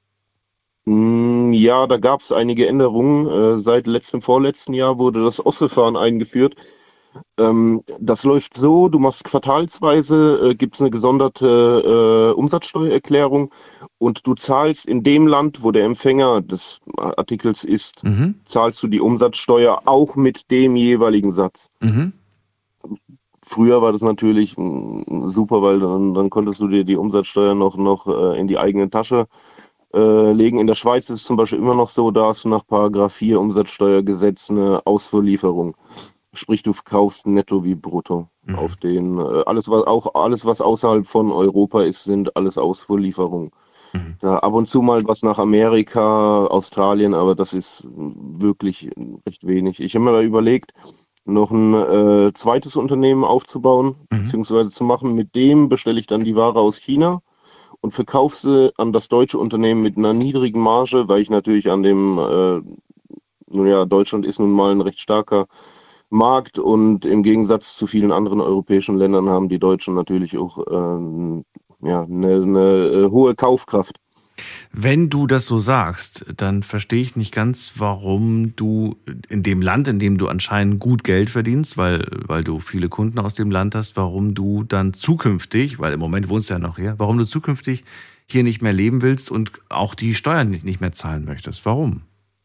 S15: Ja, da gab es einige Änderungen. Seit vorletzten Jahr wurde das OSSE-Verfahren eingeführt. Das läuft so, du machst quartalsweise, gibt es eine gesonderte Umsatzsteuererklärung und du zahlst in dem Land, wo der Empfänger des Artikels ist, zahlst du die Umsatzsteuer auch mit dem jeweiligen Satz. Früher war das natürlich super, weil dann konntest du dir die Umsatzsteuer noch in die eigene Tasche legen. In der Schweiz ist es zum Beispiel immer noch so, da hast du nach Paragraph 4 Umsatzsteuergesetz eine Ausfuhrlieferung. Sprich, du verkaufst netto wie brutto. Auf den alles was außerhalb von Europa ist, sind alles Ausfuhrlieferungen. Da ab und zu mal was nach Amerika, Australien, aber das ist wirklich recht wenig. Ich habe mir da überlegt, noch ein zweites Unternehmen aufzubauen, beziehungsweise zu machen. Mit dem bestelle ich dann die Ware aus China und verkaufe sie an das deutsche Unternehmen mit einer niedrigen Marge, weil ich natürlich an dem, Deutschland ist nun mal ein recht starker Markt und im Gegensatz zu vielen anderen europäischen Ländern haben die Deutschen natürlich auch eine hohe Kaufkraft.
S3: Wenn du das so sagst, dann verstehe ich nicht ganz, warum du in dem Land, in dem du anscheinend gut Geld verdienst, weil du viele Kunden aus dem Land hast, warum du dann zukünftig, weil im Moment wohnst du ja noch hier, warum du zukünftig hier nicht mehr leben willst und auch die Steuern nicht mehr zahlen möchtest. Warum?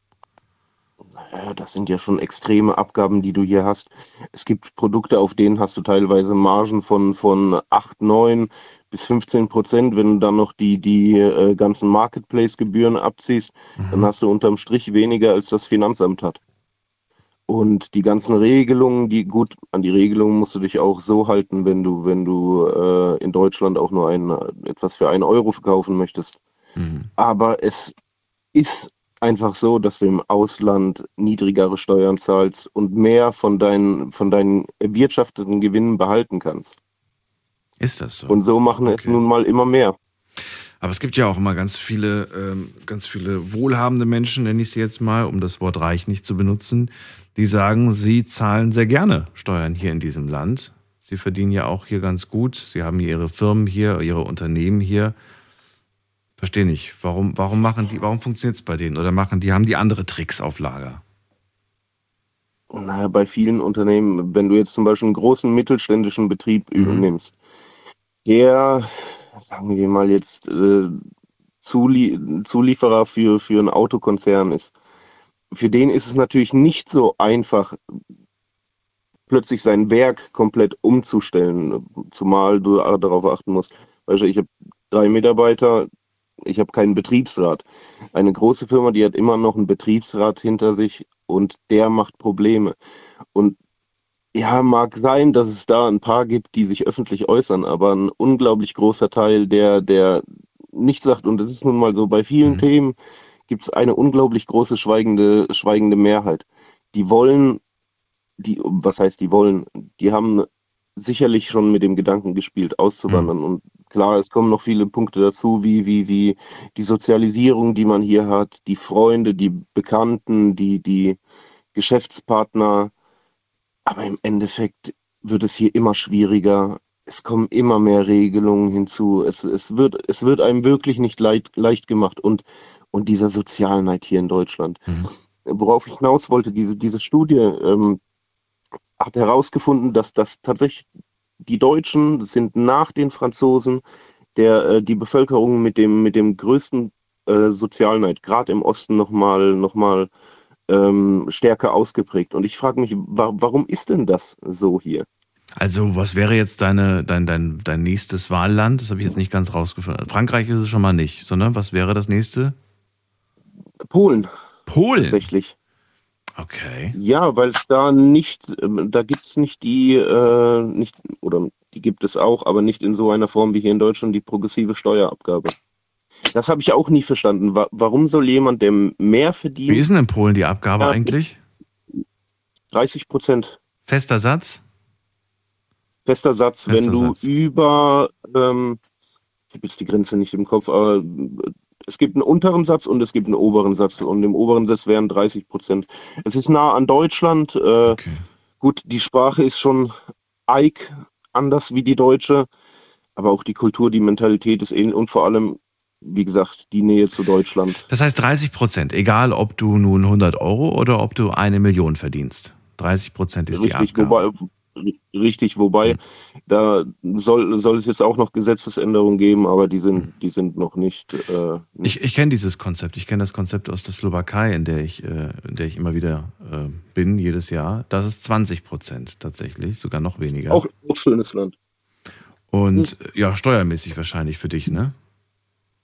S15: Das sind ja schon extreme Abgaben, die du hier hast. Es gibt Produkte, auf denen hast du teilweise Margen von 8, 9 bis 15%. Wenn du dann noch die ganzen Marketplace-Gebühren abziehst, dann hast du unterm Strich weniger, als das Finanzamt hat. Und die ganzen Regelungen, an die Regelungen musst du dich auch so halten, wenn du in Deutschland auch nur etwas für 1 Euro verkaufen möchtest. Aber es ist einfach so, dass du im Ausland niedrigere Steuern zahlst und mehr von deinen erwirtschafteten Gewinnen behalten kannst.
S3: Ist das so?
S15: Und so machen es nun mal immer mehr.
S3: Aber es gibt ja auch immer ganz viele wohlhabende Menschen, nenne ich sie jetzt mal, um das Wort reich nicht zu benutzen, die sagen, sie zahlen sehr gerne Steuern hier in diesem Land. Sie verdienen ja auch hier ganz gut. Sie haben ihre Firmen hier, ihre Unternehmen hier. Verstehe nicht. Warum funktioniert es bei denen? Oder haben die andere Tricks auf Lager?
S15: Naja, bei vielen Unternehmen, wenn du jetzt zum Beispiel einen großen mittelständischen Betrieb übernimmst, der, sagen wir mal jetzt, Zulieferer für einen Autokonzern ist, für den ist es natürlich nicht so einfach, plötzlich sein Werk komplett umzustellen, zumal du darauf achten musst. Beispiel, ich habe 3 Mitarbeiter, ich habe keinen Betriebsrat. Eine große Firma, die hat immer noch einen Betriebsrat hinter sich und der macht Probleme. Und ja, mag sein, dass es da ein paar gibt, die sich öffentlich äußern, aber ein unglaublich großer Teil, der nichts sagt, und das ist nun mal so, bei vielen Themen gibt es eine unglaublich große schweigende Mehrheit. Die haben sicherlich schon mit dem Gedanken gespielt, auszuwandern. Und klar, es kommen noch viele Punkte dazu, wie die Sozialisierung, die man hier hat, die Freunde, die Bekannten, die Geschäftspartner. Aber im Endeffekt wird es hier immer schwieriger. Es kommen immer mehr Regelungen hinzu. Es wird einem wirklich nicht leicht gemacht. Und dieser Sozialneid hier in Deutschland. Worauf ich hinaus wollte, diese Studie hat herausgefunden, dass tatsächlich die Deutschen sind nach den Franzosen die Bevölkerung mit dem größten Sozialneid, gerade im Osten noch mal stärker ausgeprägt. Und ich frage mich, warum ist denn das so hier?
S3: Also was wäre jetzt dein nächstes Wahlland? Das habe ich jetzt nicht ganz rausgefunden. Frankreich ist es schon mal nicht, sondern was wäre das nächste?
S15: Polen.
S3: Polen?
S15: Tatsächlich.
S3: Okay.
S15: Ja, weil es da gibt es nicht die gibt es auch, aber nicht in so einer Form wie hier in Deutschland, die progressive Steuerabgabe. Das habe ich auch nie verstanden. Warum soll jemand, der mehr verdient...
S3: Wie ist denn in Polen die Abgabe eigentlich?
S15: 30%.
S3: Fester Satz?
S15: Fester Satz. Wenn du über... ich habe jetzt die Grenze nicht im Kopf, aber... Es gibt einen unteren Satz und es gibt einen oberen Satz. Und im oberen Satz wären 30%. Es ist nah an Deutschland. Okay. Gut, die Sprache ist schon anders wie die deutsche. Aber auch die Kultur, die Mentalität ist ähnlich. Und vor allem, wie gesagt, die Nähe zu Deutschland.
S3: Das heißt 30%, egal ob du nun 100 Euro oder ob du 1 Million verdienst. 30% ist die Abgabe.
S15: Wobei da soll es jetzt auch noch Gesetzesänderungen geben, aber die sind noch nicht.
S3: Ich kenne dieses Konzept. Ich kenne das Konzept aus der Slowakei, in der ich immer wieder bin, jedes Jahr. Das ist 20% tatsächlich, sogar noch weniger.
S15: Auch schönes Land.
S3: Und ja, steuermäßig wahrscheinlich für dich, ne?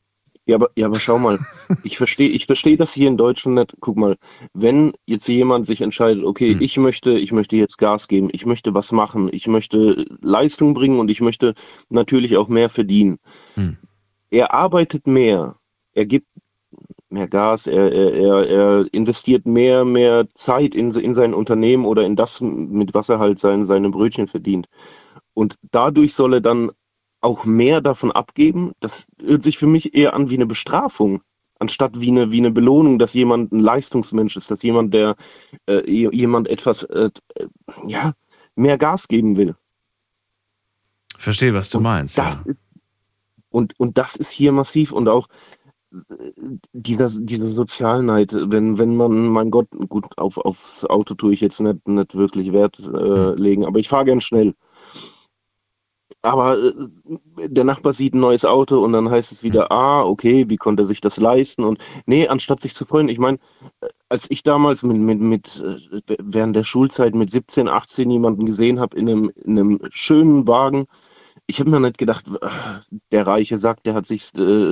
S15: Ja, aber schau mal, ich verstehe das hier in Deutschland nicht. Guck mal, wenn jetzt jemand sich entscheidet, okay, ich möchte jetzt Gas geben, ich möchte was machen, ich möchte Leistung bringen und ich möchte natürlich auch mehr verdienen. Er arbeitet mehr, er gibt mehr Gas, er investiert mehr Zeit in sein Unternehmen oder in das, mit was er halt seine Brötchen verdient. Und dadurch soll er dann auch mehr davon abgeben. Das hört sich für mich eher an wie eine Bestrafung, anstatt wie eine Belohnung, dass jemand ein Leistungsmensch ist, dass jemand, der jemand etwas mehr Gas geben will.
S3: Verstehe, was du meinst.
S15: Und das ist hier massiv und auch dieser Sozialneid, wenn man, mein Gott, gut, aufs Auto tue ich jetzt nicht wirklich Wert legen, aber ich fahre gern schnell. Aber der Nachbar sieht ein neues Auto und dann heißt es wieder, okay, wie konnte er sich das leisten? Und nee, anstatt sich zu freuen, ich meine, als ich damals während der Schulzeit mit 17, 18 jemanden gesehen habe in einem schönen Wagen, ich habe mir nicht gedacht, der reiche Sack, der hat sich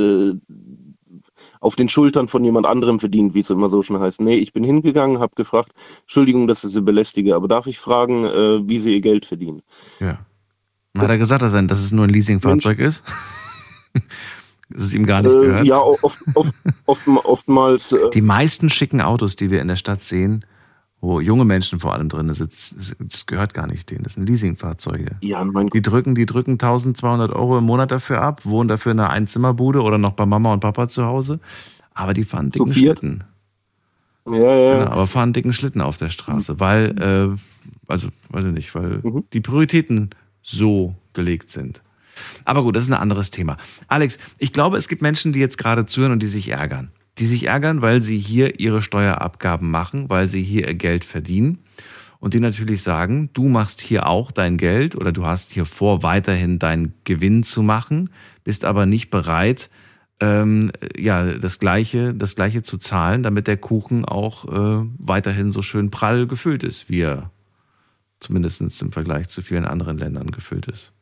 S15: auf den Schultern von jemand anderem verdient, wie es immer so schon heißt. Nee, ich bin hingegangen, habe gefragt, Entschuldigung, dass ich Sie belästige, aber darf ich fragen, wie Sie Ihr Geld verdienen?
S3: Ja. Hat er gesagt, dass es nur ein Leasingfahrzeug ist? Dass es ihm gar nicht gehört?
S15: Ja, oftmals.
S3: Die meisten schicken Autos, die wir in der Stadt sehen, wo junge Menschen vor allem drin sitzen, das gehört gar nicht denen. Das sind Leasingfahrzeuge.
S15: Ja,
S3: die drücken 1.200 € im Monat dafür ab, wohnen dafür in einer Einzimmerbude oder noch bei Mama und Papa zu Hause. Aber die fahren dicken Schlitten.
S15: Ja.
S3: Genau, aber fahren dicken Schlitten auf der Straße, weil, weiß ich nicht, weil die Prioritäten so gelegt sind. Aber gut, das ist ein anderes Thema. Alex, ich glaube, es gibt Menschen, die jetzt gerade zuhören und die sich ärgern. Die sich ärgern, weil sie hier ihre Steuerabgaben machen, weil sie hier ihr Geld verdienen. Und die natürlich sagen, du machst hier auch dein Geld oder du hast hier vor, weiterhin deinen Gewinn zu machen, bist aber nicht bereit, das Gleiche zu zahlen, damit der Kuchen auch weiterhin so schön prall gefüllt ist, wie er zumindest im Vergleich zu vielen anderen Ländern gefüllt ist.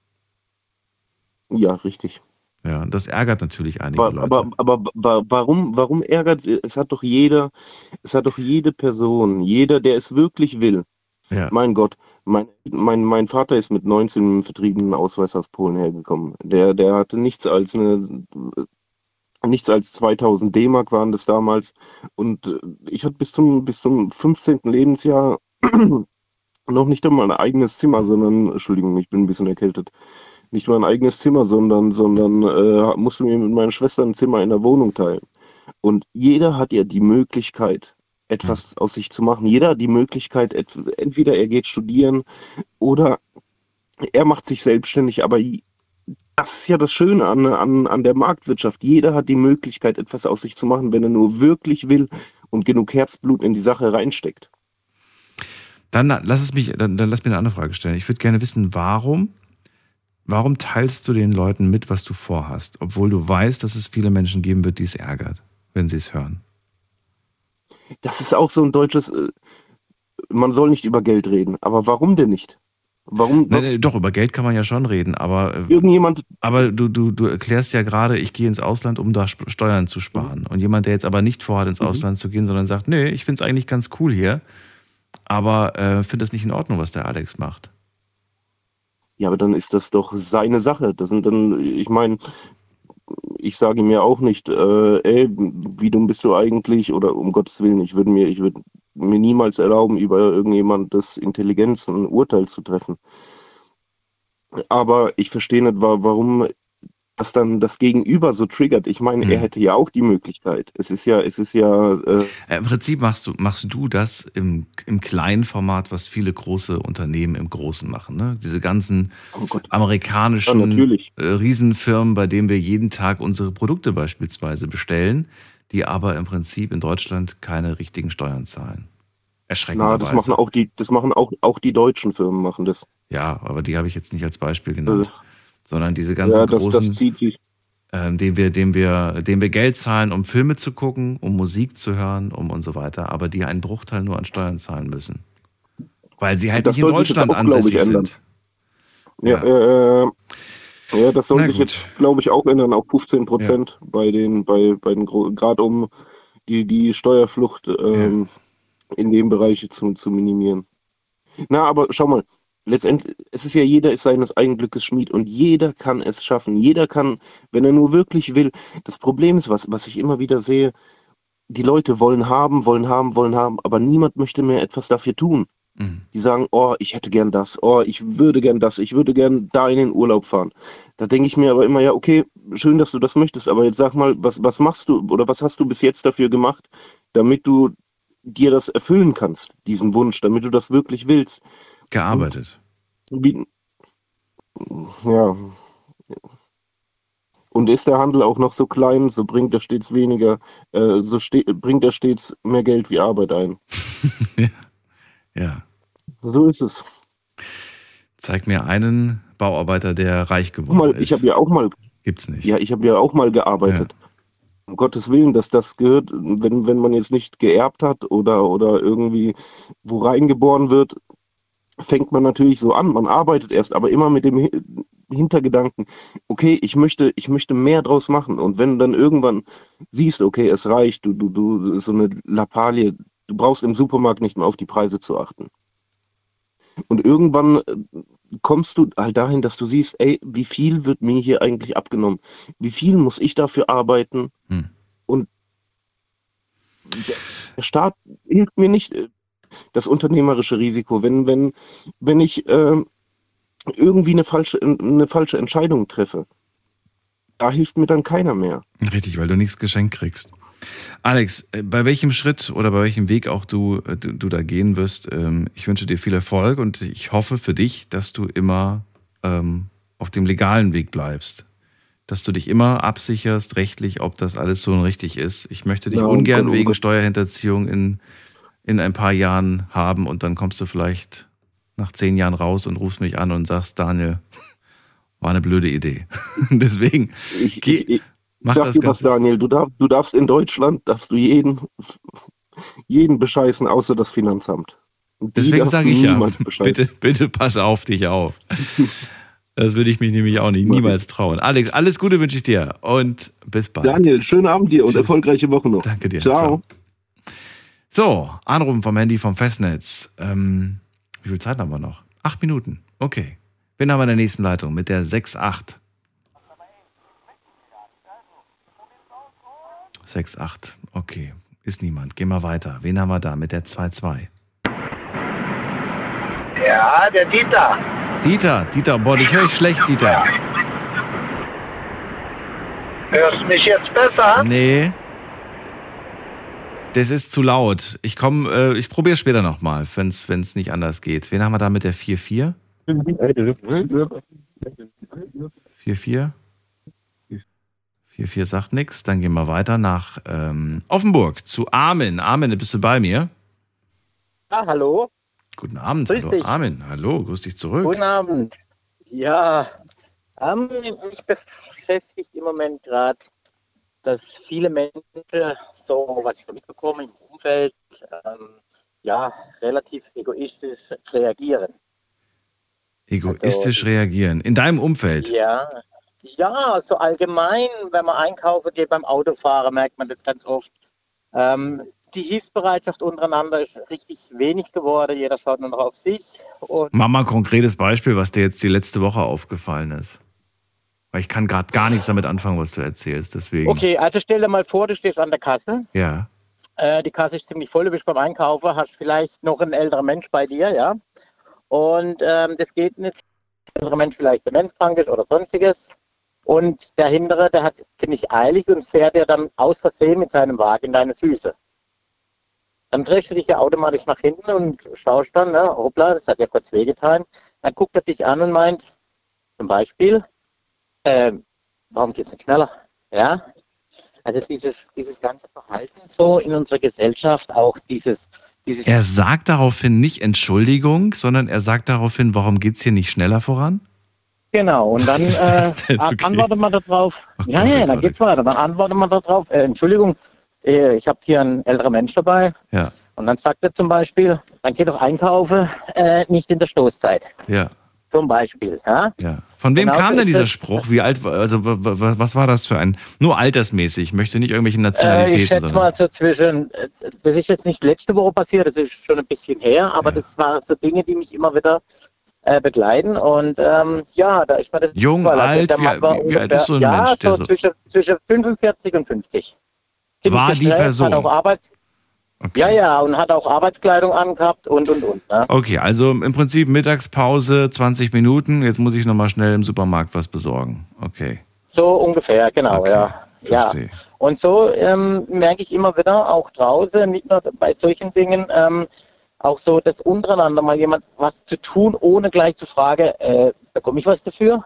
S15: Ja, richtig.
S3: Ja, das ärgert natürlich einige Leute.
S15: Aber warum ärgert es? Es hat doch jede Person, jeder, der es wirklich will.
S3: Ja.
S15: Mein Gott, mein Vater ist mit 19 mit einem vertriebenen Ausweis aus Polen hergekommen. Der hatte nichts als 2000 D-Mark waren das damals. Und ich hatte bis zum 15. Lebensjahr noch nicht einmal ein eigenes Zimmer, sondern, Entschuldigung, ich bin ein bisschen erkältet, nicht mal ein eigenes Zimmer, sondern musste mir mit meiner Schwester ein Zimmer in der Wohnung teilen. Und jeder hat ja die Möglichkeit, etwas aus sich zu machen. Jeder hat die Möglichkeit, entweder er geht studieren oder er macht sich selbstständig, aber das ist ja das Schöne an der Marktwirtschaft. Jeder hat die Möglichkeit, etwas aus sich zu machen, wenn er nur wirklich will und genug Herzblut in die Sache reinsteckt.
S3: Dann lass mir eine andere Frage stellen. Ich würde gerne wissen, warum teilst du den Leuten mit, was du vorhast, obwohl du weißt, dass es viele Menschen geben wird, die es ärgert, wenn sie es hören?
S15: Das ist auch so ein deutsches, man soll nicht über Geld reden. Aber warum denn nicht? Warum?
S3: Doch, über Geld kann man ja schon reden, aber du erklärst ja gerade, ich gehe ins Ausland, um da Steuern zu sparen. Und jemand, der jetzt aber nicht vorhat, ins Ausland zu gehen, sondern sagt, nee, ich finde es eigentlich ganz cool hier, aber finde es nicht in Ordnung, was der Alex macht.
S15: Ja, aber dann ist das doch seine Sache. Ich meine, ich sage ihm ja auch nicht, wie dumm bist du eigentlich, oder um Gottes Willen, ich würde mir niemals erlauben, über irgendjemandes Intelligenz ein Urteil zu treffen. Aber ich verstehe nicht, warum das dann das Gegenüber so triggert. Ich meine, er hätte ja auch die Möglichkeit. Es ist ja.
S3: Im Prinzip machst du das im kleinen Format, was viele große Unternehmen im Großen machen. Ne? Diese ganzen amerikanischen Riesenfirmen, bei denen wir jeden Tag unsere Produkte beispielsweise bestellen, die aber im Prinzip in Deutschland keine richtigen Steuern zahlen. Erschreckenderweise.
S15: Das machen auch die deutschen Firmen machen das.
S3: Ja, aber die habe ich jetzt nicht als Beispiel genannt. Sondern diese ganzen großen, denen wir Geld zahlen, um Filme zu gucken, um Musik zu hören, und so weiter, aber die einen Bruchteil nur an Steuern zahlen müssen. Weil sie halt nicht in Deutschland ansässig sind.
S15: Ja.
S14: Ja, das soll sich jetzt, glaube ich, auch ändern auf 15% bei den gerade um die Steuerflucht in dem Bereich zu minimieren. Na, aber schau mal, letztendlich, es ist ja jeder ist seines eigenen Glückes Schmied und jeder kann es schaffen. Jeder kann, wenn er nur wirklich will. Das Problem ist, was ich immer wieder sehe, die Leute wollen haben, aber niemand möchte mehr etwas dafür tun. Die sagen, oh, ich hätte gern das, oh, ich würde gern das, ich würde gern da in den Urlaub fahren. Da denke ich mir aber immer, ja, okay, schön, dass du das möchtest, aber jetzt sag mal, was machst du oder was hast du bis jetzt dafür gemacht, damit du dir das erfüllen kannst, diesen Wunsch, damit du das wirklich willst.
S3: Gearbeitet.
S14: Ja. Und ist der Handel auch noch so klein, so bringt er stets weniger, bringt er stets mehr Geld wie Arbeit ein.
S3: Ja.
S14: So ist es.
S3: Zeig mir einen Bauarbeiter, der reich geworden ist.
S14: Ich habe ja auch mal.
S3: Gibt's nicht.
S14: Ja, ich habe ja auch mal gearbeitet. Ja. Um Gottes Willen, dass das gehört, wenn man jetzt nicht geerbt hat oder irgendwie wo reingeboren wird, fängt man natürlich so an. Man arbeitet erst, aber immer mit dem Hintergedanken, okay, ich möchte mehr draus machen. Und wenn du dann irgendwann siehst, okay, es reicht, du so eine Lappalie, du brauchst im Supermarkt nicht mehr auf die Preise zu achten. Und irgendwann kommst du halt dahin, dass du siehst, ey, wie viel wird mir hier eigentlich abgenommen? Wie viel muss ich dafür arbeiten? Und der Staat hilft mir nicht, das unternehmerische Risiko. Wenn ich irgendwie eine falsche Entscheidung treffe, da hilft mir dann keiner mehr.
S3: Richtig, weil du nichts geschenkt kriegst. Alex, bei welchem Schritt oder bei welchem Weg auch du da gehen wirst, ich wünsche dir viel Erfolg und ich hoffe für dich, dass du immer auf dem legalen Weg bleibst. Dass du dich immer absicherst, rechtlich, ob das alles so richtig ist. Ich möchte dich ungern wegen Steuerhinterziehung in ein paar Jahren haben und dann kommst du vielleicht nach 10 Jahren raus und rufst mich an und sagst, Daniel, war eine blöde Idee. Deswegen,
S14: mach das dir was, Daniel, du darfst in Deutschland, jeden bescheißen, außer das Finanzamt.
S3: Deswegen sage ich ja, bitte pass auf dich auf. Das würde ich mich nämlich auch niemals trauen. Alex, alles Gute wünsche ich dir und bis bald.
S14: Daniel, schönen Abend dir und erfolgreiche Woche noch.
S3: Danke dir.
S14: Ciao.
S3: So, Anrufen vom Handy vom Festnetz. Wie viel Zeit haben wir noch? 8 Minuten. Okay. Wen haben wir in der nächsten Leitung mit der 6.8? 6.8. Okay. Ist niemand. Gehen wir weiter. Wen haben wir da mit der 2.2?
S16: Ja, der Dieter.
S3: Dieter, boah, dich höre ich schlecht, Dieter.
S16: Hörst du mich jetzt besser?
S3: Nee. Das ist zu laut. Ich probiere es später nochmal, wenn es nicht anders geht. Wen haben wir da mit der 4.4? 4.4? 4.4 sagt nichts. Dann gehen wir weiter nach Offenburg zu Armin. Armin, bist du bei mir?
S17: Ja, hallo.
S3: Guten Abend.
S17: Grüß
S3: hallo
S17: dich.
S3: Armin. Hallo, grüß dich zurück.
S17: Guten Abend. Ja, mich beschäftigt im Moment gerade, dass viele Menschen, so was ich so mitbekomme im Umfeld, relativ egoistisch reagieren.
S3: Egoistisch reagieren? In deinem Umfeld?
S17: Ja, so allgemein, wenn man einkaufen geht beim Autofahren, merkt man das ganz oft. Die Hilfsbereitschaft untereinander ist richtig wenig geworden. Jeder schaut nur noch auf sich. Und
S3: mach mal ein konkretes Beispiel, was dir jetzt die letzte Woche aufgefallen ist. Weil ich kann gerade gar nichts damit anfangen, was du erzählst. Deswegen.
S17: Okay, also stell dir mal vor, du stehst an der Kasse.
S3: Ja.
S17: Die Kasse ist ziemlich voll, du bist beim Einkaufen, hast vielleicht noch einen älteren Mensch bei dir, ja. Und das geht nicht. Der ältere Mensch vielleicht demenzkrank ist oder sonstiges. Und der Hintere, der hat es ziemlich eilig und fährt ja dann aus Versehen mit seinem Wagen in deine Füße. Dann drehst du dich ja automatisch nach hinten und schaust dann, ne, hoppla, das hat ja kurz wehgetan. Dann guckt er dich an und meint, zum Beispiel, warum geht's nicht schneller? Ja, also dieses ganze Verhalten so in unserer Gesellschaft, auch dieses.
S3: Er sagt daraufhin nicht Entschuldigung, sondern er sagt daraufhin, warum geht's hier nicht schneller voran?
S17: Genau, und dann antwortet man darauf. Okay. Ja, dann geht's weiter. Dann antwortet man darauf, Entschuldigung, ich habe hier einen älteren Mensch dabei.
S3: Ja.
S17: Und dann sagt er zum Beispiel, dann geh doch einkaufen, nicht in der Stoßzeit.
S3: Ja.
S17: Zum Beispiel. Ja?
S3: Ja. Von wem
S17: Genauso
S3: kam denn
S17: ist
S3: dieser
S17: es.
S3: Spruch? Wie alt, also was war das für ein, nur altersmäßig, ich möchte nicht irgendwelche Nationalitäten.
S17: Ich schätze mal so zwischen, das ist jetzt nicht letzte Woche passiert, das ist schon ein bisschen her, aber das waren so Dinge, die mich immer wieder begleiten und ja, da ist man das...
S3: Jung, alt, wie alt ist so ein
S17: ja,
S3: Mensch?
S17: Ja, so zwischen 45 und 50. Ziemlich
S3: War die
S17: gestresst,
S3: Person?
S17: Hat auch
S3: Okay.
S17: Ja, und hat auch Arbeitskleidung angehabt und. Ne?
S3: Okay, also im Prinzip Mittagspause, 20 Minuten, jetzt muss ich nochmal schnell im Supermarkt was besorgen. Okay.
S17: So ungefähr, genau,
S3: Okay,
S17: ja.
S3: verstehe.
S17: Und so merke ich immer wieder, auch draußen, nicht nur bei solchen Dingen, auch so, dass untereinander mal jemand was zu tun, ohne gleich zu fragen, bekomme ich was dafür?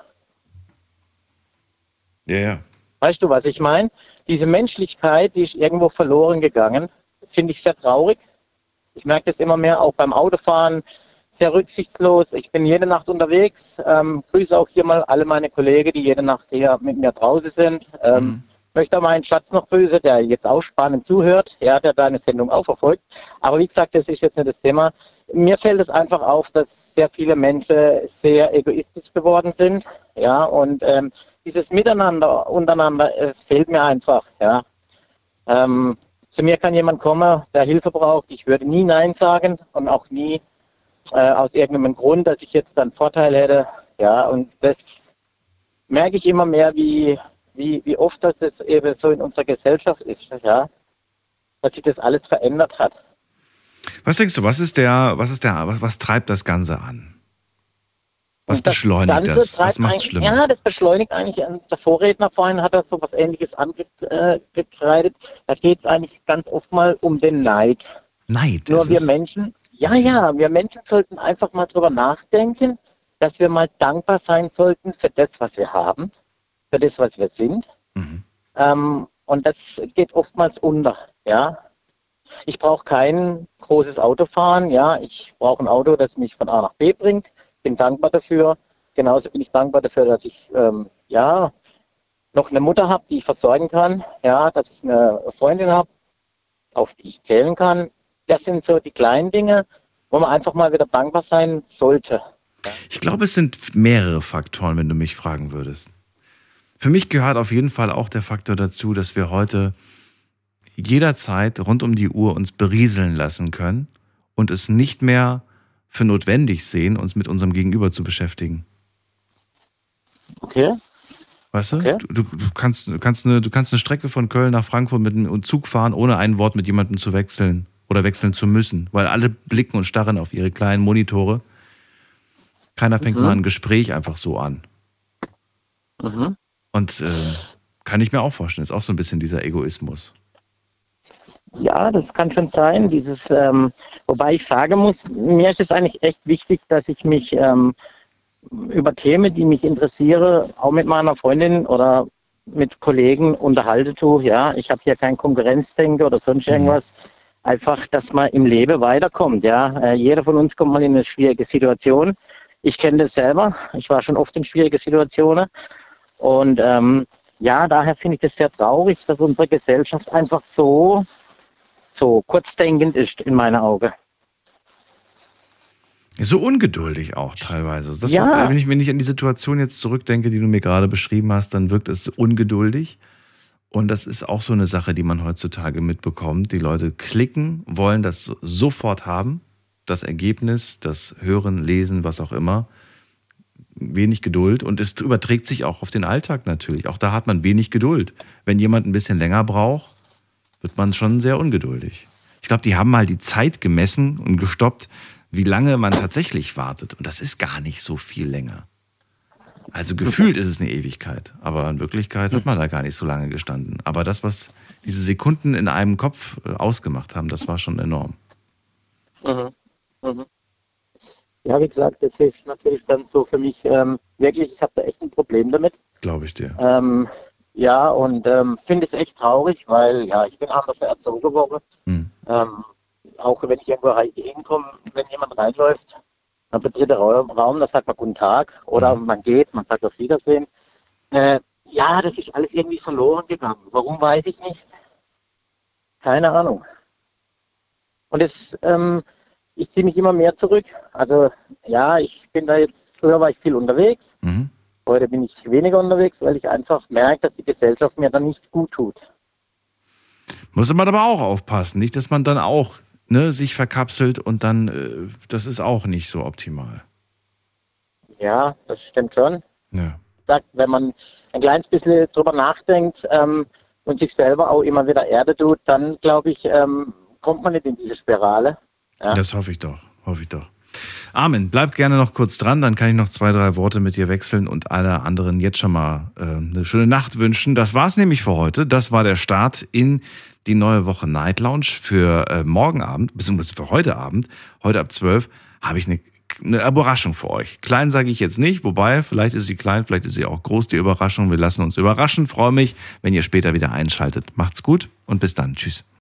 S3: Ja.
S17: Weißt du, was ich meine? Diese Menschlichkeit, die ist irgendwo verloren gegangen. Das finde ich sehr traurig. Ich merke das immer mehr, auch beim Autofahren, sehr rücksichtslos. Ich bin jede Nacht unterwegs. Grüße auch hier mal alle meine Kollegen, die jede Nacht hier mit mir draußen sind. Möchte auch meinen Schatz noch grüßen, der jetzt auch spannend zuhört, ja, der deine Sendung auch verfolgt. Aber wie gesagt, das ist jetzt nicht das Thema. Mir fällt es einfach auf, dass sehr viele Menschen sehr egoistisch geworden sind. Ja, und dieses Miteinander, untereinander, fehlt mir einfach. Ja. Zu mir kann jemand kommen, der Hilfe braucht. Ich würde nie Nein sagen und auch nie aus irgendeinem Grund, dass ich jetzt dann Vorteil hätte. Ja, und das merke ich immer mehr, wie oft das eben so in unserer Gesellschaft ist, ja, dass sich das alles verändert hat.
S3: Was denkst du, was treibt das Ganze an? Was beschleunigt das? Was macht es schlimmer?
S17: Ja, das beschleunigt eigentlich. Der Vorredner vorhin hat so was Ähnliches angekreidet. Da geht es eigentlich ganz oft mal um den Neid.
S3: Neid?
S17: Nur wir Menschen, wir Menschen sollten einfach mal drüber nachdenken, dass wir mal dankbar sein sollten für das, was wir haben, für das, was wir sind. Und das geht oftmals unter, ja. Ich brauche kein großes Auto fahren, ja. Ich brauche ein Auto, das mich von A nach B bringt. Bin dankbar dafür. Genauso bin ich dankbar dafür, dass ich noch eine Mutter habe, die ich versorgen kann, ja, dass ich eine Freundin habe, auf die ich zählen kann. Das sind so die kleinen Dinge, wo man einfach mal wieder dankbar sein sollte.
S3: Ich glaube, es sind mehrere Faktoren, wenn du mich fragen würdest. Für mich gehört auf jeden Fall auch der Faktor dazu, dass wir heute jederzeit rund um die Uhr uns berieseln lassen können und es nicht mehr für notwendig sehen, uns mit unserem Gegenüber zu beschäftigen.
S17: Okay.
S3: Weißt du?
S17: Okay.
S3: Du kannst eine Strecke von Köln nach Frankfurt mit einem Zug fahren, ohne ein Wort mit jemandem zu wechseln oder wechseln zu müssen, weil alle blicken und starren auf ihre kleinen Monitore. Keiner fängt mal ein Gespräch einfach so an. Und kann ich mir auch vorstellen, ist auch so ein bisschen dieser Egoismus.
S17: Ja, das kann schon sein. Wobei ich sagen muss, mir ist es eigentlich echt wichtig, dass ich mich über Themen, die mich interessieren, auch mit meiner Freundin oder mit Kollegen unterhalte. Ja, ich habe hier kein Konkurrenzdenken oder sonst irgendwas. Einfach, dass man im Leben weiterkommt. Ja, jeder von uns kommt mal in eine schwierige Situation. Ich kenne das selber. Ich war schon oft in schwierigen Situationen. Und daher finde ich das sehr traurig, dass unsere Gesellschaft einfach so kurzdenkend ist in meinen Augen.
S3: So ungeduldig auch teilweise. Wenn ich an die Situation jetzt zurückdenke, die du mir gerade beschrieben hast, dann wirkt es ungeduldig. Und das ist auch so eine Sache, die man heutzutage mitbekommt. Die Leute klicken, wollen das sofort haben. Das Ergebnis, das Hören, Lesen, was auch immer. Wenig Geduld. Und es überträgt sich auch auf den Alltag natürlich. Auch da hat man wenig Geduld. Wenn jemand ein bisschen länger braucht, wird man schon sehr ungeduldig. Ich glaube, die haben mal die Zeit gemessen und gestoppt, wie lange man tatsächlich wartet. Und das ist gar nicht so viel länger. Also gefühlt ist es eine Ewigkeit. Aber in Wirklichkeit hat man da gar nicht so lange gestanden. Aber das, was diese Sekunden in einem Kopf ausgemacht haben, das war schon enorm.
S17: Ja, wie gesagt, das ist natürlich dann so für mich wirklich, ich habe da echt ein Problem damit.
S3: Glaube ich dir.
S17: Ja, und finde es echt traurig, weil ich bin anders erzogen worden. Auch wenn ich irgendwo hinkomme, wenn jemand reinläuft, dann betritt der Raum, da sagt man Guten Tag oder man geht, man sagt auf Wiedersehen. Das ist alles irgendwie verloren gegangen. Warum, weiß ich nicht. Keine Ahnung. Und ich ziehe mich immer mehr zurück. Also ich bin da jetzt, früher war ich viel unterwegs. Heute bin ich weniger unterwegs, weil ich einfach merke, dass die Gesellschaft mir dann nicht gut tut.
S3: Muss man aber auch aufpassen, nicht, dass man dann auch sich verkapselt und dann, das ist auch nicht so optimal.
S17: Ja, das stimmt schon.
S3: Ja.
S17: Sagt, wenn man ein kleines bisschen drüber nachdenkt und sich selber auch immer wieder Erde tut, dann glaube ich, kommt man nicht in diese Spirale. Ja.
S3: Das hoffe ich doch. Armin, bleib gerne noch kurz dran, dann kann ich noch 2, 3 Worte mit dir wechseln und alle anderen jetzt schon mal eine schöne Nacht wünschen. Das war's nämlich für heute. Das war der Start in die neue Woche Night Lounge für morgen Abend, beziehungsweise für heute Abend. Heute ab 12 habe ich eine Überraschung für euch. Klein sage ich jetzt nicht, wobei, vielleicht ist sie klein, vielleicht ist sie auch groß, die Überraschung. Wir lassen uns überraschen. Freue mich, wenn ihr später wieder einschaltet. Macht's gut und bis dann. Tschüss.